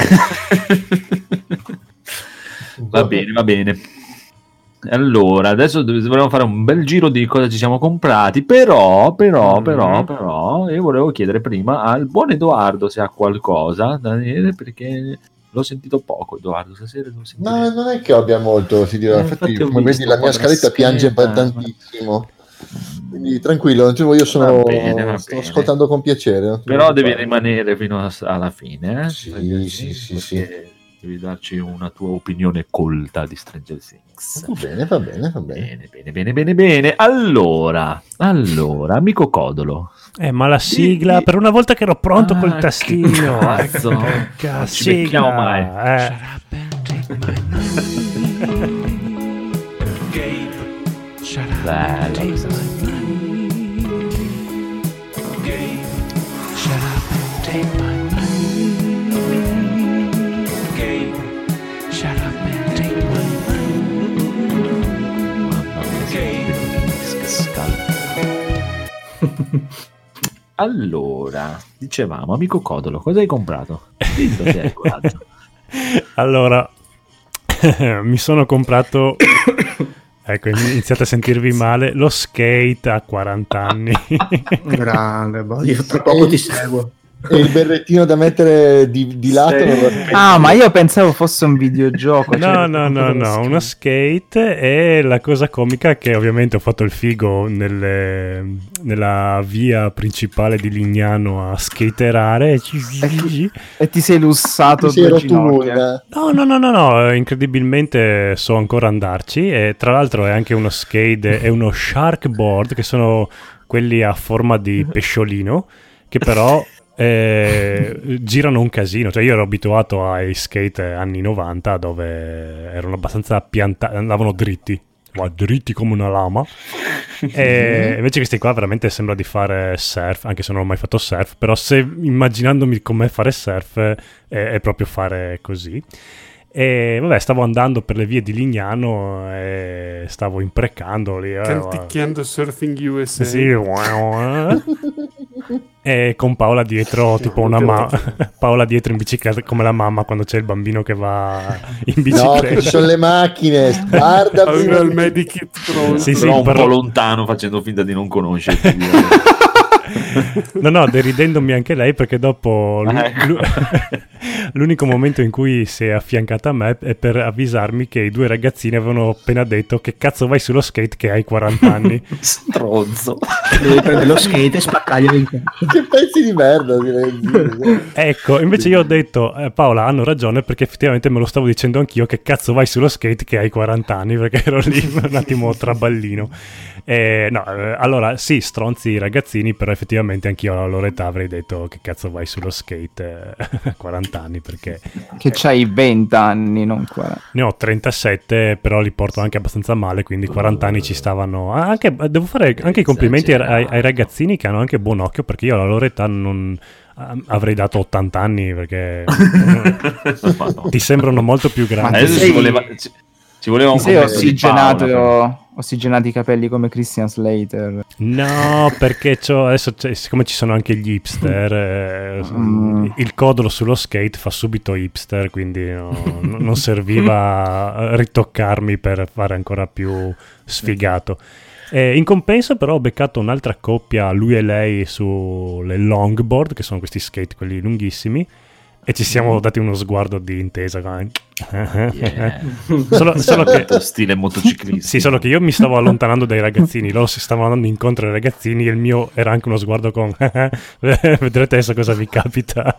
Va bene, va bene. Allora, adesso dovremmo fare un bel giro di cosa ci siamo comprati, però, però, mm-hmm. però, però, io volevo chiedere prima al buon Edoardo se ha qualcosa da dire, perché l'ho sentito poco, Edoardo, stasera devo sentire. No, non è che abbia molto, si dirà, eh, infatti, infatti come vedi la mia scaletta piange per tantissimo. Quindi tranquillo, io sono va bene, va sto bene. ascoltando con piacere. Però devi rimanere fino a, alla fine, eh? Sì, perché, sì, sì, perché sì. Devi darci una tua opinione colta di Stranger Things. Va bene, va bene, va bene. Bene, bene, bene, bene, bene. Allora, allora, amico Codolo. Eh, ma la sigla, sì, per una volta che ero pronto ah, col tastino. Cazzo, non ci becchiamo mai. Eh. Bella. Allora, dicevamo, amico Codolo, cosa hai comprato? Dillo se hai coraggio. Allora, mi sono comprato, ecco, iniziate a sentirvi male, lo skate a quaranta anni. Grande, boh, io tra poco ti seguo. E il berrettino da mettere di, di lato. Sì. Ah, ma io pensavo fosse un videogioco. No, cioè, no, no, no, uno skate. E la cosa comica è che ovviamente ho fatto il figo nelle, nella via principale di Lignano a skaterare. E ti, e ti sei lussato ti sei rotto nulla. No, no, no, no, no, incredibilmente so ancora andarci. E tra l'altro è anche uno skate, è uno sharkboard, che sono quelli a forma di pesciolino, che però eh, girano un casino. Cioè io ero abituato ai skate anni novanta dove erano abbastanza piantati, andavano dritti, ma dritti come una lama. E invece questi qua veramente sembra di fare surf, anche se non ho mai fatto surf, però se immaginandomi com'è fare surf è, è proprio fare così. E vabbè, stavo andando per le vie di Lignano e stavo imprecando lì, canticchiando eh, Surfing U S A. Sì, e con Paola dietro, tipo una ma- Paola dietro in bicicletta come la mamma quando c'è il bambino che va in bicicletta. No, che sono le macchine, guarda prima il medikit pronto. Sì, sì, un però... po' lontano facendo finta di non conoscerti. No, no, deridendomi anche lei, perché dopo l- l'unico momento in cui si è affiancata a me è per avvisarmi che i due ragazzini avevano appena detto: che cazzo vai sullo skate che hai quaranta anni? Stronzo. Devi prendere lo skate e spaccarglielo in casa. Che pezzi di merda, direi. Ecco, invece io ho detto eh, Paola, hanno ragione, perché effettivamente me lo stavo dicendo anch'io, che cazzo vai sullo skate che hai quaranta anni, perché ero lì un attimo traballino. Eh, no, eh, allora sì, stronzi i ragazzini, però effettivamente anch'io alla loro età avrei detto: che cazzo vai sullo skate eh, quaranta anni, perché che c'hai venti anni, non quaranta. Ne ho trentasette, però li porto anche abbastanza male, quindi quaranta anni ci stavano. Anche, devo fare anche i complimenti ai, ai ragazzini che hanno anche buon occhio, perché io alla loro età non avrei dato ottanta anni, perché ti sembrano molto più grandi. Adesso sei... ci voleva, ci, ci voleva un sei ossigenato, ossigenato i capelli come Christian Slater. No, perché c'ho, adesso siccome ci sono anche gli hipster, eh, mm. il codolo sullo skate fa subito hipster, quindi no, non serviva ritoccarmi per fare ancora più sfigato. Eh, in compenso però ho beccato un'altra coppia, lui e lei, sulle longboard, che sono questi skate quelli lunghissimi, e ci siamo dati uno sguardo di intesa. Yeah. solo, solo che stile motociclista. Sì, solo che io mi stavo allontanando dai ragazzini, loro si stavano andando incontro ai ragazzini, e il mio era anche uno sguardo con vedrete adesso cosa vi capita.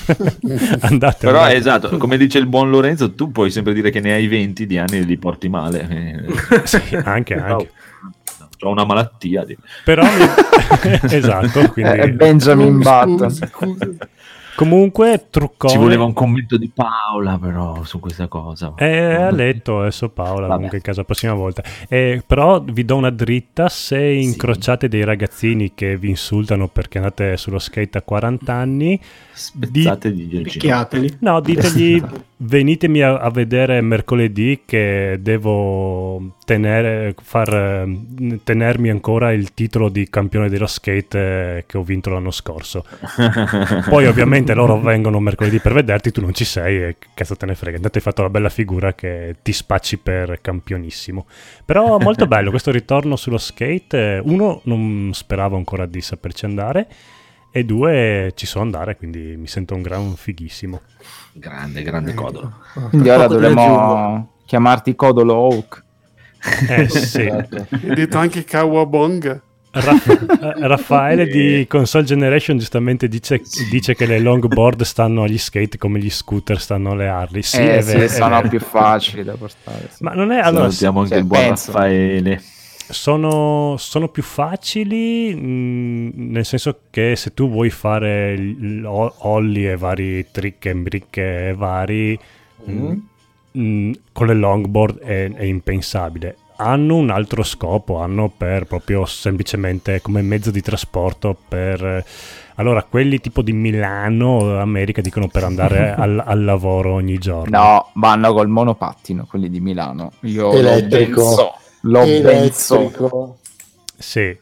Andate. Però andate. Esatto, come dice il buon Lorenzo, tu puoi sempre dire che ne hai venti di anni e li porti male. Sì, anche, anche. Ho una malattia. Però mi... esatto, quindi è Benjamin Button. Comunque, truccone. Ci voleva un commento di Paola, però, su questa cosa. Eh, ha letto adesso Paola, Vabbè. Comunque in caso la prossima volta. Eh, però vi do una dritta: se incrociate sì. dei ragazzini che vi insultano perché andate sullo skate a quaranta anni, spezzategli il picchiateli. No, ditegli: venitemi a, a vedere mercoledì che devo tenere, far tenermi ancora il titolo di campione dello skate eh, che ho vinto l'anno scorso. Poi ovviamente loro vengono mercoledì per vederti, tu non ci sei e cazzo te ne frega, intanto hai fatto la bella figura che ti spacci per campionissimo. Però molto bello questo ritorno sullo skate. Uno, non speravo ancora di saperci andare, e due, ci so andare, quindi mi sento un gran fighissimo. Grande, grande Codolo. Quindi ora dovremmo chiamarti Codolo Hawk. Eh sì. Esatto. Hai detto anche Kawabong. Raff- Raffaele di Console Generation giustamente dice, dice che le longboard stanno agli skate come gli scooter stanno alle Harley. Sì, eh, è sì, vero, sono è vero. più facili da portare. Sì. Ma non è allora. Salutiamo anche sì, il buon penso. Raffaele. Sono, sono più facili mh, nel senso che se tu vuoi fare ollie e vari trick e bricche vari mm. mh, con le longboard è, è impensabile. Hanno un altro scopo, hanno per proprio semplicemente come mezzo di trasporto per... Allora, quelli tipo di Milano, America, dicono per andare al, al lavoro ogni giorno. No, vanno col monopattino, quelli di Milano. Io elettrico. Lo penso. Lo penso. Sì.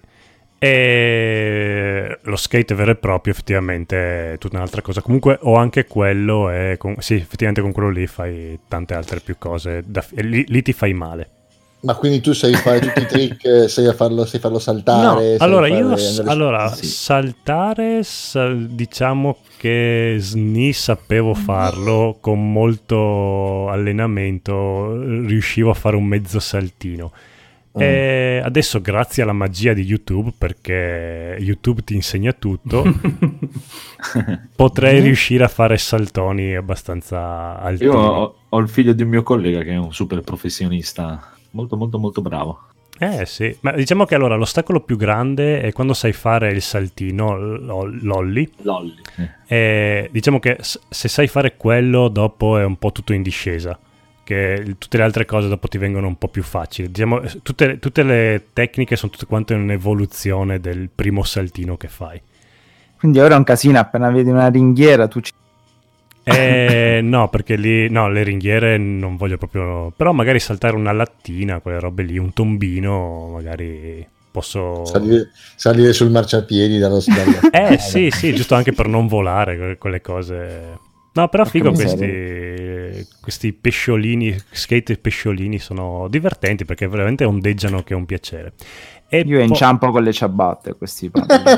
E lo skate vero e proprio effettivamente è tutta un'altra cosa. Comunque ho anche quello e con... sì, effettivamente con quello lì fai tante altre più cose da... e lì, lì ti fai male. Ma quindi tu sai fare tutti i trick, sai a farlo, sai farlo saltare? No, sai allora fare, io s- allora, sì. saltare sal- diciamo che S N I sapevo farlo con molto allenamento, riuscivo a fare un mezzo saltino. Mm. E adesso grazie alla magia di YouTube, perché YouTube ti insegna tutto, potrei riuscire a fare saltoni abbastanza altini. Io ho, ho il figlio di un mio collega che è un super professionista, molto molto molto bravo. Eh sì, ma diciamo che allora l'ostacolo più grande è quando sai fare il saltino, l'ol- l'ollie. Lolli. E diciamo che s- se sai fare quello, dopo è un po' tutto in discesa, che il- tutte le altre cose dopo ti vengono un po' più facili. Diciamo, eh, tutte, tutte le tecniche sono tutte quante un'evoluzione del primo saltino che fai. Quindi ora è un casino, appena vedi una ringhiera tu ci... Eh, no, perché lì no, le ringhiere non voglio proprio. Però magari saltare una lattina, quelle robe lì, un tombino, magari posso. Salire, salire sul marciapiedi dallo dallo- Eh sì, sì, giusto anche per non volare que- quelle cose. No, però figo questi, questi pesciolini, skate pesciolini sono divertenti perché veramente ondeggiano, che è un piacere. E Io po- inciampo con le ciabatte questi pantaloni.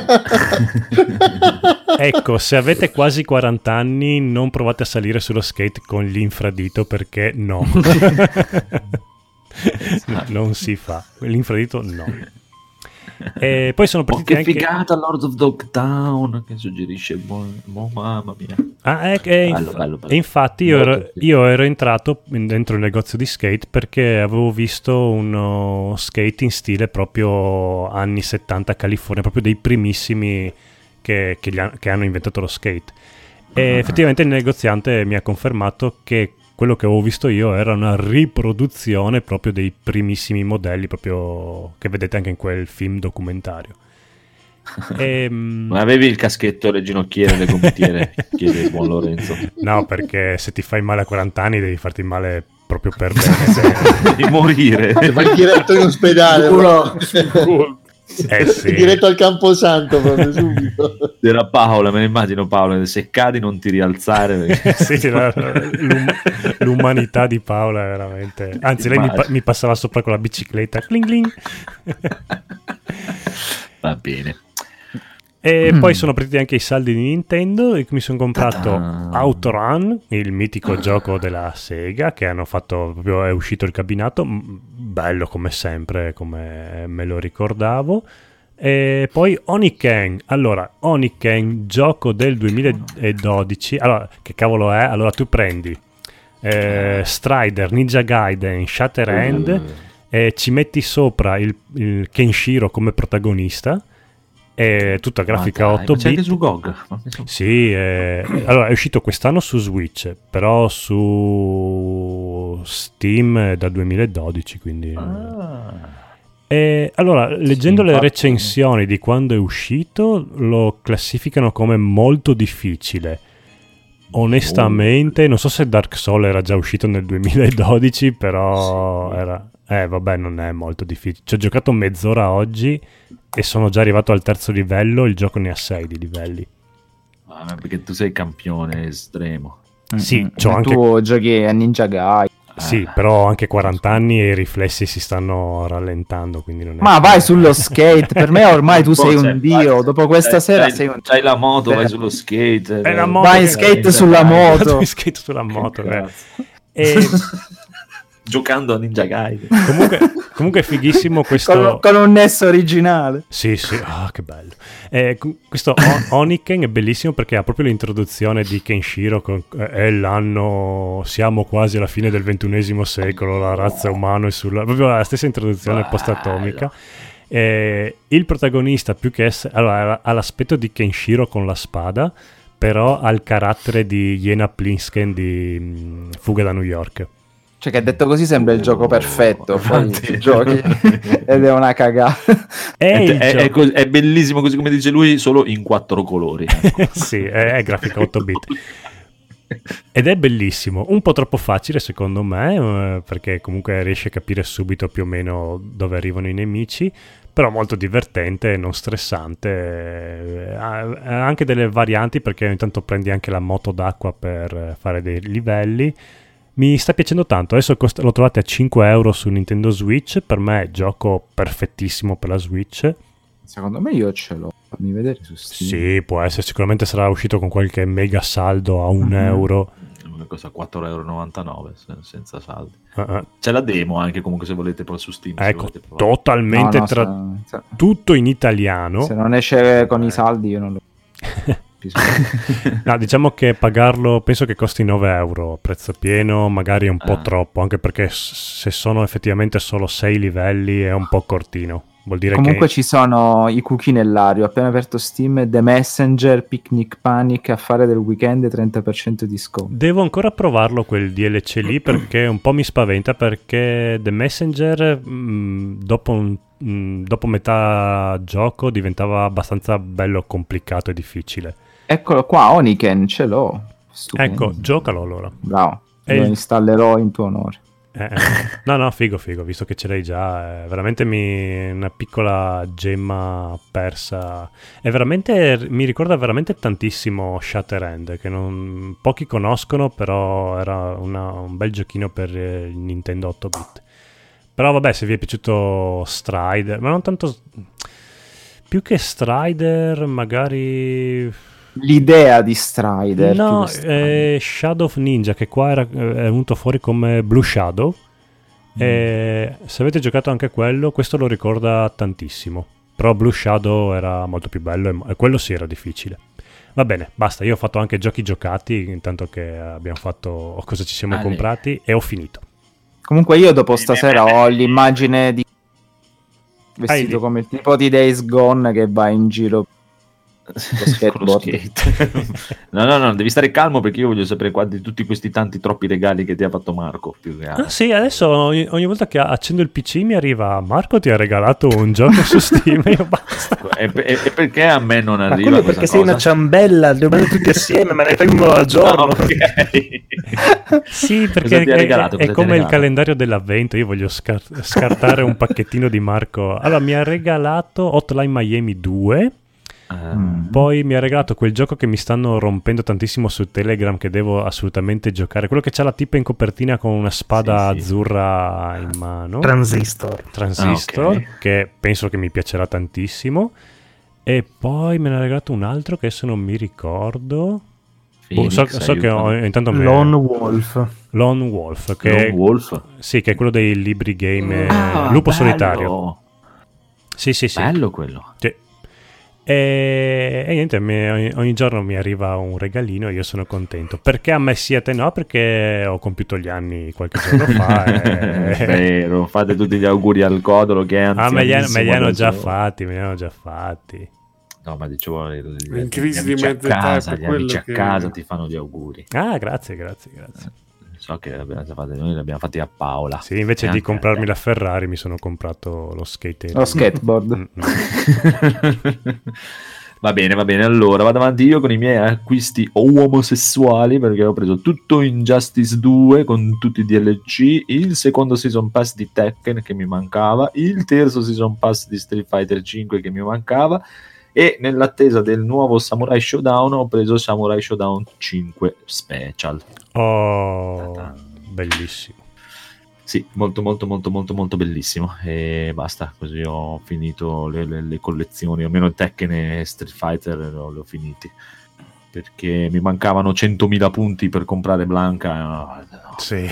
Ecco, se avete quasi quaranta anni non provate a salire sullo skate con l'infradito perché no. No, non si fa. L'infradito no. E poi sono Oh, partiti che anche... figata Lord of Dogtown che suggerisce buon... oh, mamma mia. Ah, è che- Bello, bello, bello. E infatti io ero, Molto figo. io ero entrato in- dentro il negozio di skate perché avevo visto uno skate in stile proprio anni settanta California, proprio dei primissimi che, che gli ha- che hanno inventato lo skate. E effettivamente il negoziante mi ha confermato che quello che avevo visto io era una riproduzione proprio dei primissimi modelli, proprio che vedete anche in quel film documentario. E, mm, Non avevi il caschetto e le ginocchiere e le gomitiere? Chiede il buon Lorenzo. no, perché se ti fai male a quaranta anni devi farti male proprio per bene. Di morire. Cioè, vai diretto in ospedale, Sicuro- bro. Eh sì. Diretto al Camposanto proprio subito. Era Paola, me ne immagino Paola, se cadi non ti rialzare perché... Sì, la- l'um- l'umanità di Paola è veramente... Anzi, lei mi, pa- mi passava sopra con la bicicletta. Cling cling. Va bene. E Mm. poi sono partiti anche i saldi di Nintendo e mi sono comprato Ta-da. Outrun, il mitico gioco della Sega che hanno fatto, proprio è uscito il cabinato, m- bello come sempre, come me lo ricordavo. E poi Oniken, allora Oniken, gioco del duemiladodici, allora che cavolo è? Allora tu prendi eh, Strider, Ninja Gaiden, Shatterhand e ci metti sopra il, il Kenshiro come protagonista. È tutta grafica Ma dai, otto ma c'è anche bit. su G O G. Ma penso- Sì, eh, allora è uscito quest'anno su Switch, però su Steam è dal duemiladodici, quindi... Ah. E allora, leggendo Sì, le infatti- recensioni di quando è uscito, lo classificano come molto difficile. Onestamente, non so se Dark Souls era già uscito nel duemiladodici, però Sì. era... Eh, vabbè, non è molto difficile. Ci ho giocato mezz'ora oggi e sono già arrivato al terzo livello, il gioco ne ha sei di livelli. Ah, perché tu sei campione estremo. Sì, Mm-mm. c'ho Ma anche- tu giochi a Ninja Gaiden. Sì, Ah. però ho anche quaranta anni e i riflessi si stanno rallentando, quindi non è... Ma vai sullo skate, per me ormai tu sei Cioè, un dio, vai- dopo questa c'hai- sera c'hai- sei un... c'hai la moto, Beh. vai sullo skate. È la eh, moto Vai in che- skate sulla moto. Mi skate sulla moto, Che eh. cazzo. E Giocando a Ninja Gaiden. comunque, comunque è fighissimo questo... Con, con un nesso originale. Sì, sì, ah, che bello. Eh, cu- questo O- Oniken è bellissimo perché ha proprio l'introduzione di Kenshiro. Con, eh, è l'anno, siamo quasi alla fine del ventunesimo secolo, la razza umana è sulla... Proprio la stessa introduzione Bello. post-atomica. Eh, il protagonista, più che essere... Allora, ha l'aspetto di Kenshiro con la spada, però ha il carattere di Jena Plinsken di mm, Fuga da New York. Cioè che detto così sembra il gioco perfetto, poi Infatti. ci giochi ed è una cagata. È, È, il è- è gioco- cos- è bellissimo così come dice lui, solo in quattro colori. sì, è, è grafica otto bit. Ed è bellissimo, un po' troppo facile secondo me, eh, perché comunque riesci a capire subito più o meno dove arrivano i nemici, però molto divertente, non stressante, eh, ha ha anche delle varianti perché ogni tanto prendi anche la moto d'acqua per fare dei livelli, Mi sta piacendo tanto, adesso costa- lo trovate a cinque euro su Nintendo Switch, per me è gioco perfettissimo per la Switch. Secondo me io ce l'ho, fammi vedere su Steam. Sì, può essere, sicuramente sarà uscito con qualche mega saldo a un Mhm. euro. Una cosa quattro euro e novantanove se- senza saldi. Uh-uh. C'è la demo anche comunque se volete poi su Steam. se Ecco, volete provare. totalmente No, no, tra- se, se- tutto in italiano. se non esce con i saldi io non lo No, diciamo che pagarlo penso che costi nove euro a prezzo pieno, magari è un po' Ah. troppo, anche perché s- se sono effettivamente solo sei livelli è un po' cortino. Vuol dire Comunque che ci sono i cookie nell'aria. Ho appena aperto Steam, The Messenger, Picnic Panic, affare del weekend, trenta per cento di sconto. devo ancora provarlo quel D L C lì perché un po' mi spaventa, perché The Messenger mh, dopo, un- mh, dopo metà gioco diventava abbastanza bello complicato e difficile. Eccolo qua, Oniken, ce l'ho. Stupendo. Ecco, giocalo allora. Bravo, E lo il- installerò in tuo onore. Eh, eh. No, no, figo, figo, visto che ce l'hai già, è veramente mi- una piccola gemma persa. È veramente, mi ricorda veramente tantissimo Shatterhand, che non, pochi conoscono, però era una- un bel giochino per eh, il Nintendo otto bit. Però vabbè, se vi è piaciuto Strider, ma non tanto... Più che Strider, magari... L'idea di Strider. No, più che Strider. eh, Shadow of Ninja, che qua era, è venuto fuori come Blue Shadow. E se avete giocato anche quello, questo lo ricorda tantissimo. Però Blue Shadow era molto più bello e, e quello sì era difficile. Va bene, basta. Io ho fatto anche giochi giocati, intanto che abbiamo fatto cosa ci siamo Ale. comprati, e ho finito. Comunque io dopo stasera ho l'immagine di vestito Hai- come il tipo di Days Gone che va in giro Con lo skateboard. skate. no, no, no, devi stare calmo perché io voglio sapere qua di tutti questi tanti troppi regali che ti ha fatto Marco. Più che altro. Ah sì, adesso ogni, ogni volta che accendo il P C mi arriva Marco ti ha regalato un gioco su Steam e io basta. E, e- e perché a me non Ma arriva quello questa perché sei cosa? una ciambella, dobbiamo tutti assieme, ma ne fai uno al giorno. Ah, ok. Sì, perché Cosa ti ha è- regalato? è, Cosa ti ha come il regalato? calendario dell'avvento. Io voglio scar- scartare un pacchettino di Marco. Allora, mi ha regalato Hotline Miami due. Ah, Mm. Poi mi ha regalato quel gioco che mi stanno rompendo tantissimo su Telegram, che devo assolutamente giocare. Quello che c'ha la tipa in copertina con una spada Sì, sì. azzurra in mano. Transistor. Transistor, Ah, ok. che penso che mi piacerà tantissimo. E poi me ne ha regalato un altro che adesso non mi ricordo. Boh, so, Phoenix, so che ho, aiutami. intanto me- Lone Wolf. Lone Wolf, che Lone Wolf. sì, che è quello dei libri game, eh, Ah, Lupo bello. solitario. Sì, sì, sì. Bello quello. Sì. E, e niente, mi- ogni, ogni giorno mi arriva un regalino e io sono contento. Perché a me sì, a te no? Perché ho compiuto gli anni qualche giorno fa. e- Vero, fate tutti gli auguri al Codolo che è Ah, me li, han- me li hanno già fatto. fatti, me li hanno già fatti. No, ma dicevo, gli, gli, In crisi gli di amici a mezza età è casa, per gli quello amici a che- casa ti fanno gli auguri. Ah, grazie, grazie, grazie. So che l'abbiamo già fatto, noi li abbiamo fatti a Paola. Sì, invece E di anche a comprarmi te. la Ferrari mi sono comprato lo skate. Lo skateboard. Mm, mm. Va bene, va bene. Allora vado avanti io con i miei acquisti omosessuali perché ho preso tutto Injustice due con tutti i D L C, il secondo Season Pass di Tekken che mi mancava, il terzo Season Pass di Street Fighter cinque che mi mancava e nell'attesa del nuovo Samurai Showdown ho preso Samurai Showdown cinque Special. Oh, bellissimo. Sì, molto molto molto molto molto bellissimo e basta, così ho finito le, le- le collezioni, almeno Tekken e Street Fighter le ho, le ho finiti perché mi mancavano centomila punti per comprare Blanca. No, Sì.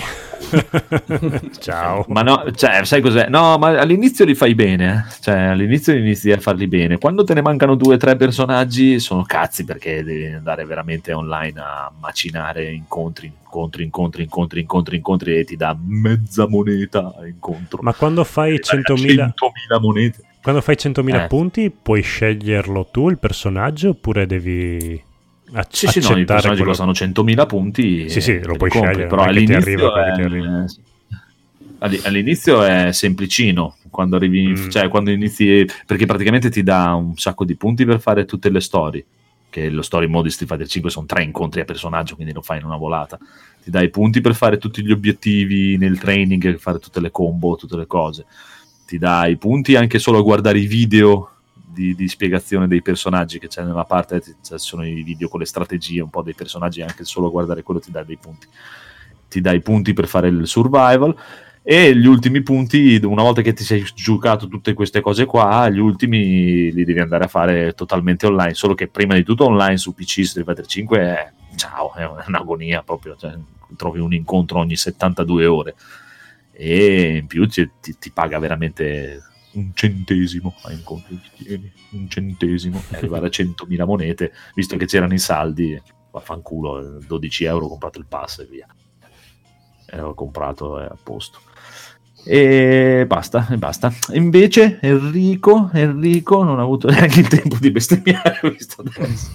Ciao. ma no, cioè, sai cos'è? No, ma all'inizio li fai bene, eh. Cioè all'inizio inizi a farli bene. Quando te ne mancano due o tre personaggi sono cazzi perché devi andare veramente online a macinare incontri, incontri, incontri, incontri, incontri, incontri e ti dà mezza moneta a incontro. Ma quando fai Devi dare centomila, centomila monete. quando fai centomila Eh. punti puoi sceglierlo tu il personaggio oppure devi ac- Sì, sì, no, i accettare personaggi quello- costano centomila punti. Sì, e sì, lo te puoi li compri, scegliere, però non è che ti all'inizio, arriva quello che ti è, arriva. alli- all'inizio è semplicino quando arrivi, in- Mm. cioè quando inizi, perché praticamente ti dà un sacco di punti per fare tutte le storie. Che lo story mode di Street Fighter cinque sono tre incontri a personaggio, quindi lo fai in una volata. Ti dai punti per fare tutti gli obiettivi nel training, fare tutte le combo, tutte le cose. Ti dai punti anche solo a guardare i video di, di spiegazione dei personaggi che c'è nella parte, ci sono i video con le strategie un po' dei personaggi, anche solo a guardare quello ti dà dei punti. ti dà i punti per fare il survival, e gli ultimi punti, una volta che ti sei giocato tutte queste cose qua, gli ultimi li devi andare a fare totalmente online, solo che prima di tutto online su P C Street Fighter cinque è, ciao, è un'agonia proprio, cioè, trovi un incontro ogni settantadue ore e in più ti, ti, ti paga veramente un centesimo a incontri, un centesimo, e arrivare a centomila monete, visto che c'erano i saldi, vaffanculo, dodici euro ho comprato il pass e via, e ho comprato e a posto. E basta, e basta. Invece Enrico, Enrico non ha avuto neanche il tempo di bestemmiare, visto adesso.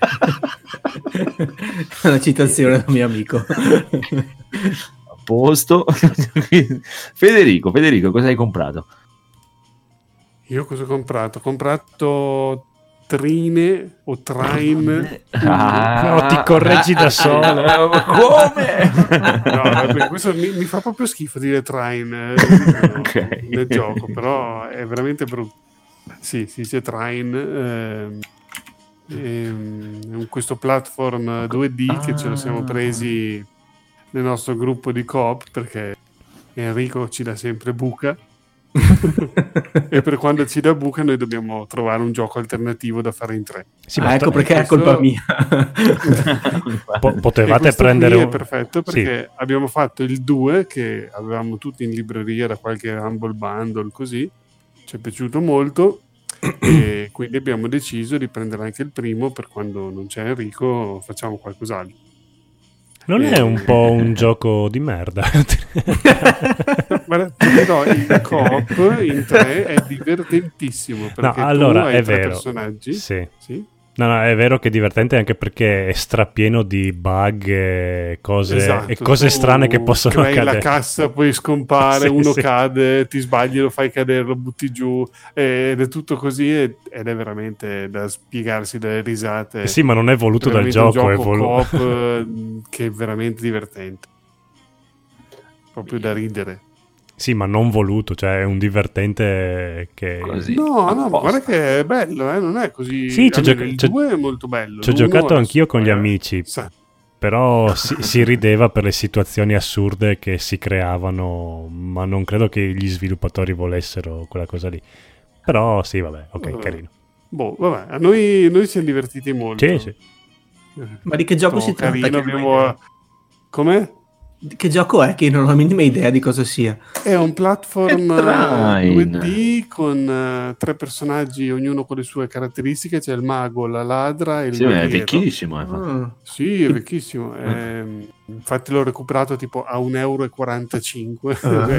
Una citazione da mio amico. A posto. Federico, Federico, cosa hai comprato? Io cosa ho comprato? Ho comprato Trine o Trine. Ah, no, ti correggi da solo. Come? No, vabbè, questo mi, mi fa proprio schifo dire Trine eh, Okay. nel gioco, però è veramente brutto. Sì, si dice Trine. ehm, ehm, è questo platform due D che ce lo siamo presi nel nostro gruppo di coop perché Enrico ci dà sempre buca. E per quando ci dà buca noi dobbiamo trovare un gioco alternativo da fare in tre. Sì, Ah, ma ecco sta- perché è questo- colpa mia. po- E potevate questo prendere qui è un... perfetto perché abbiamo fatto il due che avevamo tutti in libreria da qualche Humble Bundle, così ci è piaciuto molto e quindi abbiamo deciso di prendere anche il primo per quando non c'è Enrico facciamo qualcos'altro. Non Eh, è un po' un gioco di merda? Guarda, ti dirò, il coop in tre è divertentissimo perché No, allora, tu hai è tre vero. personaggi. Sì. Sì? No, no, è vero che è divertente anche perché è strapieno di bug e cose, Esatto, e cose tu strane che possono crei accadere. la cassa, poi scompare, Sì, uno sì. cade, ti sbagli, lo fai cadere, lo butti giù ed è tutto così e- ed è veramente da spiegarsi dalle risate. Eh sì, ma non è voluto dal Veramente un gioco, è gioco voluto. coop eh, che è veramente divertente, proprio da ridere. Sì, ma non voluto, cioè è un divertente che... Così. No, no, apposta. guarda che è bello, eh, non è così. Sì, ci ho almeno gioca- il ci ho- due è molto bello. Ci ho l'uno giocato adesso anch'io con gli magari- amici, sa- però si, si rideva per le situazioni assurde che si creavano, ma non credo che gli sviluppatori volessero quella cosa lì. Però sì, vabbè, ok, Vabbè. carino. Boh, vabbè, a noi, noi ci siamo divertiti molto. Sì, sì. Ma di che gioco Molto si tratta? carino, Che non ho abbiamo... idea. Come? Di che gioco è? Che non ho la minima idea di cosa sia. È un platform È eh, Trine. due D con eh, tre personaggi, ognuno con le sue caratteristiche. C'è il mago, la ladra e il Sì, ma è guerriero. vecchissimo. Eh. Ah. Sì, è vecchissimo. Ehm, infatti l'ho recuperato tipo a un euro e quarantacinque.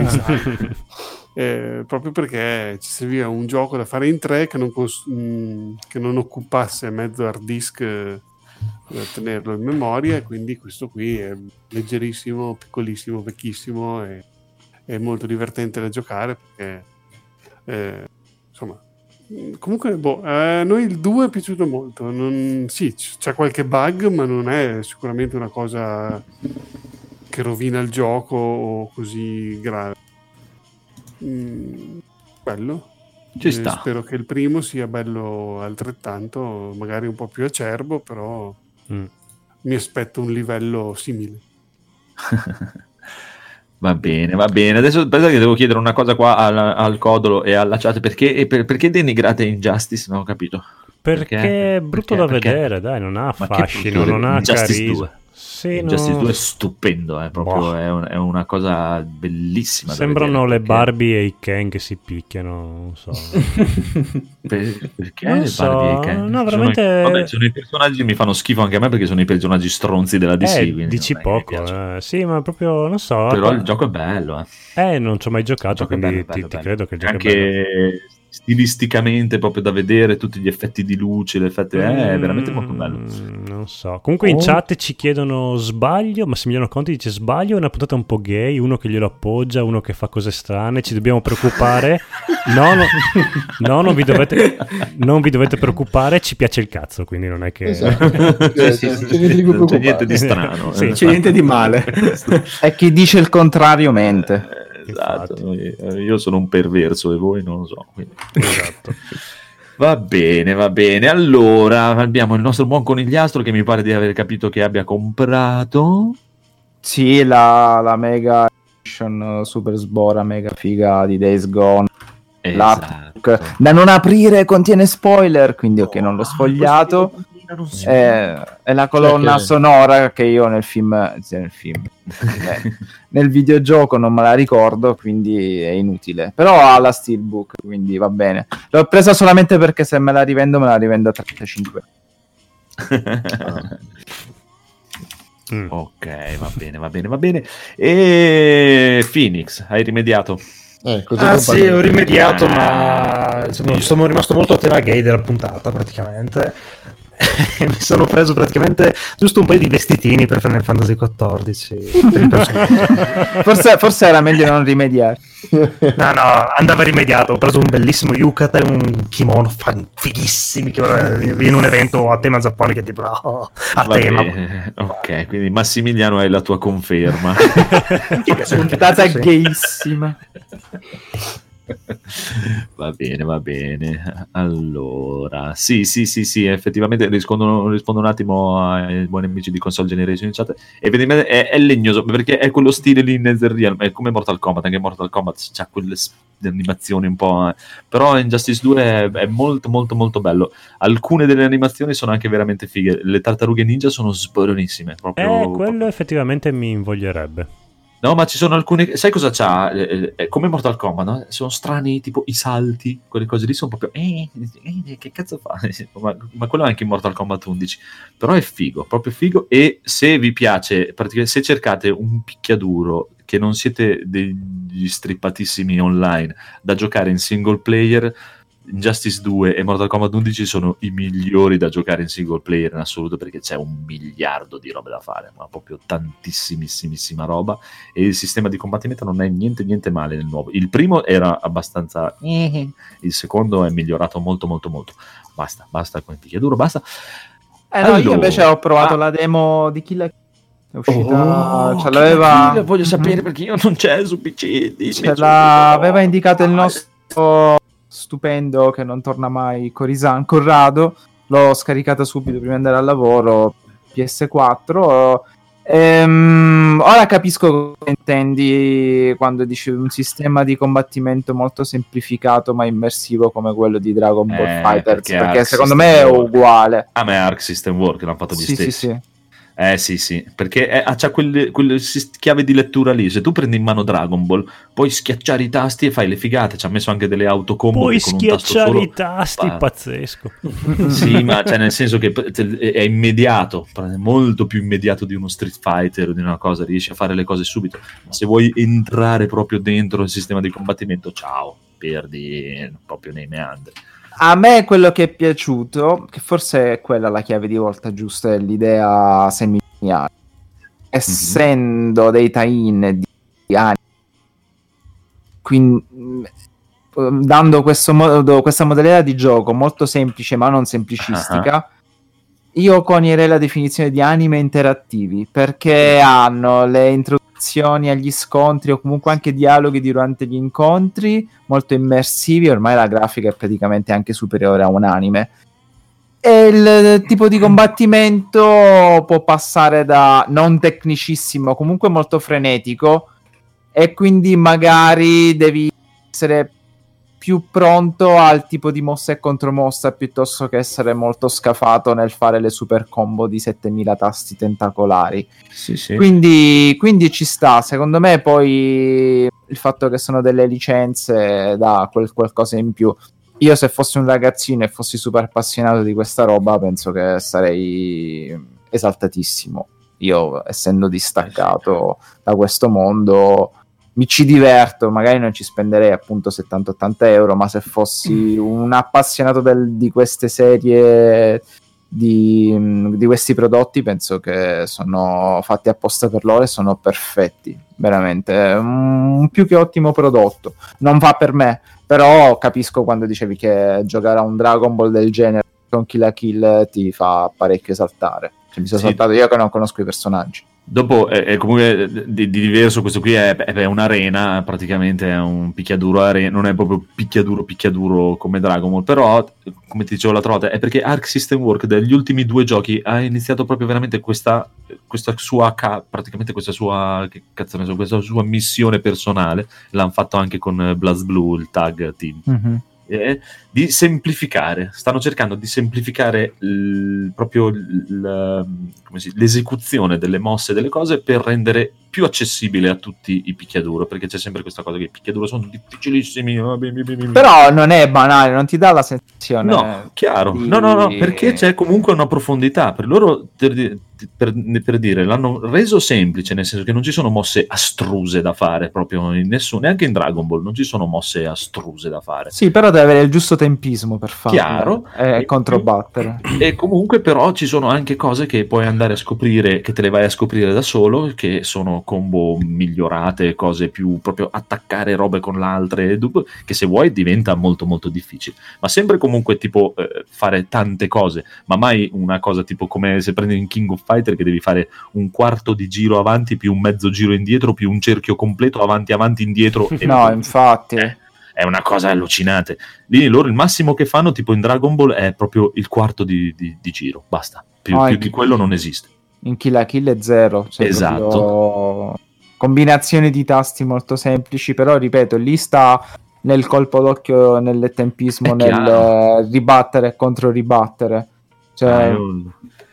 Eh, proprio perché ci serviva un gioco da fare in tre che non, cons- mh, che non occupasse mezzo hard disk eh, da tenerlo in memoria, e quindi questo qui è leggerissimo, piccolissimo, vecchissimo e è molto divertente da giocare perché eh, insomma mh, comunque boh, a noi il due è piaciuto molto. Non, sì, c- c'è qualche bug ma non è sicuramente una cosa che rovina il gioco o così grave. Mm, bello. Ci Eh, sta. spero che il primo sia bello altrettanto, magari un po' più acerbo, però Mm. mi aspetto un livello simile. Va bene, va bene. Adesso aspetta che devo chiedere una cosa qua al, al Codolo e alla chat. Perché, e per- perché denigrate Injustice? Non ho capito. Perché è brutto da Perché? vedere, dai, non ha Ma che fascino, brutto, non ha Injustice carisma. due. Sì, Injustice no. due è stupendo, è proprio Boh. è, un- è una cosa bellissima. da Sembrano vedere, le perché- Barbie e i Ken che si picchiano, non so. per- perché Non le so, Barbie e i Ken? no, Sono veramente- i- vabbè, sono i personaggi che mi fanno schifo anche a me perché sono i personaggi stronzi della D C. Eh, quindi dici non è che mi poco, piacciono. eh. Sì, ma proprio, non so. Però qua- il gioco è bello, eh. Eh, non ci ho mai Il giocato, gioco è quindi bello, ti, bello, ti bello. credo che il gioco è bello. Anche stilisticamente, proprio da vedere tutti gli effetti di luce, l'effetto eh, è veramente molto bello. Mm, non so. Comunque in Oh. chat ci chiedono sbaglio, Massimiliano Conti dice sbaglio, è una puntata un po' gay, uno che glielo appoggia, uno che fa cose strane, ci dobbiamo preoccupare. No, no, no, non vi dovete non vi dovete preoccupare, ci piace il cazzo, quindi non è che Esatto. Sì, sì, sì, C'è niente di cui non c'è niente preoccuparsi. di strano. Sì, eh. C'è niente di male. E chi dice il contrario mente. Eh, esatto, io sono un perverso e voi non lo so. quindi. Esatto. Va bene, va bene. Allora abbiamo il nostro buon conigliastro che mi pare di aver capito che abbia comprato. Sì, la, la mega edition super sbora, mega figa di Days Gone. Esatto. Da non aprire, contiene spoiler, quindi ok, non l'ho sfogliato. È, è la colonna Perché? sonora che io nel film, cioè nel film eh, nel videogioco non me la ricordo, quindi è inutile, però ha la steelbook, quindi va bene. L'ho presa solamente perché se me la rivendo me la rivendo a trentacinque. Mm. Ok, va bene, va bene, va bene. E Phoenix, hai rimediato? Eh, cosa Ah sì, compagni? ho rimediato, ma sono, sono rimasto molto a tema gay della puntata praticamente. Mi sono preso praticamente giusto un paio di vestitini per Final Fantasy quattordici. Per i personaggi. forse, forse era meglio non rimediare. No, no, andava rimediato. Ho preso un bellissimo yukata e un kimono fan- fighissimi che ora in un evento a tema Giappone che tipo oh, a Va tema. bene. Ok, quindi Massimiliano hai la tua conferma. Puntata gayissima. Va bene, va bene. Allora, sì, sì, sì, sì, effettivamente rispondo, rispondo un attimo ai buoni amici di Console Generation in chat. Evidentemente è, è legnoso perché è quello stile lì Netherrealm, è come Mortal Kombat, anche Mortal Kombat c'ha quelle s- animazioni un po', eh. Però Injustice due è, è molto molto molto bello. Alcune delle animazioni sono anche veramente fighe. Le tartarughe ninja sono sboronissime, proprio, Eh, quello proprio. effettivamente mi invoglierebbe. No, ma ci sono alcune. Sai cosa c'ha? Eh, eh, come Mortal Kombat, no? Sono strani, tipo i salti, quelle cose lì sono proprio. Eh, eh, che cazzo fa? ma, ma quello anche in Mortal Kombat undici. Però è figo, proprio figo. E se vi piace, praticamente, se cercate un picchiaduro che non siete degli strippatissimi online da giocare in single player, Injustice due e Mortal Kombat undici sono i migliori da giocare in single player in assoluto, perché c'è un miliardo di robe da fare, ma proprio tantissimissimissima roba, e il sistema di combattimento non è niente niente male nel nuovo. Il primo era abbastanza, il secondo è migliorato molto molto molto. Basta, basta con il picchiaduro, basta. Eh no, Allora, io invece ho provato ah, la demo di Kill la Kill. È uscita, oh, ce l'aveva. Kill, voglio Mhm. sapere perché io non c'è su P C. dimmi Ce subito. l'aveva indicato il nostro stupendo che non torna mai Corisan Corrado. L'ho scaricata subito prima di andare al lavoro, P S quattro. Ehm, ora capisco cosa intendi quando dici un sistema di combattimento molto semplificato ma immersivo come quello di Dragon Ball Eh, Fighters, perché perché, Arc secondo System me è Work. uguale. A me Arc System Work l'hanno fatto gli Sì, sì, stessi. sì. Eh sì sì, perché è- c'ha quelle, quelle sis- chiave di lettura lì. Se tu prendi in mano Dragon Ball, puoi schiacciare i tasti e fai le figate. Ci ha messo anche delle autocombo Puoi che con un tasto schiacciare solo. i tasti, pa- pazzesco. Sì, ma cioè nel senso che te- è immediato, molto più immediato di uno Street Fighter o di una cosa, riesci a fare le cose subito. Ma se vuoi entrare proprio dentro il sistema di combattimento, ciao, perdi proprio nei meandri. A me quello che è piaciuto, che forse è quella la chiave di volta giusta, è l'idea semi-lineare. Essendo dei tie-in di anni, quindi mh, dando questo modo, questa modalità di gioco molto semplice ma non semplicistica, io conierei la definizione di anime interattivi, perché hanno le introduzioni agli scontri o comunque anche dialoghi durante gli incontri molto immersivi. Ormai la grafica è praticamente anche superiore a un anime, e il tipo di combattimento può passare da non tecnicissimo comunque molto frenetico, e quindi magari devi essere più pronto al tipo di mossa e contromossa piuttosto che essere molto scafato nel fare le super combo di settemila tasti tentacolari. Sì, sì. Quindi, quindi ci sta, secondo me. Poi il fatto che sono delle licenze dà quel qualcosa in più. Io se fossi un ragazzino e fossi super appassionato di questa roba, penso che sarei esaltatissimo. Io, essendo distaccato da questo mondo, mi ci diverto, magari non ci spenderei appunto settanta ottanta euro, ma se fossi un appassionato del, di queste serie, di, di questi prodotti, penso che sono fatti apposta per loro e sono perfetti, veramente. È un più che ottimo prodotto. Non fa per me, però capisco quando dicevi che giocare a un Dragon Ball del genere con Kill la Kill ti fa parecchio esaltare. Cioè, mi sono Sì. saltato io che non conosco i personaggi. Dopo è, è comunque di, di diverso, questo qui è, è un'arena, praticamente è un picchiaduro arena, non è proprio picchiaduro picchiaduro come Dragon Ball, però come ti dicevo l'altra volta è perché Arc System Works degli ultimi due giochi ha iniziato proprio veramente questa, questa sua ca- praticamente questa sua che cazzo ne so, questa sua missione personale, l'hanno fatto anche con BlazBlue, il tag team. Mm-hmm. Eh, di semplificare, stanno cercando di semplificare il, proprio il, come si, l'esecuzione delle mosse delle cose per rendere più accessibile a tutti i picchiaduro, perché c'è sempre questa cosa che i picchiaduro sono difficilissimi, però non è banale, non ti dà la sensazione, no, chiaro, di... no no no, perché c'è comunque una profondità per loro, per, per, per dire, l'hanno reso semplice, nel senso che non ci sono mosse astruse da fare proprio in nessuno, neanche in Dragon Ball non ci sono mosse astruse da fare. Sì, però deve avere il giusto tempismo per farlo, chiaro, e controbattere. E comunque però ci sono anche cose che puoi andare a scoprire, che te le vai a scoprire da solo, che sono combo migliorate, cose più proprio attaccare robe con l'altre, che se vuoi diventa molto molto difficile, ma sempre comunque tipo eh, fare tante cose, ma mai una cosa tipo come se prendi in King of Fighter che devi fare un quarto di giro avanti più un mezzo giro indietro più un cerchio completo avanti avanti indietro e no, infatti eh. È una cosa allucinante. Lì loro il massimo che fanno, tipo in Dragon Ball, è proprio il quarto di, di, di giro. Basta. Più, oh, più in... di quello non esiste. In Kill la Kill è zero. Cioè esatto. Proprio... combinazioni di tasti molto semplici, però ripeto, lì sta nel colpo d'occhio, nel tempismo, nel ribattere e contro ribattere. Cioè... Ah, io...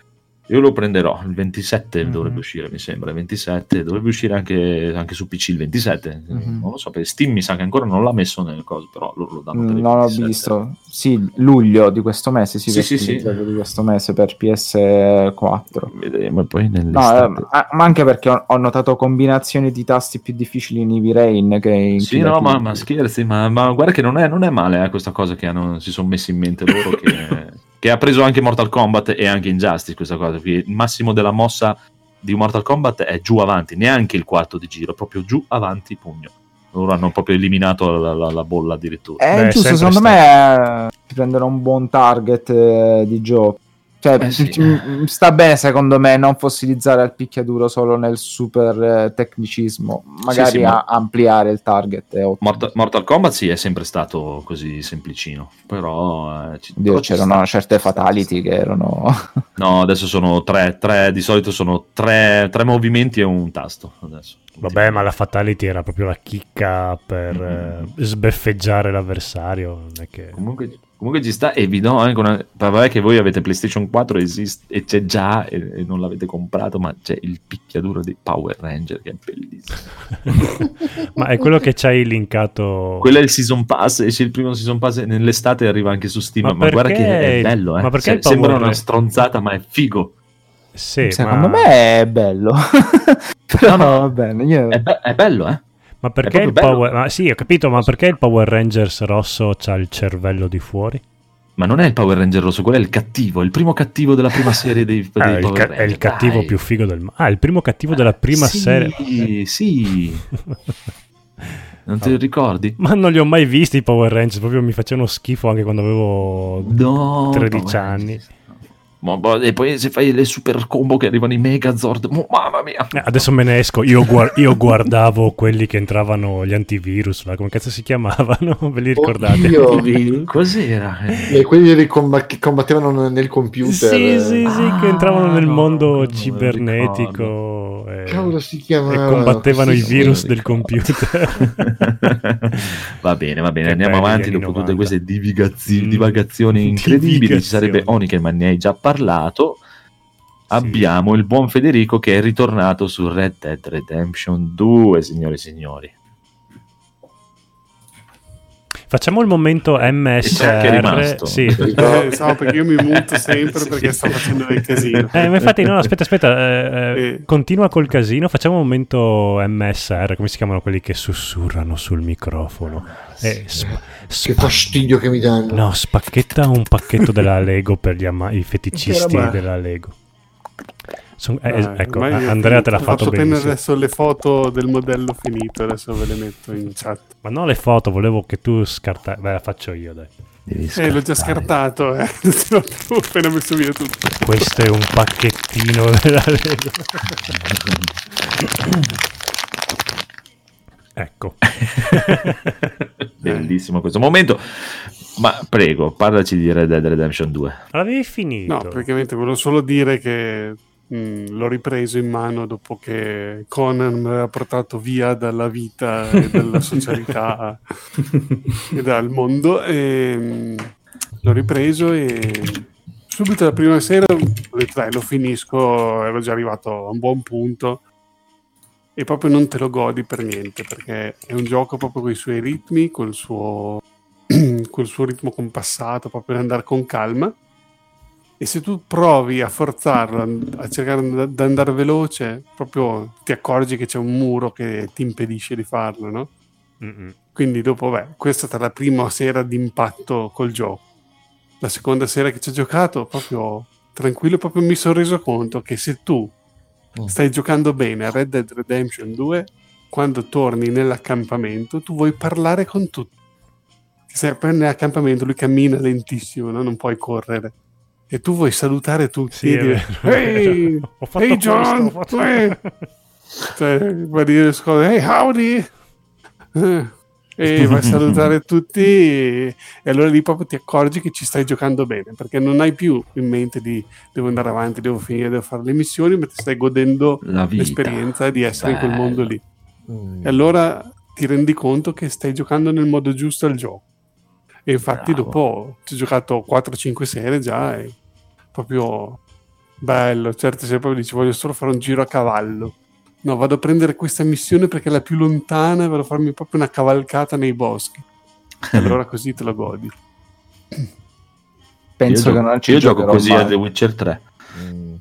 Io lo prenderò, il ventisette mm-hmm. dovrebbe uscire, mi sembra, il ventisette, dovrebbe uscire anche, anche su P C il ventisette, mm-hmm. non lo so, perché Steam mi sa che ancora non l'ha messo nelle cose, però loro lo danno per il non ventisette. L'ho visto, sì, luglio di questo mese, sì, sì, sì, sì. di questo mese per P S quattro. Vedremo e poi no, eh, ma anche perché ho, ho notato combinazioni di tasti più difficili in Heavy Rain che in Sì, no, ma, ma scherzi, ma, ma guarda che non è, non è male eh, questa cosa che hanno, si sono messi in mente loro che... che ha preso anche Mortal Kombat e anche Injustice questa cosa, il massimo della mossa di Mortal Kombat è giù avanti, neanche il quarto di giro, proprio giù avanti pugno. Loro hanno proprio eliminato la, la, la bolla addirittura. È Beh, giusto, secondo stato. me prendere un buon target eh, di gioco. Cioè, eh sì. m- sta bene secondo me non fossilizzare al picchiaduro solo nel super eh, tecnicismo, magari sì, sì, a- ma... ampliare il target. È Mortal, Mortal Kombat sì, è sempre stato così semplicino, però, eh, c- Dio, però c'erano sta... certe fatality che erano... No, adesso sono tre, tre di solito sono tre, tre movimenti e un tasto adesso. Vabbè, ma la fatality era proprio la chicca per mm-hmm. eh, sbeffeggiare l'avversario. Non è che... Comunque, comunque ci sta, e vi do anche una... Vabbè che voi avete PlayStation quattro esiste, e c'è già e, e non l'avete comprato, ma c'è il picchiaduro dei Power Ranger che è bellissimo. Ma è quello che c'hai linkato... Quello è il Season Pass, esce il primo Season Pass nell'estate, arriva anche su Steam, ma, ma guarda che è bello, eh. Ma perché Se, sembra una stronzata, ma è figo. Sì, secondo ma... me è bello. Però no, va bene, io... è, be- è bello, eh. Ma perché il Power... Ma sì, ho capito, ma perché il Power Rangers rosso c'ha il cervello di fuori? Ma non è il Power Ranger rosso, quello è il cattivo, il primo cattivo della prima serie dei, dei ah, Power ca- Ranger. È il cattivo Dai. più figo del... Ah, il primo cattivo della prima sì, serie. Sì, sì. Non te lo ricordi? Ma non li ho mai visti i Power Rangers, proprio mi facevano schifo anche quando avevo no, tredici anni. Ma, e poi se fai le super combo che arrivano i Megazord, oh, mamma mia. Eh, adesso me ne esco, io, guard- io guardavo quelli che entravano, gli antivirus, là, come cazzo si chiamavano? Ve li ricordate? Oddio. Cos'era? E quelli comb- che combattevano nel computer. Sì, sì, sì, ah, che entravano nel mondo no, cibernetico e, Cavolo si chiamava, e combattevano sì, i virus sì, del computer. Va bene, va bene, che andiamo avanti dopo novanta. Tutte queste divagazzi- divagazioni incredibili. Ci sarebbe Oniken, ma ne hai già parlato. Parlato, sì. Abbiamo il buon Federico che è ritornato su Red Dead Redemption due, signore e signori. Facciamo il momento M S R. Sì. Eh, so, perché io mi muto sempre sì, perché sì. sto facendo del casino. Eh, ma infatti, no, aspetta, aspetta, eh, eh. continua col casino. Facciamo un momento M S R, come si chiamano quelli che sussurrano sul microfono? Eh, sp- sp- che fastidio che mi danno. No, spacchetta un pacchetto della Lego per gli ama- i feticisti della Lego. Son, eh, ah, ecco, Andrea te l'ha fatto benissimo. Faccio adesso le foto del modello finito, adesso ve le metto in chat. Ma no le foto, volevo che tu scartassi. Beh, la faccio io, dai. Eh, l'ho già scartato, eh. Ho appena messo via tutto. Questo è un pacchettino della Lego. Ecco. Bellissimo questo momento. Ma prego, parlaci di Red Dead Redemption due. L'avevi finito? No, praticamente volevo solo dire che mh, l'ho ripreso in mano dopo che Conan mi aveva portato via dalla vita e dalla socialità e dal mondo, e mh, l'ho ripreso e subito la prima sera ho detto dai, lo finisco, ero già arrivato a un buon punto e proprio non te lo godi per niente, perché è un gioco proprio con i suoi ritmi, col suo col suo ritmo compassato, proprio andare con calma, e se tu provi a forzarlo, a cercare di andare veloce, proprio ti accorgi che c'è un muro che ti impedisce di farlo, no? Mm-mm. Quindi dopo, beh, questa è stata la prima sera di impatto col gioco. La seconda sera che ci ho giocato, proprio tranquillo, proprio mi sono reso conto che se tu stai giocando bene a Red Dead Redemption due, quando torni nell'accampamento tu vuoi parlare con tutti. Se poi nell'accampamento lui cammina lentissimo, no? Non puoi correre, e tu vuoi salutare tutti, sì, e dire hey, ho fatto hey John, questo, ho fatto... cioè, vuoi dire scusa, hey howdy, e vai a salutare tutti, e allora lì proprio ti accorgi che ci stai giocando bene, perché non hai più in mente di devo andare avanti, devo finire, devo fare le missioni, ma ti stai godendo l'esperienza di essere Bello. in quel mondo lì. Mm. E allora ti rendi conto che stai giocando nel modo giusto al gioco. E infatti Bravo. dopo ci ho giocato quattro cinque sere già, è proprio bello. Certe sere proprio dici voglio solo fare un giro a cavallo, no, vado a prendere questa missione perché è la più lontana e vado a farmi proprio una cavalcata nei boschi, e allora così te lo godi. Penso io che non ci io gioco così mai. a The Witcher tre. Mm.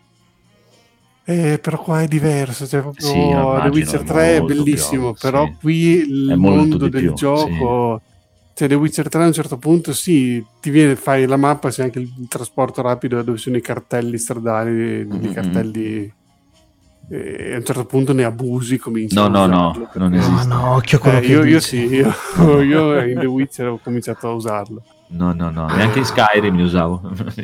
Eh, però qua è diverso, cioè proprio sì, immagino, The Witcher tre è bellissimo, più, però sì. qui il mondo del più, gioco... Sì. Cioè, The Witcher tre a un certo punto sì, ti viene, fai la mappa, c'è anche il trasporto rapido dove sono i cartelli stradali, mm-hmm. i cartelli, e a un certo punto ne abusi, cominci no, a no, usarlo. No, non esiste. No, no, occhio quello eh, che io, dici. io sì, io, io in The Witcher ho cominciato a usarlo. No, no, no, neanche in Skyrim li usavo.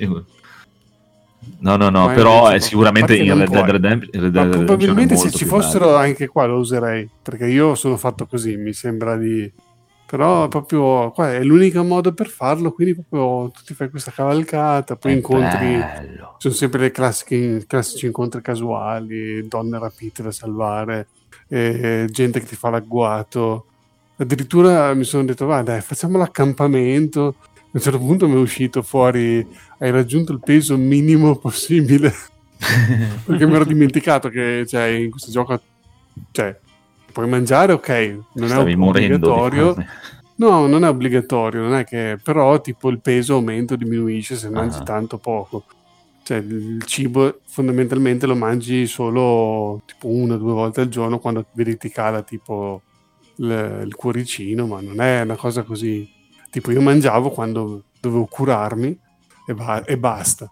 No, no, no, ma però invece, è sicuramente in Red Dead Redemption. Probabilmente se ci fossero bello. Anche qua lo userei, perché io sono fatto così, mi sembra di... Però proprio qua è l'unico modo per farlo, quindi proprio tu ti fai questa cavalcata, poi è incontri, bello. Sono sempre le classiche, classici incontri casuali, donne rapite da salvare, eh, gente che ti fa l'agguato. Addirittura mi sono detto, va dai, facciamo l'accampamento. A un certo punto mi è uscito fuori, hai raggiunto il peso minimo possibile, perché mi ero dimenticato che cioè, in questo gioco, cioè, puoi mangiare, ok, non Stavi è obbligatorio. No, non è obbligatorio, non è che, però tipo il peso aumenta o diminuisce se mangi uh-huh. tanto o poco. Cioè il cibo fondamentalmente lo mangi solo tipo una o due volte al giorno, quando vedi ti cala tipo il, il cuoricino, ma non è una cosa così. Tipo io mangiavo quando dovevo curarmi e, ba- e basta.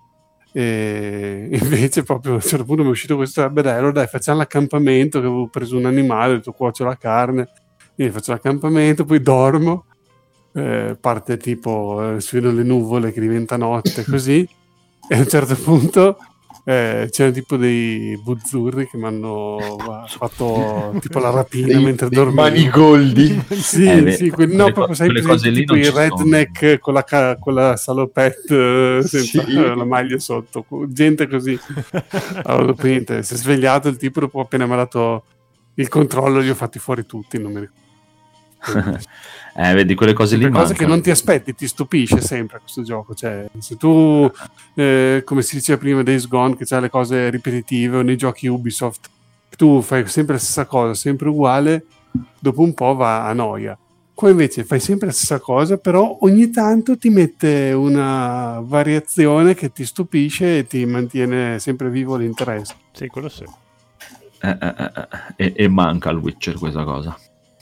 E invece proprio a un certo punto mi è uscito questo, beh dai, allora dai, facciamo l'accampamento, che avevo preso un animale, ho detto cuocio la carne, quindi faccio l'accampamento, poi dormo, eh, parte tipo, eh, si vedono le nuvole che diventa notte così, e a un certo punto eh, c'erano tipo dei buzzurri che mi hanno fatto tipo la rapina dei, mentre dei dormivo. Manigoldi. Sì, eh, sì, que- no, proprio sai, presente, tipo i redneck con la, ca- con la salopette senza sì. la maglia sotto, gente così. Allora dopo niente, si è svegliato il tipo, dopo appena mi ha dato il controllo li ho fatti fuori tutti, non mi ricordo. Eh, vedi, quelle cose lì cose che non ti aspetti, ti stupisce sempre questo gioco. Cioè, se tu, eh, come si diceva prima, Days Gone, che c'ha le cose ripetitive, o nei giochi Ubisoft, tu fai sempre la stessa cosa, sempre uguale, dopo un po' va a noia. Qua invece fai sempre la stessa cosa, però ogni tanto ti mette una variazione che ti stupisce e ti mantiene sempre vivo l'interesse. Sì, quello sì. Eh, eh, eh, e, e manca al Witcher questa cosa.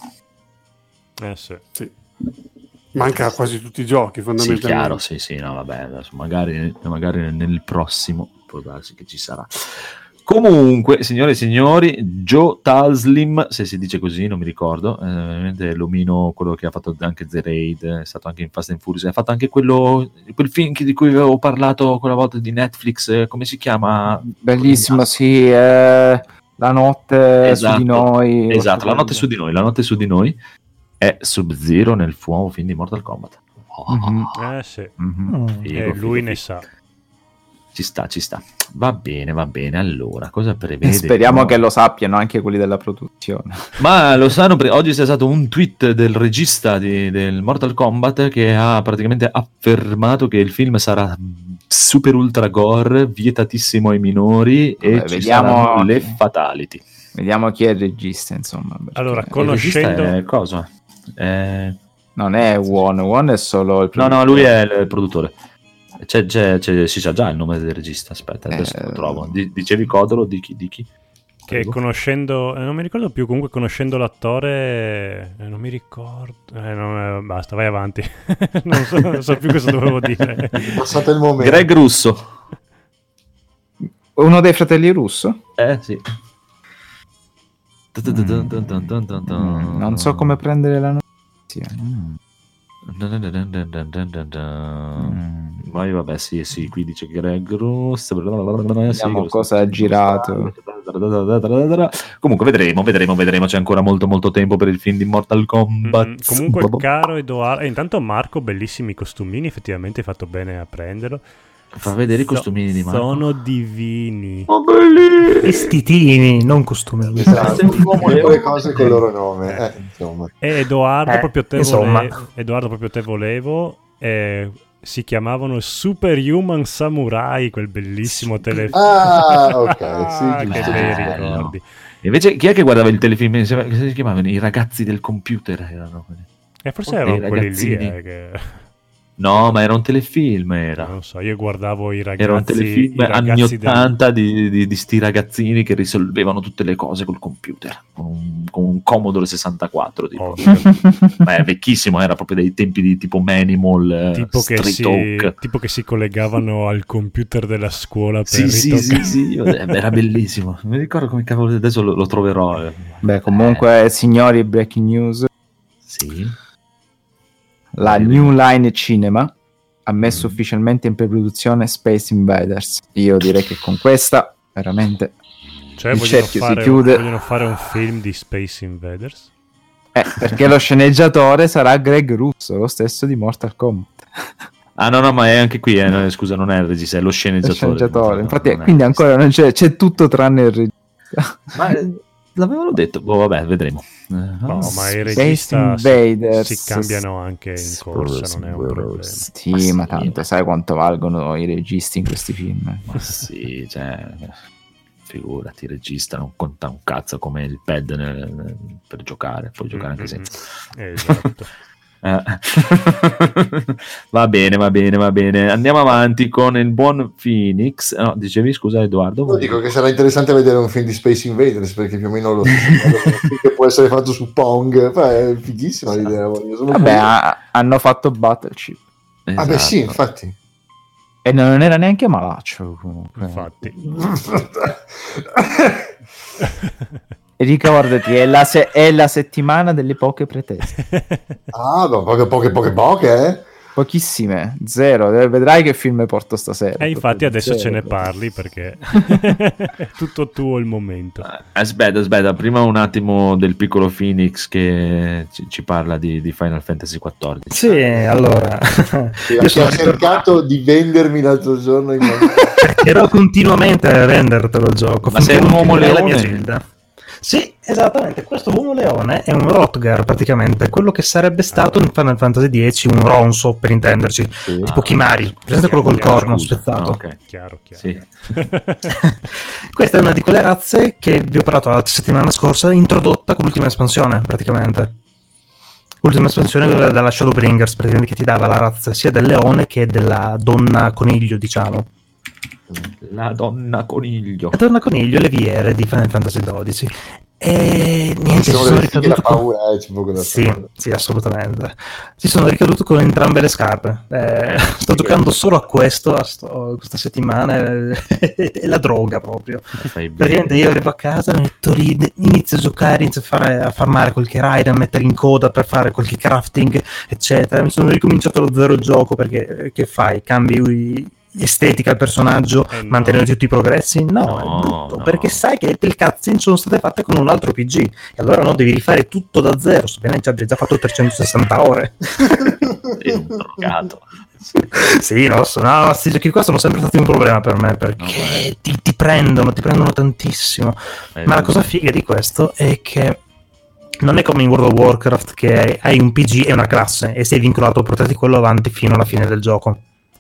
Eh sì. Sì. Manca a quasi tutti i giochi fondamentalmente. Sì, chiaro, sì, sì, no, vabbè, adesso magari, magari nel prossimo può darsi che ci sarà. Comunque, signore e signori, Joe Taslim, se si dice così, non mi ricordo, eh, ovviamente l'omino, quello che ha fatto anche The Raid, è stato anche in Fast and Furious, ha fatto anche quello, quel film che- di cui avevo parlato quella volta di Netflix, eh, come si chiama? Bellissimo, sì. eh, La notte Esatto, su di noi. Esatto, La notte su di noi, La notte su di noi è Sub-Zero nel nuovo film di Mortal Kombat. Oh, Mhm. Eh sì, Mhm. figo, e figo, lui ne figo. sa. Ci sta, ci sta. Va bene, va bene. Allora, cosa prevede? E speriamo No. che lo sappiano anche quelli della produzione. Ma lo sanno, pre- oggi c'è stato un tweet del regista di- del Mortal Kombat che ha praticamente affermato che il film sarà super ultra gore, vietatissimo ai minori e Vabbè, ci vediamo- saranno le fatality. Vediamo chi è il regista, insomma. perché Allora, Il regista conoscendo... è cosa? È- non è One, One è solo il No, no, produttore. lui è il produttore. C'è, c'è, c'è- si sa già il nome del regista. Aspetta, adesso Eh, lo trovo. Di- dicevi Codolo? Di chi? Di chi? Che Prego. conoscendo, eh, non mi ricordo più, comunque conoscendo l'attore, eh, non mi ricordo, eh, non- eh, basta, vai avanti, non, so, non so più cosa dovevo dire. È passato il momento. Greg Russo. Uno dei fratelli russo? Eh, sì. Mm, non so come prendere la notizia. Mm. Poi vabbè, sì, sì, qui dice Greg Russo. Vediamo cosa ha girato. Comunque vedremo, vedremo, vedremo. C'è ancora molto molto tempo per il film di Mortal Kombat. Mm, comunque, caro Edoardo, e intanto Marco, bellissimi costumini, effettivamente hai fatto bene a prenderlo. Fa vedere i So- costumini di Marco. Sono divini. Oh, belli! Vestitini, non costumi. Esatto, un uomo e due cose con il loro nome. Eh, insomma. E Edoardo, Eh, proprio te insomma. vole- Edoardo, proprio te volevo. eh, si chiamavano Superhuman Samurai, quel bellissimo telefilm. Ah, ok, Ah, sì, che giusto, bei giusto. ricordi. Invece, chi è che guardava il telefilm? Mi sembra- Come si chiamavano? I ragazzi del computer erano quelli. E forse Oh, erano dei quelli lì. ragazzini. eh, che... No, ma era un telefilm, era. Non so, io guardavo i ragazzi. Era un telefilm i anni ragazzi del- ottanta di, di, di sti ragazzini che risolvevano tutte le cose col computer, con un, con un Commodore sessantaquattro, tipo. Ovvio. Ma è vecchissimo, era proprio dei tempi di tipo Manimal, eh, tipo, che Street si, Talk. tipo che si collegavano al computer della scuola per Sì, sì, ritoccare. sì, sì, era bellissimo. Non mi ricordo come cavolo, adesso lo, lo troverò. eh. Beh, comunque, signori, breaking news. Sì. La Vedi. New Line Cinema ha messo Mm. ufficialmente in preproduzione Space Invaders. Io direi che con questa, veramente... Cioè, Il vogliono cerchio si fare, chiude. vogliono fare un film di Space Invaders? Eh, perché lo sceneggiatore sarà Greg Russo, lo stesso di Mortal Kombat. Ah no, no, ma è anche qui, eh, no, scusa, non è il regista, è lo Lo sceneggiatore. sceneggiatore. Infatti, Non è quindi il ancora non c'è, c'è tutto tranne il regista. Ma eh, l'avevano detto, boh, vabbè, vedremo. Eh, No, ma i Space regista si, Invaders. si cambiano anche in corsa, non è un problema. Sì, Ma sì, ma tanto sai quanto valgono i registi in questi film. Ma sì, cioè, figurati, il regista non conta un cazzo come il pad nel- nel- per giocare, puoi giocare anche senza. Mm-hmm. Esatto. Eh. Va bene, va bene, va bene. Andiamo avanti con il buon Phoenix. No, dicevi, scusa Edoardo? Io dico che sarà interessante vedere un film di Space Invaders perché più o meno lo che può essere fatto su Pong. Poi è fighissima l'idea. voglio solo Vabbè, quello. ha- hanno fatto Battleship. Ah, beh, sì, Esatto. infatti. E non era neanche malaccio. Comunque. Infatti. E ricordati, è la, se- è la settimana delle poche pretese. ah, no, poche, poche, poche, poche, eh. Pochissime, zero. Eh, Vedrai che film porto stasera. E infatti adesso ce ne Zero. parli perché è tutto tuo il momento. Eh, Aspetta, aspetta, prima un attimo del piccolo Phoenix che ci, ci parla di, di Final Fantasy quattordici. Sì, allora. Che Io ha sono cercato di vendermi l'altro giorno in maniera... cercherò continuamente a rendertelo il gioco. Ma sei finché un non uomo finirà la leone? mia gilda. Sì, esattamente. Questo uomo leone è un Rotgar, praticamente, quello che sarebbe stato in Final Fantasy dieci un Ronso, per intenderci, Sì. tipo Kimari, presente quello col Chiaro, corno scusa. spezzato. Ah, ok. Chiaro, chiaro. Sì. Questa è una di quelle razze che vi ho parlato la settimana scorsa, introdotta con l'ultima espansione, praticamente. L'ultima espansione quella dalla Shadowbringers, praticamente, che ti dava la razza sia del leone che della donna coniglio, diciamo. La donna coniglio. La donna coniglio e le viere di Final Fantasy dodici. E niente, Ci ci sono sono delle fighe da ricaduto con... paura, eh, c'è poco da Sì, fare. sì, assolutamente. Ci sono ricaduto con entrambe le scarpe. Eh, sto giocando solo a questo a sto- questa settimana. È la droga proprio. Fai bene. Praticamente io arrivo a casa, mi metto lì, inizio a giocare, inizio a, fare, a farmare qualche raid, a mettere in coda per fare qualche crafting, eccetera. Mi sono ricominciato lo zero gioco perché eh, che fai? Cambi estetica al personaggio, Eh, no. mantenere tutti i progressi? No, No, è brutto, no. perché sai che le cutscene sono state fatte con un altro P G e allora no, devi rifare tutto da zero, sebbene già abbia già fatto trecentosessanta ore. Sei un drogato. Sì, no, so- no, questi giochi qua sono sempre stati un problema per me perché No, beh. ti, ti prendono, ti prendono tantissimo. Eh, Ma la cosa figa di questo è che non è come in World of Warcraft che hai un P G e una classe e sei vincolato a portarti quello avanti fino alla fine del gioco.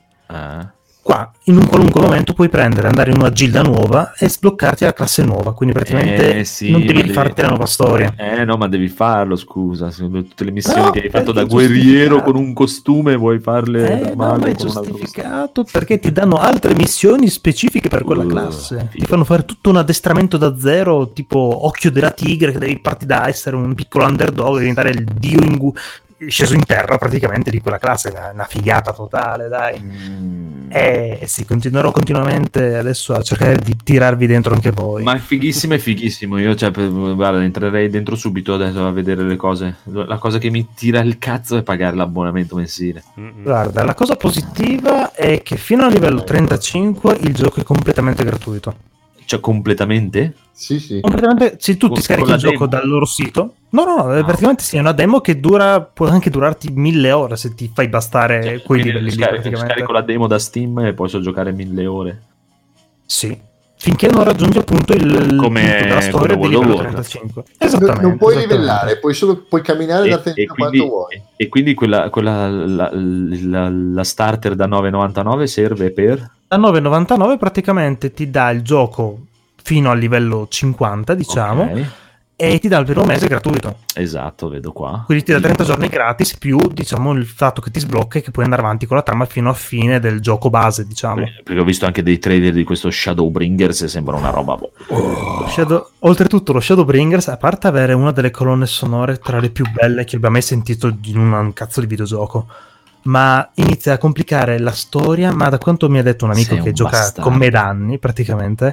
eh. Qua in un qualunque momento puoi prendere, andare in una gilda nuova e sbloccarti la classe nuova, quindi praticamente Eh, sì, non devi ma rifarti devi- la nuova storia. Eh no, ma devi farlo, scusa. Se tutte le missioni No, che hai fatto perché da guerriero giustificato? con un costume vuoi farle Eh, no, normali ma è con un altro costume. giustificato perché ti danno altre missioni specifiche per quella Uh, classe. Ti figo. fanno fare tutto un addestramento da zero, tipo Occhio della Tigre, che devi partire da essere un piccolo underdog e diventare il dio in gu- sceso in terra praticamente di quella classe. È una figata totale, dai. Mm. E sì, continuerò continuamente adesso a cercare di tirarvi dentro anche voi. Ma è fighissimo, è fighissimo. Io, cioè, per- guarda, entrerei dentro subito adesso a vedere le cose. La cosa che mi tira il cazzo è pagare l'abbonamento mensile. Mm-mm. Guarda, la cosa positiva è che fino al livello trentacinque il gioco è completamente gratuito. Cioè, completamente? Sì, sì. Completamente, se tu Con- ti scarichi con il la gioco demo? dal loro sito, no, no, no, Ah. praticamente sì, è una demo che dura, può anche durarti mille ore se ti fai bastare Cioè, Eh, quei quindi livelli lì. scarico, Praticamente. scarico la demo da Steam e posso giocare mille ore. Sì, finché non raggiungi appunto il il Come- punto della storia come del World of livello Warcraft. trentacinque. Non, Esattamente. non puoi esattamente. livellare, puoi solo puoi camminare da E, te e quanto quindi, vuoi. e quindi quella, quella la, la- la starter da nove e novantanove serve per... Da nove e novantanove praticamente ti dà il gioco fino al livello cinquanta, diciamo, Ok, e ti dà il primo mese gratuito. esatto, vedo qua. Quindi ti dà trenta giorni gratis più, diciamo, il fatto che ti sblocca e che puoi andare avanti con la trama fino a fine del gioco base, diciamo. Perché ho visto anche dei trailer di questo Shadowbringers e sembra una roba... boh. Lo Shadow- oltretutto lo Shadowbringers, a parte avere una delle colonne sonore tra le più belle che abbia mai sentito in un, un cazzo di videogioco, ma inizia a complicare la storia, ma da quanto mi ha detto un amico Sei che un gioca bastardo. con me da anni praticamente,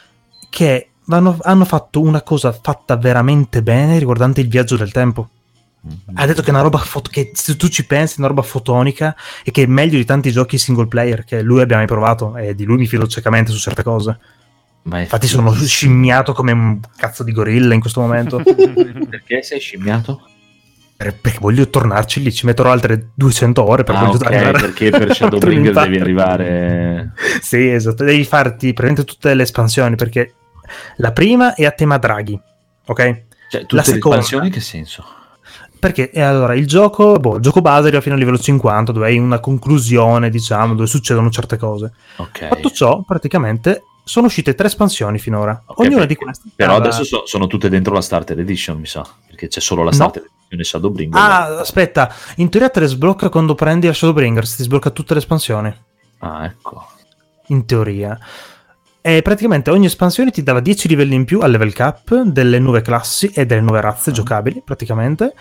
che vanno- hanno fatto una cosa fatta veramente bene riguardante il viaggio del tempo. Ha detto che è una roba fot- che se tu ci pensi è una roba fotonica e che è meglio di tanti giochi single player che lui abbia mai provato, e di lui mi fido ciecamente su certe cose. Ma è Infatti sono fighissimo. scimmiato come un cazzo di gorilla in questo momento. Perché sei scimmiato? Per- perché voglio tornarci lì, ci metterò altre duecento ore per Ah, voglio ok, arrivare- perché per Shadowbringers Altro devi impatto. arrivare... Sì, esatto, devi farti praticamente tutte le espansioni, perché la prima è a tema draghi, ok? Cioè, tutte La le seconda- espansioni, che senso? Perché eh, allora il gioco, boh, il gioco base arriva fino al livello cinquanta, dove hai una conclusione, diciamo, dove succedono certe cose. Ok. Fatto ciò, praticamente sono uscite tre espansioni finora. Ok, Ognuna perché- di queste. Però cada- adesso so- sono tutte dentro la Starter Edition, mi sa, perché c'è solo la No. Starter Edition Shadowbringers. Ah, aspetta, in teoria te le sblocca quando prendi la Shadowbringers, ti sblocca tutte le espansioni. Ah, ecco. In teoria. E praticamente ogni espansione ti dava dieci livelli in più al level cap, delle nuove classi e delle nuove razze giocabili, praticamente.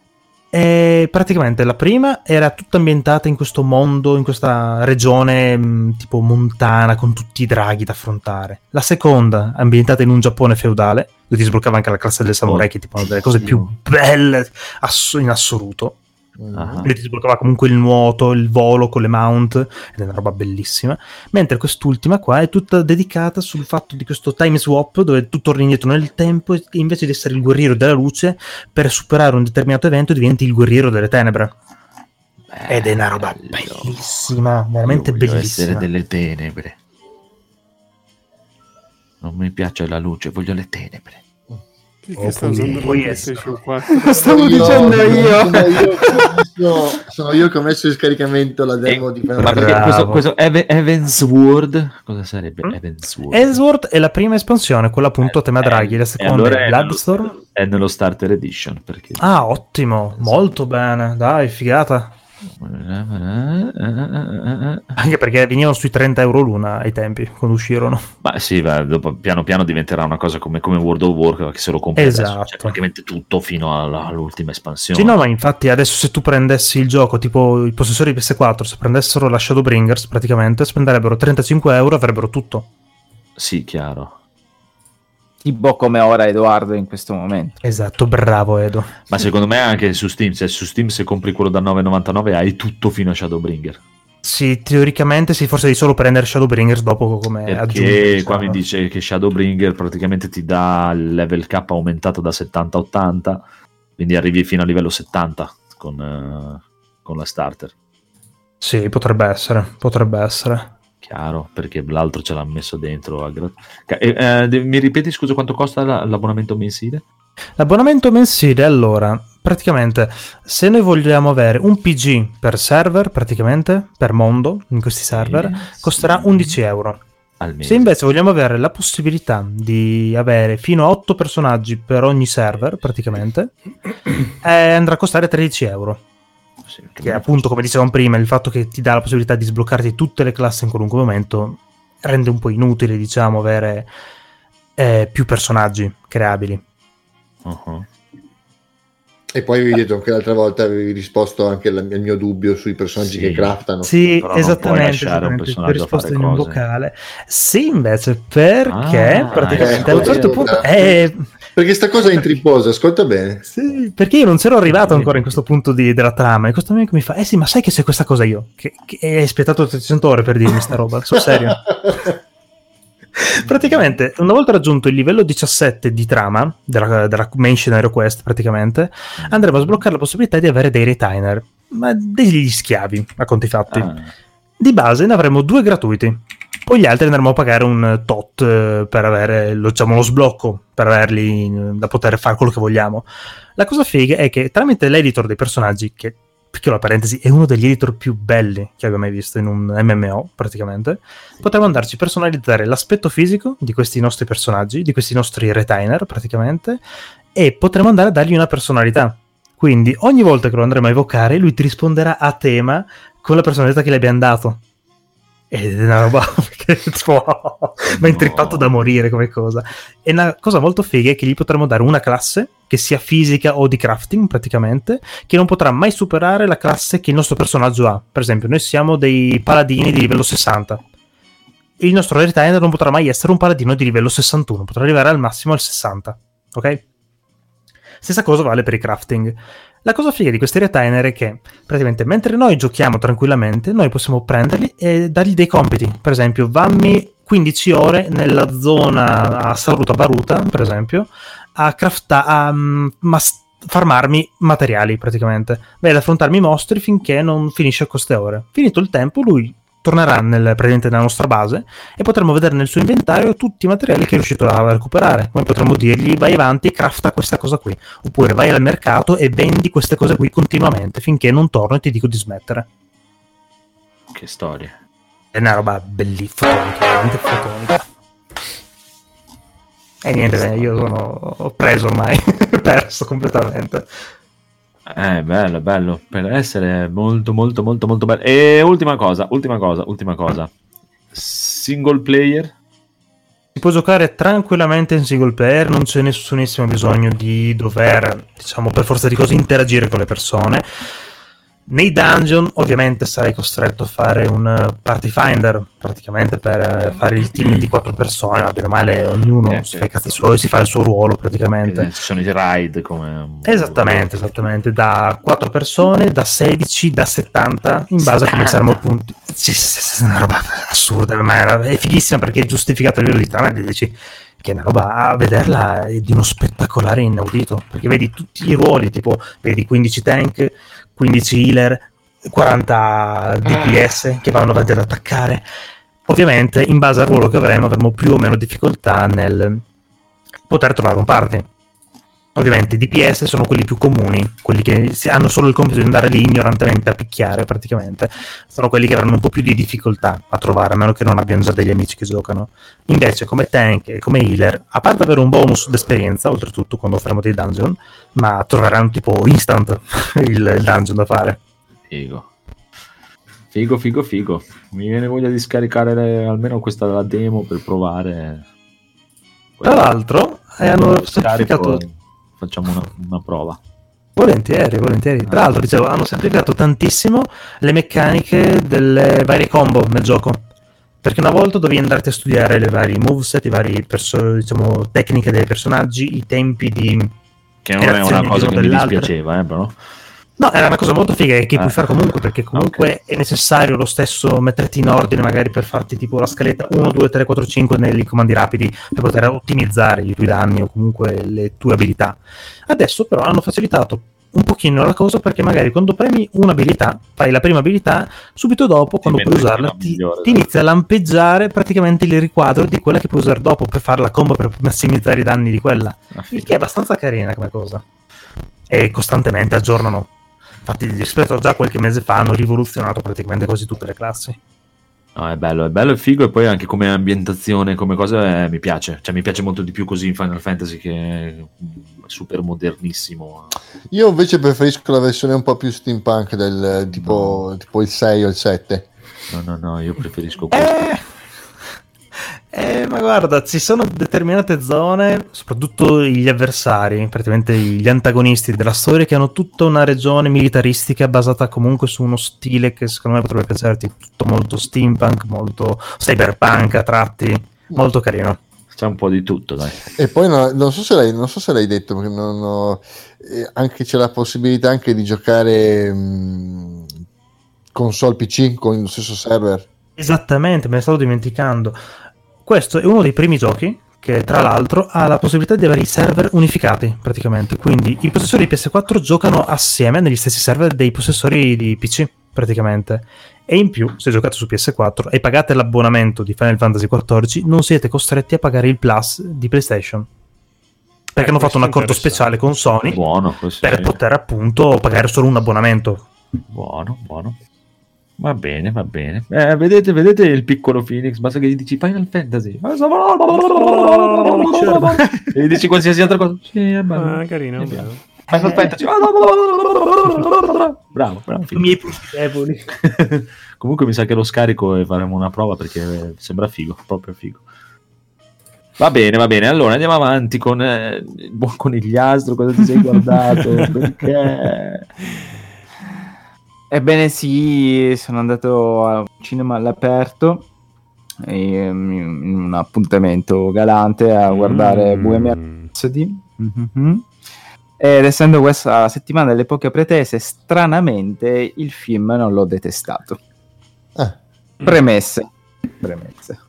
E praticamente la prima era tutta ambientata in questo mondo, in questa regione mh, tipo montana, con tutti i draghi da affrontare. La seconda, ambientata in un Giappone feudale, dove ti sbloccava anche la classe del samurai, che è tipo una delle cose più belle ass- in assoluto. Ah. Quindi ti sbloccava comunque il nuoto, il volo con le mount, ed è una roba bellissima. Mentre quest'ultima qua è tutta dedicata sul fatto di questo time swap, dove tu torni indietro nel tempo e invece di essere il guerriero della luce, per superare un determinato evento diventi il guerriero delle tenebre. Ed è una roba Bello. bellissima, veramente Io voglio bellissima. essere delle tenebre. Non mi piace la luce, voglio le tenebre. Chi Oh, che sta poi- usando la poi PlayStation quattro? Stavo dicendo io. Sono io, che ho messo, sono io che ho messo in scaricamento la demo di Final Ma perché Bravo. questo, questo Eve- Evansward, cosa sarebbe Mm? Evansward? Ellsworth è la prima espansione, quella appunto a tema Eh, draghi, la e seconda allora è è Bloodstorm. nello, è nello Starter Edition, perché... Ah, ottimo, molto bene, dai, figata. Anche perché venivano sui trenta euro l'una ai tempi, quando uscirono. Ma sì, beh, dopo piano piano diventerà una cosa come, come World of Warcraft, che se lo compri Esatto. adesso, cioè praticamente tutto fino alla, all'ultima espansione. Sì, no, ma infatti adesso se tu prendessi il gioco, tipo i possessori di P S quattro, se prendessero la Shadowbringers, praticamente spenderebbero trentacinque euro e avrebbero tutto. Sì, chiaro. Tipo come ora Edoardo in questo momento. Esatto, bravo Edo. Ma secondo me anche su Steam, cioè su Steam se compri quello da nove e novantanove hai tutto fino a Shadowbringer. Sì, teoricamente sì, forse devi solo prendere Shadowbringers dopo come aggiunta. Perché qua mi dice che Shadowbringer praticamente ti dà il level cap aumentato da settanta a ottanta, quindi arrivi fino a livello settanta con, uh, con la starter. Sì, potrebbe essere, potrebbe essere. Chiaro, perché l'altro ce l'ha messo dentro. A gra- eh, eh, mi ripeti, scusa, quanto costa la- l'abbonamento mensile? L'abbonamento mensile, allora, praticamente, se noi vogliamo avere un P G per server, praticamente, per mondo, in questi server, sì, costerà sì. undici euro. Al mese. Se invece vogliamo avere la possibilità di avere fino a otto personaggi per ogni server, praticamente, eh, andrà a costare tredici euro. Sì, Che appunto, come dicevamo prima, il fatto che ti dà la possibilità di sbloccarti tutte le classi in qualunque momento rende un po' inutile, diciamo, avere eh, più personaggi creabili. Uh-huh. E poi avevi detto anche l'altra volta, avevi risposto anche al mio dubbio sui personaggi Sì. che craftano. Sì, Però non puoi esattamente, lasciare un esattamente. Ti ho personaggio a risposto fare in un cose. vocale. Sì, invece, perché Ah, praticamente ecco, a un certo ascolta. punto... Eh, Perché sta cosa è intriposa, ascolta bene. sì, perché io non c'ero arrivato ancora in questo punto di- della trama e questo amico mi fa, eh sì, ma sai che c'è questa cosa io? Che, che hai aspettato trecento ore per dirmi sta roba, sul serio. Praticamente, una volta raggiunto il livello diciassette di trama della, della main scenario quest, praticamente, andremo a sbloccare la possibilità di avere dei retainer, ma degli schiavi, a conti fatti. Ah, Di base ne avremo due gratuiti, poi gli altri andremo a pagare un tot eh, per avere lo, diciamo, lo sblocco, per averli eh, da poter fare quello che vogliamo. La cosa figa è che tramite l'editor dei personaggi, che piccola parentesi, è uno degli editor più belli che abbia mai visto in un M M O, praticamente, potremo andarci a personalizzare l'aspetto fisico di questi nostri personaggi, di questi nostri retainer, praticamente, e potremo andare a dargli una personalità. Quindi ogni volta che lo andremo a evocare, lui ti risponderà a tema con la personalità che le abbiamo dato. Ed è una roba che tipo, mi ha intrippato da morire come cosa. E una cosa molto figa è che gli potremo dare una classe che sia fisica o di crafting, praticamente, che non potrà mai superare la classe che il nostro personaggio ha. Per esempio, noi siamo dei paladini di livello sessanta. Il nostro retainer non potrà mai essere un paladino di livello sessantuno, potrà arrivare al massimo al sessanta. Ok? Stessa cosa vale per i crafting. La cosa figa di questi retainer è che praticamente mentre noi giochiamo tranquillamente, noi possiamo prenderli e dargli dei compiti. Per esempio, vammi quindici ore nella zona a Saruta Baruta, per esempio, a craftare, a um, mas- farmarmi materiali praticamente. Vai ad affrontarmi i mostri finché non finisce a queste ore. Finito il tempo, lui tornerà nel, praticamente nella nostra base e potremo vedere nel suo inventario tutti i materiali che è riuscito a recuperare. Poi potremo dirgli vai avanti e crafta questa cosa qui, oppure vai al mercato e vendi queste cose qui continuamente finché non torno e ti dico di smettere. che storia. È una roba bellissima, fotonica, veramente fotonica. E niente, io sono, ho preso ormai, perso completamente. Eh, bello, bello, per essere molto, molto, molto, molto bello. E ultima cosa, ultima cosa, ultima cosa. Single player? Si può giocare tranquillamente in single player, non c'è nessunissimo bisogno di dover, diciamo, per forza di cose interagire con le persone. Nei dungeon ovviamente sarai costretto a fare un party finder praticamente per fare il team di quattro persone, ma bene o male ognuno Eh, si fa i cazzi suoi, si fa il suo ruolo praticamente. Ci sono i raid come... Esattamente, esattamente, da quattro persone, da sedici, da settanta, in base a come saremo punti. Sì, sì, sì, è una roba assurda, ma è fighissima perché è giustificato a livello di trama, dici che è una roba, a vederla è di uno spettacolare inaudito, perché vedi tutti i ruoli, tipo vedi quindici tank, quindici healer, quaranta D P S che vanno avanti ad attaccare. Ovviamente in base al ruolo che avremo avremo più o meno difficoltà nel poter trovare un party. Ovviamente i D P S sono quelli più comuni, quelli che hanno solo il compito di andare lì ignorantemente a picchiare praticamente, sono quelli che avranno un po' più di difficoltà a trovare, a meno che non abbiano già degli amici che giocano. Invece come tank e come healer, a parte avere un bonus d'esperienza, oltretutto quando faremo dei dungeon, ma troveranno tipo instant il, il dungeon da fare. Figo. Figo, figo, figo. Mi viene voglia di scaricare le- almeno questa la demo per provare. Tra l'altro, eh, hanno semplificato... Scarico, facciamo una, una prova. Volentieri, volentieri. Tra l'altro, dicevo, hanno semplificato tantissimo le meccaniche delle varie combo nel gioco. Perché una volta dovevi andarti a studiare le varie moveset, i vari perso- diciamo, tecniche dei personaggi, i tempi di... Che non è reazioni una cosa l'uno che mi dell'altro. dispiaceva, eh, però. No, era una cosa molto figa e che Ah. puoi fare comunque, perché comunque Ok. è necessario lo stesso metterti in ordine magari per farti tipo la scaletta uno, due, tre, quattro, cinque nei comandi rapidi per poter ottimizzare i tuoi danni o comunque le tue abilità. Adesso però hanno facilitato un pochino la cosa, perché magari quando premi un'abilità, fai la prima abilità, subito dopo quando puoi mette usarla una ti, migliore, ti dai. inizia a lampeggiare praticamente il riquadro di quella che puoi usare dopo per fare la combo, per massimizzare i danni di quella, Ah, il figo. che è abbastanza carina come cosa, e costantemente aggiornano. Infatti rispetto a già qualche mese fa hanno rivoluzionato praticamente quasi tutte le classi. No, è bello, è bello e figo, e poi anche come ambientazione, come cosa, eh, mi piace. Cioè, mi piace molto di più così in Final Fantasy, che è super modernissimo. Io invece preferisco la versione un po' più steampunk del tipo, tipo il sei o il sette. No, no, no, io preferisco questo. Eh, eh, ma guarda, ci sono determinate zone, soprattutto gli avversari, praticamente gli antagonisti della storia, che hanno tutta una regione militaristica basata comunque su uno stile che secondo me potrebbe piacerti, tutto molto steampunk, molto cyberpunk a tratti, molto carino. C'è un po' di tutto, dai. E poi no, non so se l'hai, non so se l'hai detto, perché non ho, eh, anche c'è la possibilità anche di giocare mh, console P C con lo stesso server. Esattamente, me ne stavo dimenticando. Questo è uno dei primi giochi che tra l'altro ha la possibilità di avere i server unificati praticamente, quindi i possessori di P S quattro giocano assieme negli stessi server dei possessori di P C praticamente, e in più se giocate su P S quattro e pagate l'abbonamento di Final Fantasy quattordici non siete costretti a pagare il Plus di PlayStation, perché Eh, hanno fatto un questo è accordo speciale con Sony Buono, questo per sì. poter appunto pagare solo un abbonamento. Buono, buono. Va bene, va bene. Eh, vedete, vedete il piccolo Phoenix, basta che gli dici Final Fantasy. E gli dici qualsiasi altra cosa. Sì, è bello. Ah, carino. È bello. bello. Final Fantasy. Bravo, bravo. I miei punti deboli. Comunque mi sa che lo scarico e faremo una prova, perché sembra figo, proprio figo. Va bene, va bene. Allora andiamo avanti con eh, il buon conigliastro. Cosa ti sei guardato? Perché? Ebbene sì, sono andato al cinema all'aperto ehm, in un appuntamento galante a guardare Mm. Bohemian Rhapsody. Mhm. Ed essendo questa la settimana delle poche pretese, stranamente il film non l'ho detestato. Ah, Premesse. Premesse.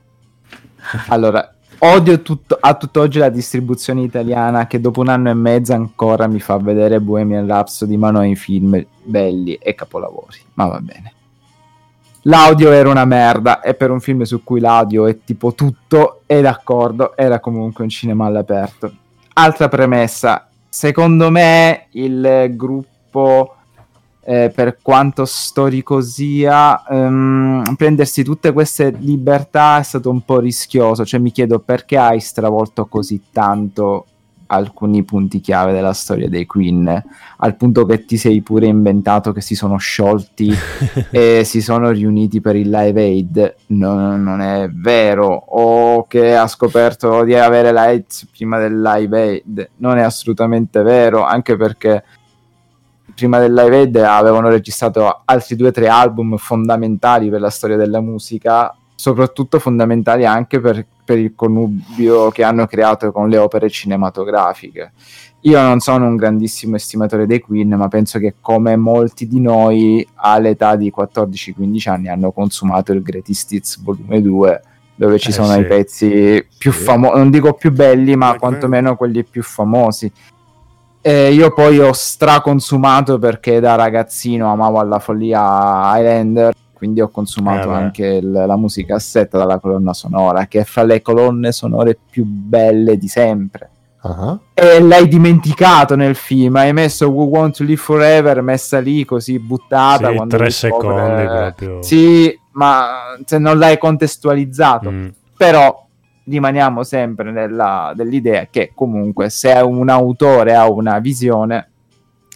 Allora, odio tutto, a tutt'oggi la distribuzione italiana che dopo un anno e mezzo ancora mi fa vedere Bohemian Rhapsody, ma non i film belli e capolavori. Ma va bene. L'audio era una merda, e per un film su cui l'audio è tipo tutto, è d'accordo, era comunque un cinema all'aperto. Altra premessa. Secondo me il gruppo, eh, per quanto storico sia, ehm, prendersi tutte queste libertà è stato un po' rischioso. Cioè mi chiedo perché hai stravolto così tanto alcuni punti chiave della storia dei Queen, al punto che ti sei pure inventato che si sono sciolti e si sono riuniti per il Live Aid. No, non è vero. O che ha scoperto di avere l'AIDS prima del Live Aid. Non è assolutamente vero, anche perché prima del Live Aid avevano registrato altri due o tre album fondamentali per la storia della musica, soprattutto fondamentali anche per, per il connubio che hanno creato con le opere cinematografiche. Io non sono un grandissimo estimatore dei Queen, ma penso che come molti di noi all'età di quattordici quindici anni hanno consumato il Greatest Hits volume due, dove ci Eh, sono sì. i pezzi più Sì. famosi, non dico più belli, ma Black quantomeno quelli più famosi. Eh, io poi ho straconsumato perché da ragazzino amavo alla follia Highlander, quindi ho consumato Eh, beh. anche il- la musicassetta dalla colonna sonora, che è fra le colonne sonore più belle di sempre. ah. E l'hai dimenticato nel film, hai messo We Want to Live Forever messa lì così buttata. Sì, quando tre riscopre- secondi proprio. Sì, ma se non l'hai contestualizzato. Mm. Però rimaniamo sempre nella, dell'idea che comunque se un autore ha una visione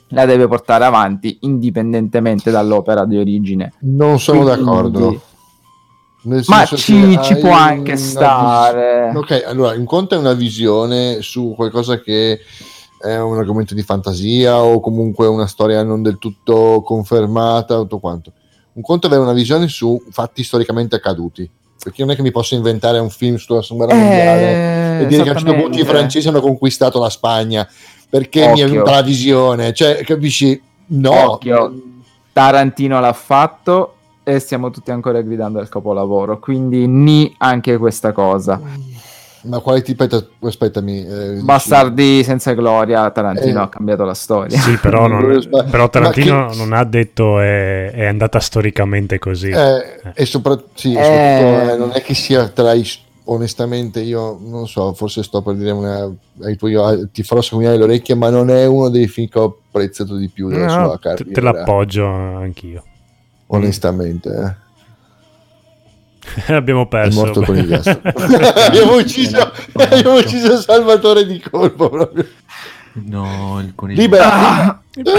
la deve portare avanti indipendentemente dall'opera di origine. Non sono Quindi- d'accordo. Nel Ma senso ci, che ci hai può anche una stare. vis- Ok, allora, un conto è una visione su qualcosa che è un argomento di fantasia o comunque una storia non del tutto confermata, tutto quanto. Un conto è avere una visione su fatti storicamente accaduti. Perché non è che mi posso inventare un film sulla seconda guerra mondiale Eh, e dire che a un certo punto i esattamente. francesi hanno conquistato la Spagna perché mi è Occhio. venuta la visione. Cioè, capisci? No. Occhio. Tarantino l'ha fatto e stiamo tutti ancora gridando al capolavoro, quindi ni anche questa cosa. Ma quale tipo? Aspettami. eh, dici- Bastardi senza gloria, Tarantino Eh. ha cambiato la storia. Sì, però, non- Non sbag- però Tarantino Ma che- non ha detto è, è andata storicamente così. Eh, e sopra- sì, Eh. soprattutto eh, non è che sia tra i onestamente io non so, forse sto per dire una ai tuoi, eh, ti farò somigliare le orecchie, ma non è uno dei film che ho apprezzato di più della No, sua te, carriera, te l'appoggio anch'io. onestamente eh. Abbiamo È perso. morto con il gas. abbiamo, ucciso, abbiamo ucciso Salvatore di colpo proprio. No, il coniglio. Libera.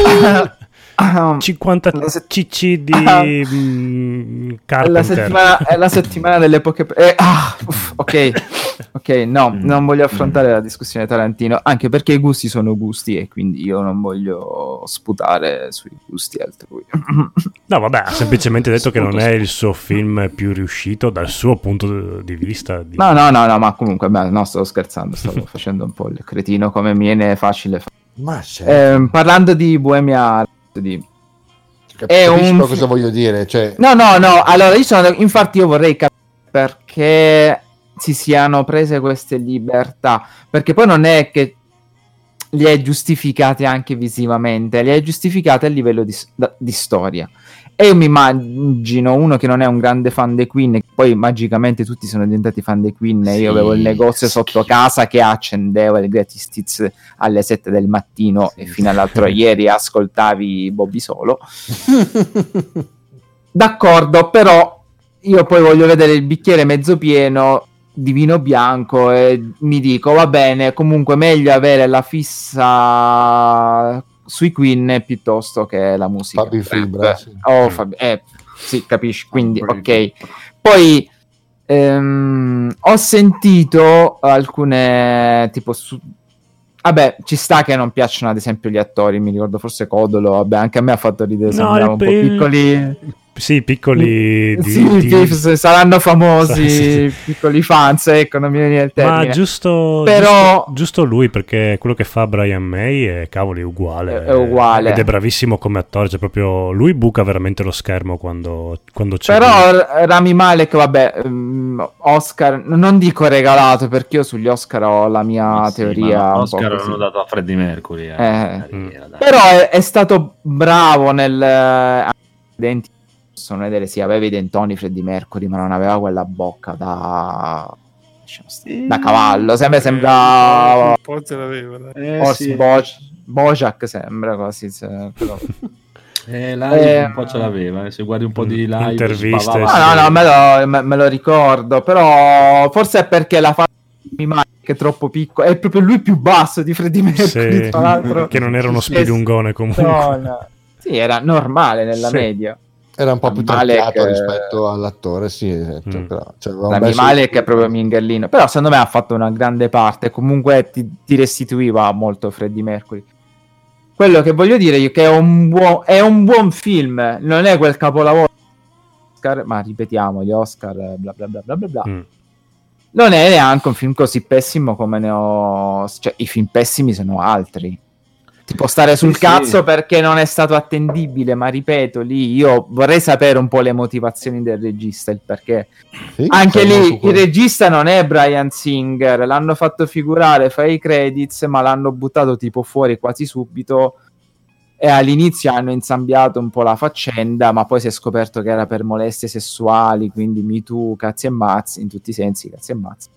cinquanta La se- cc di Ah. mm, È la Carpenter. settimana, è la settimana delle poche. Eh, ah, uff, ok, ok, no, non voglio affrontare la discussione Tarantino, anche perché i gusti sono gusti e quindi io non voglio sputare sui gusti altrui. No, vabbè, ha semplicemente detto che non è il suo film più riuscito dal suo punto di vista. Di... No, no, no, no, ma comunque, beh, no, stavo scherzando, stavo facendo un po' il cretino come mi viene facile. fa- Ma certo. Ehm, parlando di Bohemia Rhapsody, Cap- è capisci un però fi- cosa voglio dire, cioè no, no, no, allora io sono, infatti io vorrei capire perché si siano prese queste libertà, perché poi non è che li hai giustificate anche visivamente, li hai giustificate a livello di, s- da- di storia. E io mi immagino uno che non è un grande fan dei Queen, che poi magicamente tutti sono diventati fan dei Queen, e io avevo il negozio sotto casa che accendeva il Greatest Hits alle sette del mattino e fino all'altro ieri ascoltavi Bobby Solo. D'accordo, però io poi voglio vedere il bicchiere mezzo pieno di vino bianco e mi dico va bene, comunque meglio avere la fissa sui Queen piuttosto che la musica Fabi rap. Fibra, sì. Oh, Fabi- eh, sì, capisci, quindi ok. Poi ehm, ho sentito alcune tipo su... Vabbè, ci sta che non piacciono ad esempio gli attori, mi ricordo forse Codolo, vabbè, anche a me ha fatto ridere, No, sembrava il- un po' il- piccoli. Sì, piccoli. Di, Sì, di- Piffs, saranno famosi, Sì, sì. piccoli fans, ecco, non mi viene il termine. Ma giusto, Però- giusto, giusto lui, perché quello che fa Brian May è cavoli uguale. È- è uguale. Ed è bravissimo come attore. Cioè, proprio lui buca veramente lo schermo quando, quando c'è. Però lui. R- Rami Malek, vabbè, ehm, Oscar, non dico regalato perché io sugli Oscar ho la mia Ma sì, teoria ma un po' Oscar così. l'hanno dato a Freddie Mercury. Eh. Eh. Carriera, dai. Però è, è stato bravo nel eh, i denti possono vedere, sì, aveva i dentoni Freddie Mercury, ma non aveva quella bocca da lasciamo stare, da cavallo, sembra sembra un po' ce l'aveva, dai. Eh, Horse sì. Bo- Bojack, sembra quasi se- però- Eh, live Eh, un po' ce l'aveva, eh. Se guardi un po' di live Interviste, spavava. sì. no, no, no, me lo, me, me lo ricordo, però forse è perché la fa che è troppo piccolo, è proprio lui più basso di Freddie Mercury, Sì, tra l'altro. che non era uno Sì, spilungone comunque. no, no. Sì, era normale nella Sì. media. era un po' più Malek, tarchiato eh, rispetto all'attore, sì, esatto, Mm. però, cioè, aveva un Rami bel Malek suo- è proprio minghellino, però secondo me ha fatto una grande parte, comunque ti, ti restituiva molto Freddie Mercury. Quello che voglio dire io è che è un buon, è un buon film, non è quel capolavoro Oscar, ma ripetiamo gli Oscar bla bla bla bla bla bla. Mm. Non è neanche un film così pessimo come ne ho, cioè i film pessimi sono altri. Ti può stare sul Sì, cazzo sì. perché non è stato attendibile, ma ripeto, lì io vorrei sapere un po' le motivazioni del regista, il perché. Sì, Anche siamo su lì quello. il regista non è Bryan Singer, l'hanno fatto figurare, fa i credits, ma l'hanno buttato tipo fuori quasi subito e all'inizio hanno insabbiato un po' la faccenda, ma poi si è scoperto che era per molestie sessuali, quindi Me Too, cazzi e mazzi, in tutti i sensi, cazzi e mazzi.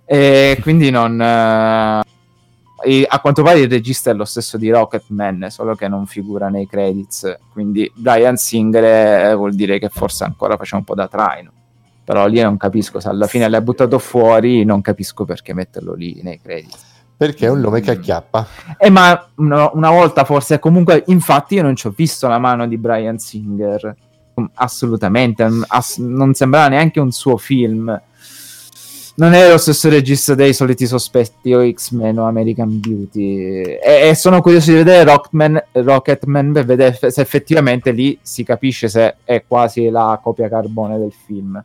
E quindi non... eh, e a quanto pare il regista è lo stesso di Rocketman, solo che non figura nei credits, quindi Bryan Singer eh, vuol dire che forse ancora faceva un po' da traino, però lì non capisco, se alla fine l'hai buttato fuori non capisco perché metterlo lì nei credits. Perché è un nome che acchiappa. Eh, ma una, una volta forse, comunque, infatti io non ci ho visto la mano di Bryan Singer, assolutamente, ass- non sembrava neanche un suo film. Non è lo stesso regista dei Soliti Sospetti o X-Men o American Beauty, e, e sono curioso di vedere Rockman, Rocketman per vedere se effettivamente lì si capisce se è quasi la copia carbone del film.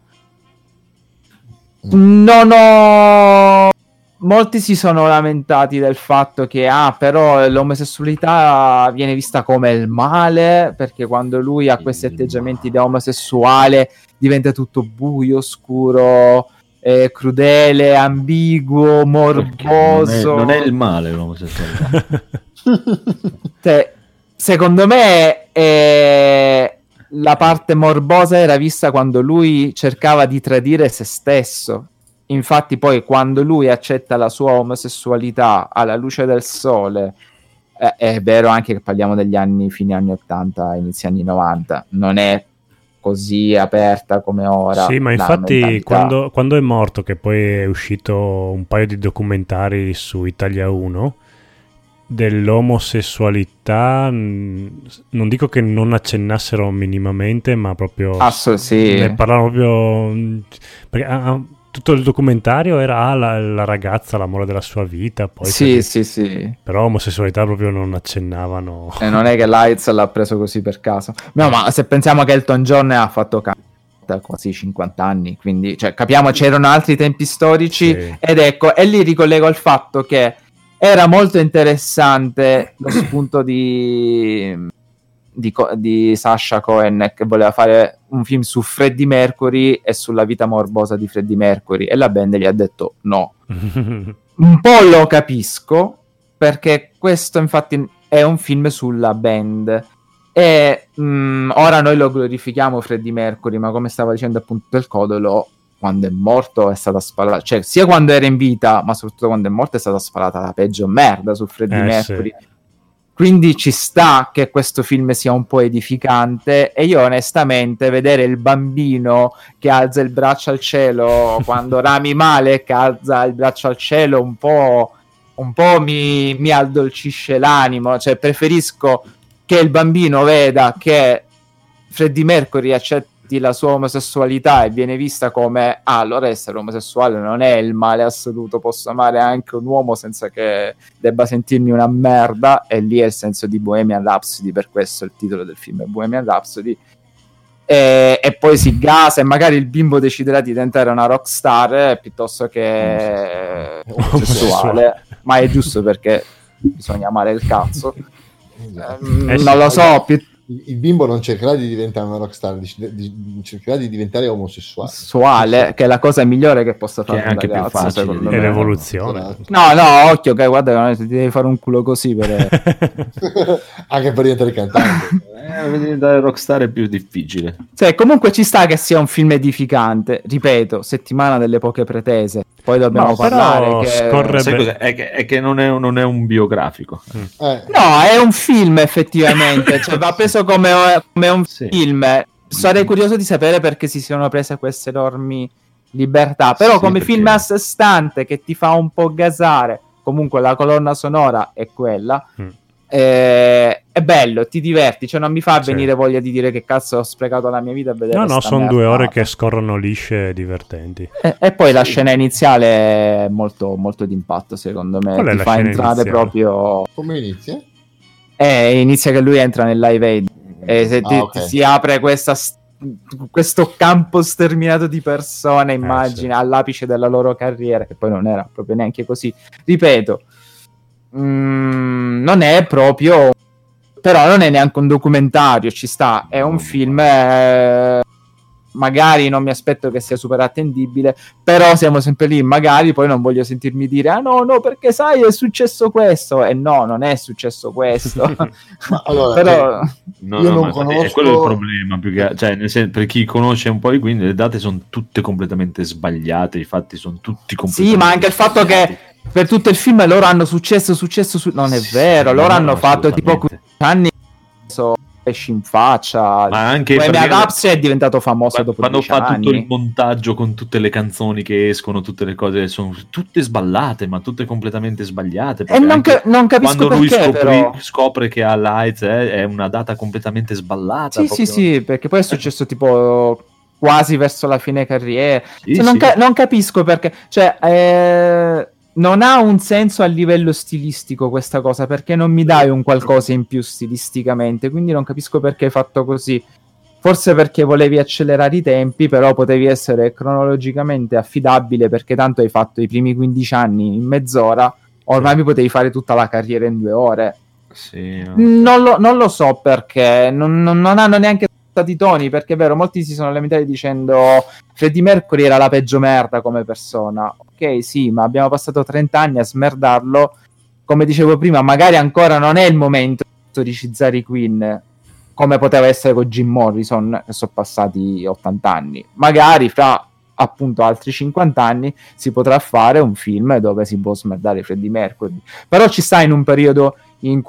Non ho... Molti si sono lamentati del fatto che ah, però l'omosessualità viene vista come il male, perché quando lui ha questi atteggiamenti da omosessuale diventa tutto buio, scuro, eh, crudele, ambiguo, morboso. Non è, non è il male l'omosessualità. Cioè, secondo me eh, la parte morbosa era vista quando lui cercava di tradire se stesso. Infatti poi quando lui accetta la sua omosessualità alla luce del sole, eh, è vero anche che parliamo degli anni fine anni ottanta, inizi anni novanta, non è così aperta come ora. Sì, ma infatti quando, quando è morto, che poi è uscito un paio di documentari su Italia uno, dell'omosessualità non dico che non accennassero minimamente, ma proprio Asso, sì. ne parlavano proprio perché, ah, tutto il documentario era ah, la, la ragazza, l'amore della sua vita, poi sì, per... sì, sì. però omosessualità proprio non accennavano. E non è che Lights l'ha preso così per caso. No, ma se pensiamo che Elton John ha fatto ca- da quasi cinquanta anni, quindi cioè, capiamo c'erano altri tempi storici, sì. Ed ecco, e lì ricollego al fatto che era molto interessante lo spunto di... Di, di Sacha Cohen, che voleva fare un film su Freddie Mercury e sulla vita morbosa di Freddie Mercury, e la band gli ha detto no. Un po' lo capisco, perché questo infatti è un film sulla band e mh, ora noi lo glorifichiamo Freddie Mercury, ma come stava dicendo appunto il Codolo, quando è morto è stata spalata, cioè sia quando era in vita ma soprattutto quando è morto è stata spalata la peggio merda su Freddie eh, Mercury, sì. Quindi ci sta che questo film sia un po' edificante, e io onestamente vedere il bambino che alza il braccio al cielo quando Rami Malek alza il braccio al cielo un po', un po' mi, mi addolcisce l'animo, cioè preferisco che il bambino veda che Freddie Mercury accetti la sua omosessualità e viene vista come ah, allora essere omosessuale non è il male assoluto, posso amare anche un uomo senza che debba sentirmi una merda, e lì è il senso di Bohemian Rhapsody, per questo il titolo del film è Bohemian Rhapsody, e, e poi si gasa e magari il bimbo deciderà di diventare una rockstar eh, piuttosto che omosessuale, ma è giusto perché bisogna amare il cazzo. eh, eh, non lo so, più il bimbo non cercherà di diventare una rockstar, di, di, cercherà di diventare omosessuale, sessuale, che è la cosa migliore che possa fare che è anche un ragazzo, più facile, secondo è me. l'evoluzione. No, no, occhio che guarda, ti devi fare un culo così per anche per diventare cantante. eh, per diventare rockstar è più difficile. Cioè, comunque ci sta che sia un film edificante, ripeto, settimana delle poche pretese. Poi dobbiamo no, parlare che... scorre Sai be- cos'è? È che, è che non, è, non è un biografico. Eh. No, è un film effettivamente, cioè va preso come, come un Sì. film. Sarei curioso di sapere perché si siano prese queste enormi libertà, però Sì, come perché- film a sé stante che ti fa un po' gasare, comunque la colonna sonora è quella, Mm. eh, è bello, ti diverti, cioè non mi fa Sì. venire voglia di dire che cazzo ho sprecato la mia vita a vedere no no sta sono due ore merdata. che scorrono lisce e divertenti. E, e poi la scena iniziale è molto, molto d'impatto, secondo me. Qual è Ti la fa scena entrare iniziale? proprio. Come inizia? Eh, inizia che lui entra nel Live Aid e se ti, Ah, ok. ti si apre questa, st- questo campo sterminato di persone, immagina, sì. all'apice della loro carriera, che poi non era proprio neanche così. Ripeto, mm, non è proprio. Però non è neanche un documentario, ci sta. È un film. Eh, magari non mi aspetto che sia super attendibile, però siamo sempre lì, magari poi non voglio sentirmi dire ah no no perché sai è successo questo, e no, non è successo questo. Ma allora, Però No, Io no, non ma infatti conosco- è quello il problema, più che, cioè, nel senso, per chi conosce un po' di quindi le date sono tutte completamente sbagliate, i fatti sono tutti completamente sì, ma anche il fatto che per tutto il film loro hanno successo successo su... non è Sì, vero, loro no, hanno fatto tipo assolutamente. quindici anni so, esci in faccia. Ma anche Bohemian Rhapsody è diventato famoso dopo quando dieci fa anni. tutto il montaggio con tutte le canzoni che escono, tutte le cose sono tutte sballate, ma tutte completamente sbagliate. E non, ca- non capisco quando lui perché, scopri- però. scopre che ha l'AIDS eh, è una data completamente sballata. Sì, proprio. sì, sì, perché poi è successo tipo quasi verso la fine carriera. Sì, Cioè, non, sì. ca- non capisco perché, cioè, eh, non ha un senso a livello stilistico questa cosa, perché non mi dai un qualcosa in più stilisticamente, quindi non capisco perché hai fatto così. Forse perché volevi accelerare i tempi, però potevi essere cronologicamente affidabile, perché tanto hai fatto i primi quindici anni in mezz'ora, ormai mi potevi fare tutta la carriera in due ore. Sì, no. Non lo, non lo so perché, non, non, non hanno neanche i toni, perché è vero, molti si sono lamentati dicendo Freddie Mercury era la peggio merda come persona. Ok, sì, ma abbiamo passato trenta anni a smerdarlo. Come dicevo prima, magari ancora non è il momento di storicizzare i Queen come poteva essere con Jim Morrison, che sono passati ottanta anni. Magari fra appunto altri cinquanta anni si potrà fare un film dove si può smerdare Freddie Mercury, però ci sta in un periodo in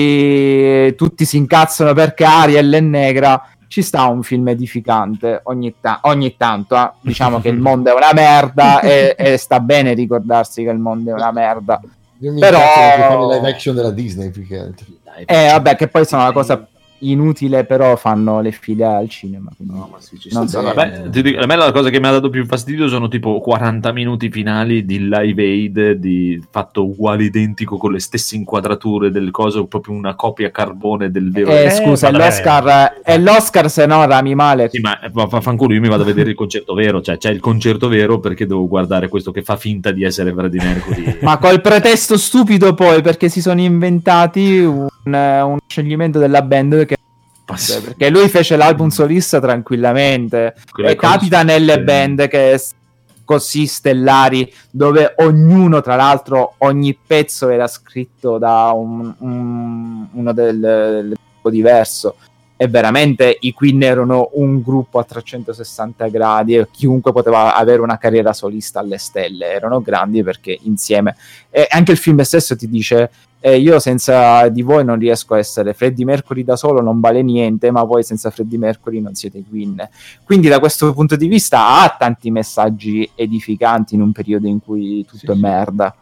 cui tutti si incazzano perché Ariel è negra. Ci sta un film edificante ogni, ta- ogni tanto, eh. Diciamo che il mondo è una merda e-, e sta bene ricordarsi che il mondo è una merda. Io mi Però incazzo che fanno live action della Disney più che altro. eh vabbè, che poi sono una cosa inutile, però fanno le file al cinema, quindi No, ma sì, ci non sta. so. Vabbè, ti dico, a me la cosa che mi ha dato più fastidio sono tipo quaranta minuti finali di Live Aid di, fatto uguale identico con le stesse inquadrature del coso, proprio una copia carbone del vero. Eh, scusa, è vabbè. l'Oscar, è l'Oscar, se no rami male. Sì, ma fa- fanculo, io mi vado a vedere il concerto vero, cioè c'è il concerto vero, perché devo guardare questo che fa finta di essere Freddie Mercury. Ma col pretesto stupido poi, perché si sono inventati un, un scioglimento della band che Pass- perché lui fece l'album solista tranquillamente. Quelle E cose capita nelle succede. band che s- così stellari, dove ognuno, tra l'altro, ogni pezzo era scritto da un, un- uno del, del gruppo diverso. E veramente i Queen erano un gruppo a trecentosessanta gradi e chiunque poteva avere una carriera solista alle stelle. Erano grandi perché insieme. E anche il film stesso ti dice: eh, io senza di voi non riesco a essere. Freddie Mercury da solo non vale niente, ma voi senza Freddie Mercury non siete Queen. Quindi da questo punto di vista ha tanti messaggi edificanti in un periodo in cui tutto Sì, è sì. merda.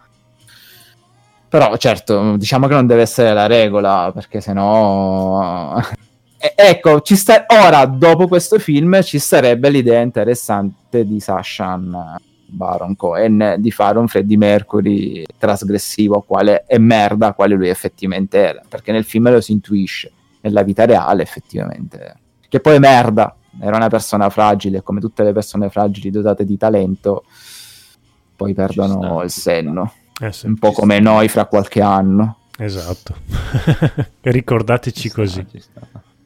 Però certo, diciamo che non deve essere la regola, perché sennò E- ecco, ci sta ora dopo questo film ci sarebbe l'idea interessante di Sacha Baron Cohen di fare un Freddie Mercury trasgressivo, quale è merda, quale lui effettivamente era, perché nel film lo si intuisce, nella vita reale effettivamente, che poi è merda, era una persona fragile, come tutte le persone fragili dotate di talento poi perdono sta, il ci senno, Eh sì, un po' come noi fra qualche anno. esatto. Ricordateci Ci sta, così. ci sta.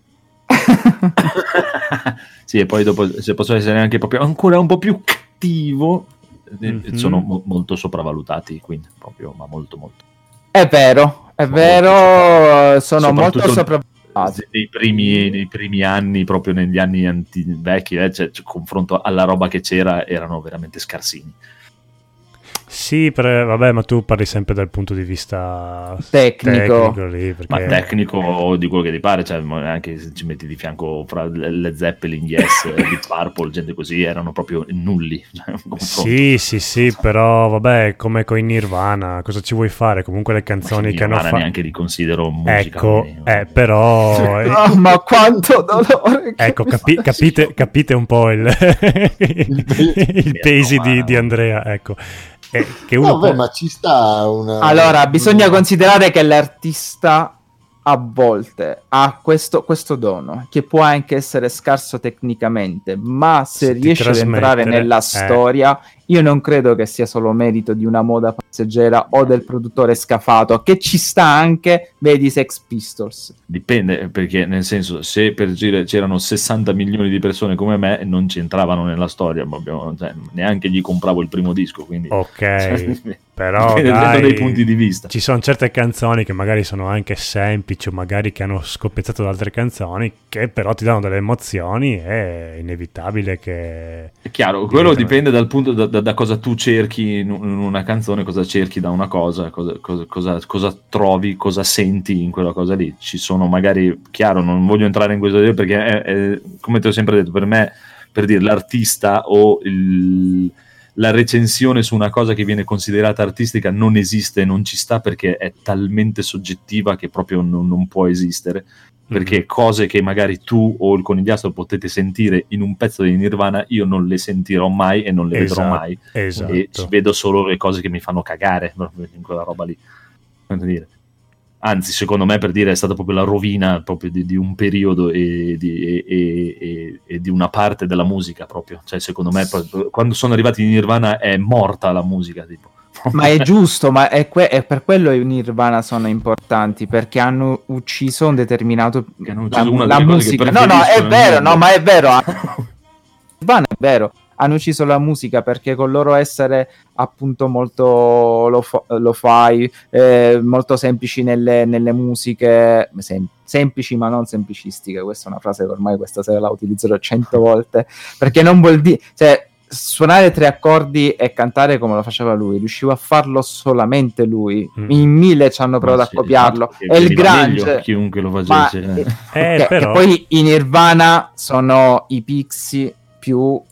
Sì, e poi dopo, se posso essere anche proprio ancora un po' più cattivo, eh, Mhm. sono mo- molto sopravvalutati, quindi proprio, ma molto molto. È vero, è Molto vero, sono molto Soprattutto sopravvalutati. nei primi, nei primi anni, proprio negli anni anti- vecchi, eh, cioè, cioè, confronto alla roba che c'era, erano veramente scarsini. Sì, per- vabbè, ma tu parli sempre dal punto di vista Tecnico. tecnico lì, perché... Ma tecnico di quello che ti pare, cioè, ma anche se ci metti di fianco fra le Zeppelin, Yes, Deep Purple, gente così, erano proprio nulli. Cioè, un confronto. Sì, sì, sì, però vabbè, come con i Nirvana, cosa ci vuoi fare? Comunque le canzoni Ma che hanno Nirvana fatto... neanche li considero musica. Ecco, quindi, eh, però... eh, Ah, ma quanto dolore! che Ecco, mi capi- fa- capite, capite un po' il, il pesi di, di Andrea, ecco. Eh, che uno No, beh, può- ma ci sta una... Allora, bisogna considerare che l'artista a volte ha questo, questo dono, che può anche essere scarso tecnicamente, ma se, Se ti riesce ad entrare trasmettere, nella eh. storia, io non credo che sia solo merito di una moda passeggera o del produttore scafato, che ci sta anche, vedi, Sex Pistols. Dipende, perché nel senso, se per dire c'erano sessanta milioni di persone come me, non c'entravano nella storia, ma abbiamo- cioè, neanche gli compravo il primo disco, quindi... Ok, però dipende dai, dai punti di vista. ci sono certe canzoni che magari sono anche semplici o magari che hanno scopiazzato da altre canzoni che però ti danno delle emozioni, è inevitabile che... È chiaro, quello Direttamente. dipende dal punto, da, da, da cosa tu cerchi in, in una canzone, cosa cerchi da una cosa, cosa, cosa, cosa, cosa trovi, cosa senti in quella cosa lì. Ci sono magari, chiaro, non voglio entrare in questo perché è, è, come ti ho sempre detto, per me, per dire l'artista o il, la recensione su una cosa che viene considerata artistica non esiste, non ci sta, perché è talmente soggettiva che proprio non, non può esistere. Perché mm-hmm. cose che magari tu o il Conigliastro potete sentire in un pezzo di Nirvana, io non le sentirò mai e non le esatto, vedrò mai, esatto. e ci vedo solo le cose che mi fanno cagare in quella roba lì. Dire. Anzi, secondo me, per dire, è stata proprio la rovina proprio di, di un periodo e di, e, e, e, e di una parte della musica proprio. Cioè, secondo me, quando sono arrivati in Nirvana è morta la musica, tipo. Ma è giusto, ma è, que- è per quello i Nirvana sono importanti, perché hanno ucciso un determinato hanno ucciso la, una la musica. No, no, è vero, no, ma è vero. Nirvana è vero. Hanno ucciso la musica perché con loro essere appunto molto lo, fa- lo fai eh, molto semplici nelle, nelle musiche sem- semplici ma non semplicistiche. Questa è una frase che ormai questa sera la utilizzerò cento volte, perché non vuol dire, cioè, suonare tre accordi e cantare come lo faceva lui, riusciva a farlo solamente lui. Mm. In mille ci hanno provato sì, a copiarlo. E il grunge, chiunque lo facesse. Eh, eh, però... poi i Nirvana sono i Pixies più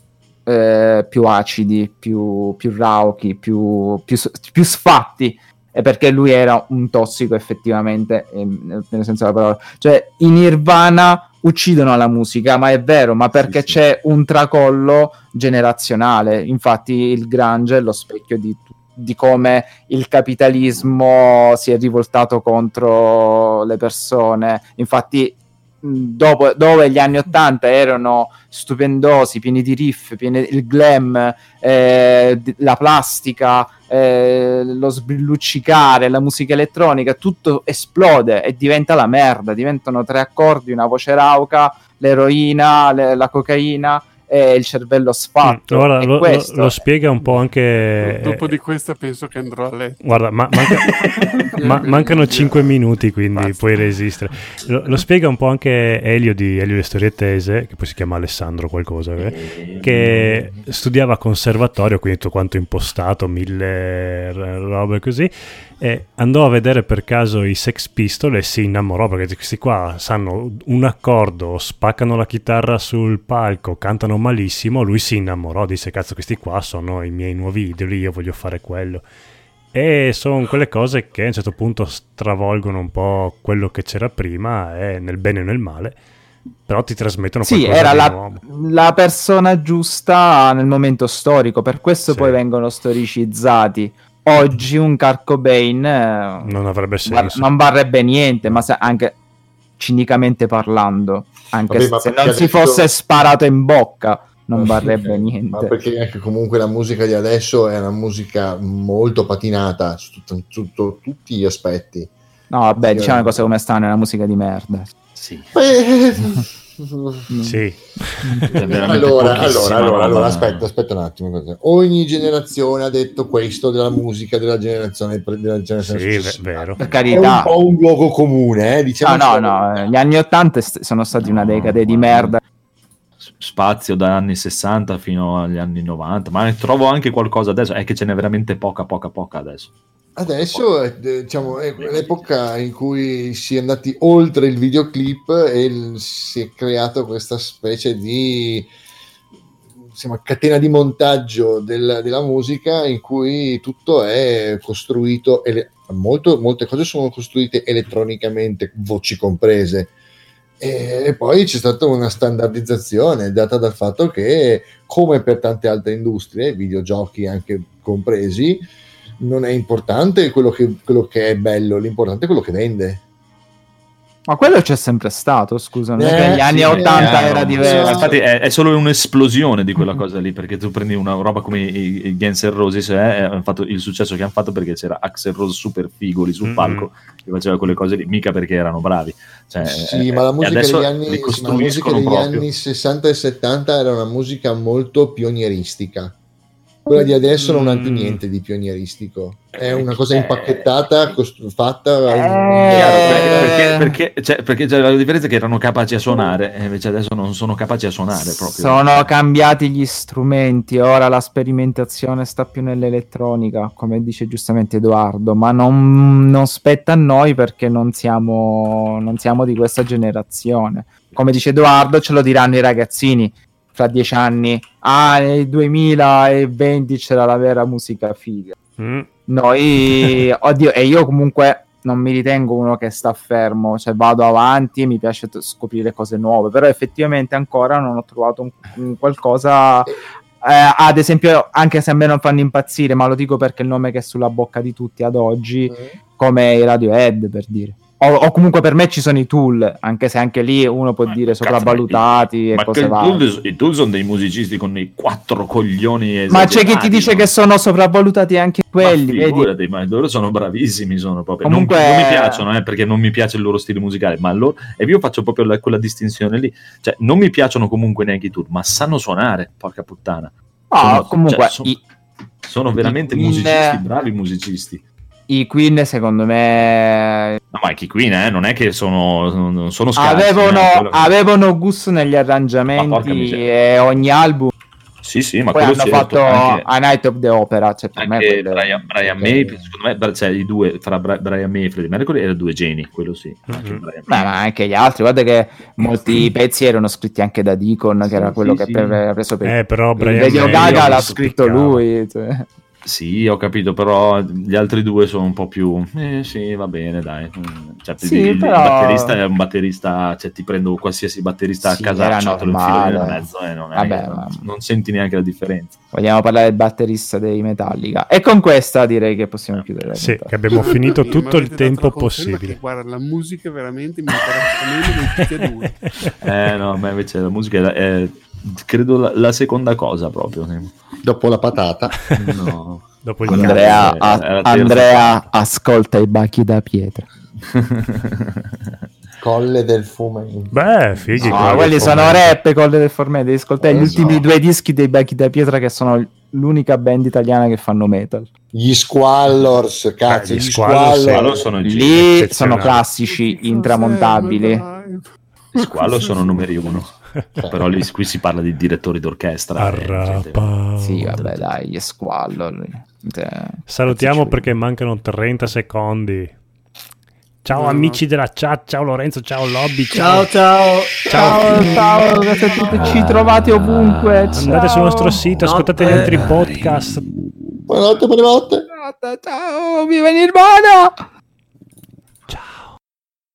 eh, più acidi, più, più rauchi, più, più, più sfatti. È perché lui era un tossico effettivamente, nel senso della parola. Cioè i Nirvana uccidono la musica, ma è vero, ma perché sì, sì. c'è un tracollo generazionale. Infatti il grunge è lo specchio di, di come il capitalismo si è rivoltato contro le persone. Infatti dopo, dove gli anni ottanta erano stupendosi, pieni di riff, pieni il glam, eh, la plastica, eh, lo sbrilluccicare, la musica elettronica, tutto esplode e diventa la merda. Diventano tre accordi, una voce rauca, l'eroina, le, la cocaina e il cervello sfatto. Ora lo, lo, lo spiega un po' anche. Dopo di questa penso che andrò a letto. Guarda, ma, manca, ma, mancano cinque minuti, quindi basta, puoi resistere. Lo, lo spiega un po' anche Elio di Elio le Storie Tese, che poi si chiama Alessandro qualcosa, eh, che studiava conservatorio, quindi tutto quanto impostato, mille robe così. E andò a vedere per caso i Sex Pistols e si innamorò, perché questi qua sanno un accordo, spaccano la chitarra sul palco, cantano malissimo. Lui si innamorò, disse cazzo, questi qua sono i miei nuovi idoli, io voglio fare quello. E sono quelle cose che a un certo punto stravolgono un po' quello che c'era prima, e nel bene e nel male, però ti trasmettono sì, qualcosa era di la, nuovo. La persona giusta nel momento storico, per questo sì. Poi vengono storicizzati. Oggi un Kurt Cobain non avrebbe senso, non varrebbe niente, ma se, anche cinicamente parlando, anche Vabbè, se non adesso... si fosse sparato in bocca non varrebbe niente. Ma perché anche comunque la musica di adesso è una musica molto patinata su, tutto, su tutto, tutti gli aspetti. No, vabbè, sì, diciamo le cose come stanno, è una musica di merda. Sì. Beh... Sì. allora, allora, allora, allora aspetta, aspetta un attimo. Ogni generazione ha detto questo della musica della generazione della generazione sì, successiva. Vero. Per carità. È un po' un luogo comune, eh? Diciamo no, no, no, gli anni ottanta sono stati una decade di merda. Spazio da anni sessanta fino agli anni novanta, ma trovo anche qualcosa adesso, è che ce n'è veramente poca, poca, poca adesso. Adesso è, diciamo, è l'epoca in cui si è andati oltre il videoclip e il, si è creato questa specie di insomma, catena di montaggio del, della musica in cui tutto è costruito, ele- molto, molte cose sono costruite elettronicamente, voci comprese, e, e poi c'è stata una standardizzazione data dal fatto che, come per tante altre industrie, videogiochi anche compresi, non è importante quello che, quello che è bello, l'importante è quello che vende. Ma quello c'è sempre stato, scusa, non eh, è che negli sì, anni ottanta eh, era no, diverso. Infatti è, è solo un'esplosione di quella cosa lì, perché tu prendi una roba come i, i Guns N' Roses, eh, hanno fatto il successo che hanno fatto perché c'era Axl Rose super figo lì sul mm-hmm. palco che faceva quelle cose lì, mica perché erano bravi. Cioè, sì, eh, ma la musica degli anni, sì, la musica degli anni sessanta e settanta era una musica molto pionieristica. Quella di adesso non ha più niente di pionieristico, è una cosa impacchettata, costru- fatta eh, perché, perché, cioè, perché cioè, la differenza è che erano capaci a suonare e invece adesso non sono capaci a suonare proprio. Sono cambiati gli strumenti, ora la sperimentazione sta più nell'elettronica, come dice giustamente Edoardo, ma non, non spetta a noi perché non siamo, non siamo di questa generazione. Come dice Edoardo, ce lo diranno i ragazzini fra dieci anni. Ah, nel duemilaventi c'era la vera musica figa. Mm. Noi, oddio, e io comunque non mi ritengo uno che sta fermo, cioè vado avanti e mi piace t- scoprire cose nuove, però effettivamente ancora non ho trovato un, un qualcosa, eh, ad esempio, anche se a me non fanno impazzire, ma lo dico perché è il nome che è sulla bocca di tutti ad oggi, mm. come i Radiohead, per dire. O, o comunque per me ci sono i Tool, anche se anche lì uno può ma dire sopravvalutati e ma cose varie. I Tool sono dei musicisti con i quattro coglioni, ma c'è chi ti dice no? che sono sopravvalutati anche quelli, ma figurati, vedi? Ma loro sono bravissimi, sono proprio comunque non, non mi piacciono eh, perché non mi piace il loro stile musicale, ma loro, e io faccio proprio la, quella distinzione lì, cioè non mi piacciono comunque neanche i Tool, ma sanno suonare, porca puttana. No, sono, comunque cioè, sono, i, sono veramente i musicisti, Queen, bravi musicisti. I Queen secondo me no, ma anche i Queen eh, non è che sono, non sono scarsi, avevano, eh, avevano gusto negli arrangiamenti e ogni album sì sì ma poi hanno fatto anche, A Night of the Opera, cioè per anche me Brian, Brian May, secondo me cioè, i due fra Brian May e Freddie Mercury erano due geni, quello sì. Mm-hmm. Beh, ma anche gli altri, guarda che molti pezzi erano scritti anche da Deacon, sì, che era quello sì, che sì. aveva preso per eh, però Brian Radio Gaga l'ha scritto lui, cioè. Sì, ho capito, però gli altri due sono un po' più eh sì, va bene, dai. Cioè, sì, il, però... il batterista è un batterista, cioè ti prendo qualsiasi batterista sì, a casa, te lo infilo nel mezzo e non, è, Vabbè, non, ma... non senti neanche la differenza. Vogliamo parlare del batterista dei Metallica e con questa direi che possiamo chiudere. Sì, che abbiamo finito tutto il tempo possibile. Che, guarda, la musica veramente mi interessa meno di tutti e due. Eh no, ma invece la musica è, credo la, la seconda cosa proprio. Sì. Dopo la patata. No. Dopo il Andrea, a, Andrea ascolta i bachi da pietra. Colle del Fume. Beh, fighi. No, quelli sono rap, Colle del Fume. Devi ascoltare gli ultimi due dischi dei bachi da pietra, che sono l'unica band italiana che fanno metal. Gli Squallors, cazzo, eh, gli, gli Squallors, Squallors sono lì sono classici intramontabili. Gli Squallors sono numeri uno. Però lì, qui si parla di direttori d'orchestra Arrapa. Eh, sì, vabbè, dai, gli Squallors. Salutiamo perché mancano trenta secondi. Ciao no, amici no. della chat, ciao Lorenzo, ciao Lobby, ciao ciao ciao ciao, ciao, ciao. Ci trovate ovunque, ciao. Andate sul nostro sito, ascoltate Notte. Gli altri podcast. Buonanotte, buonanotte. Ciao, viva Nirvana.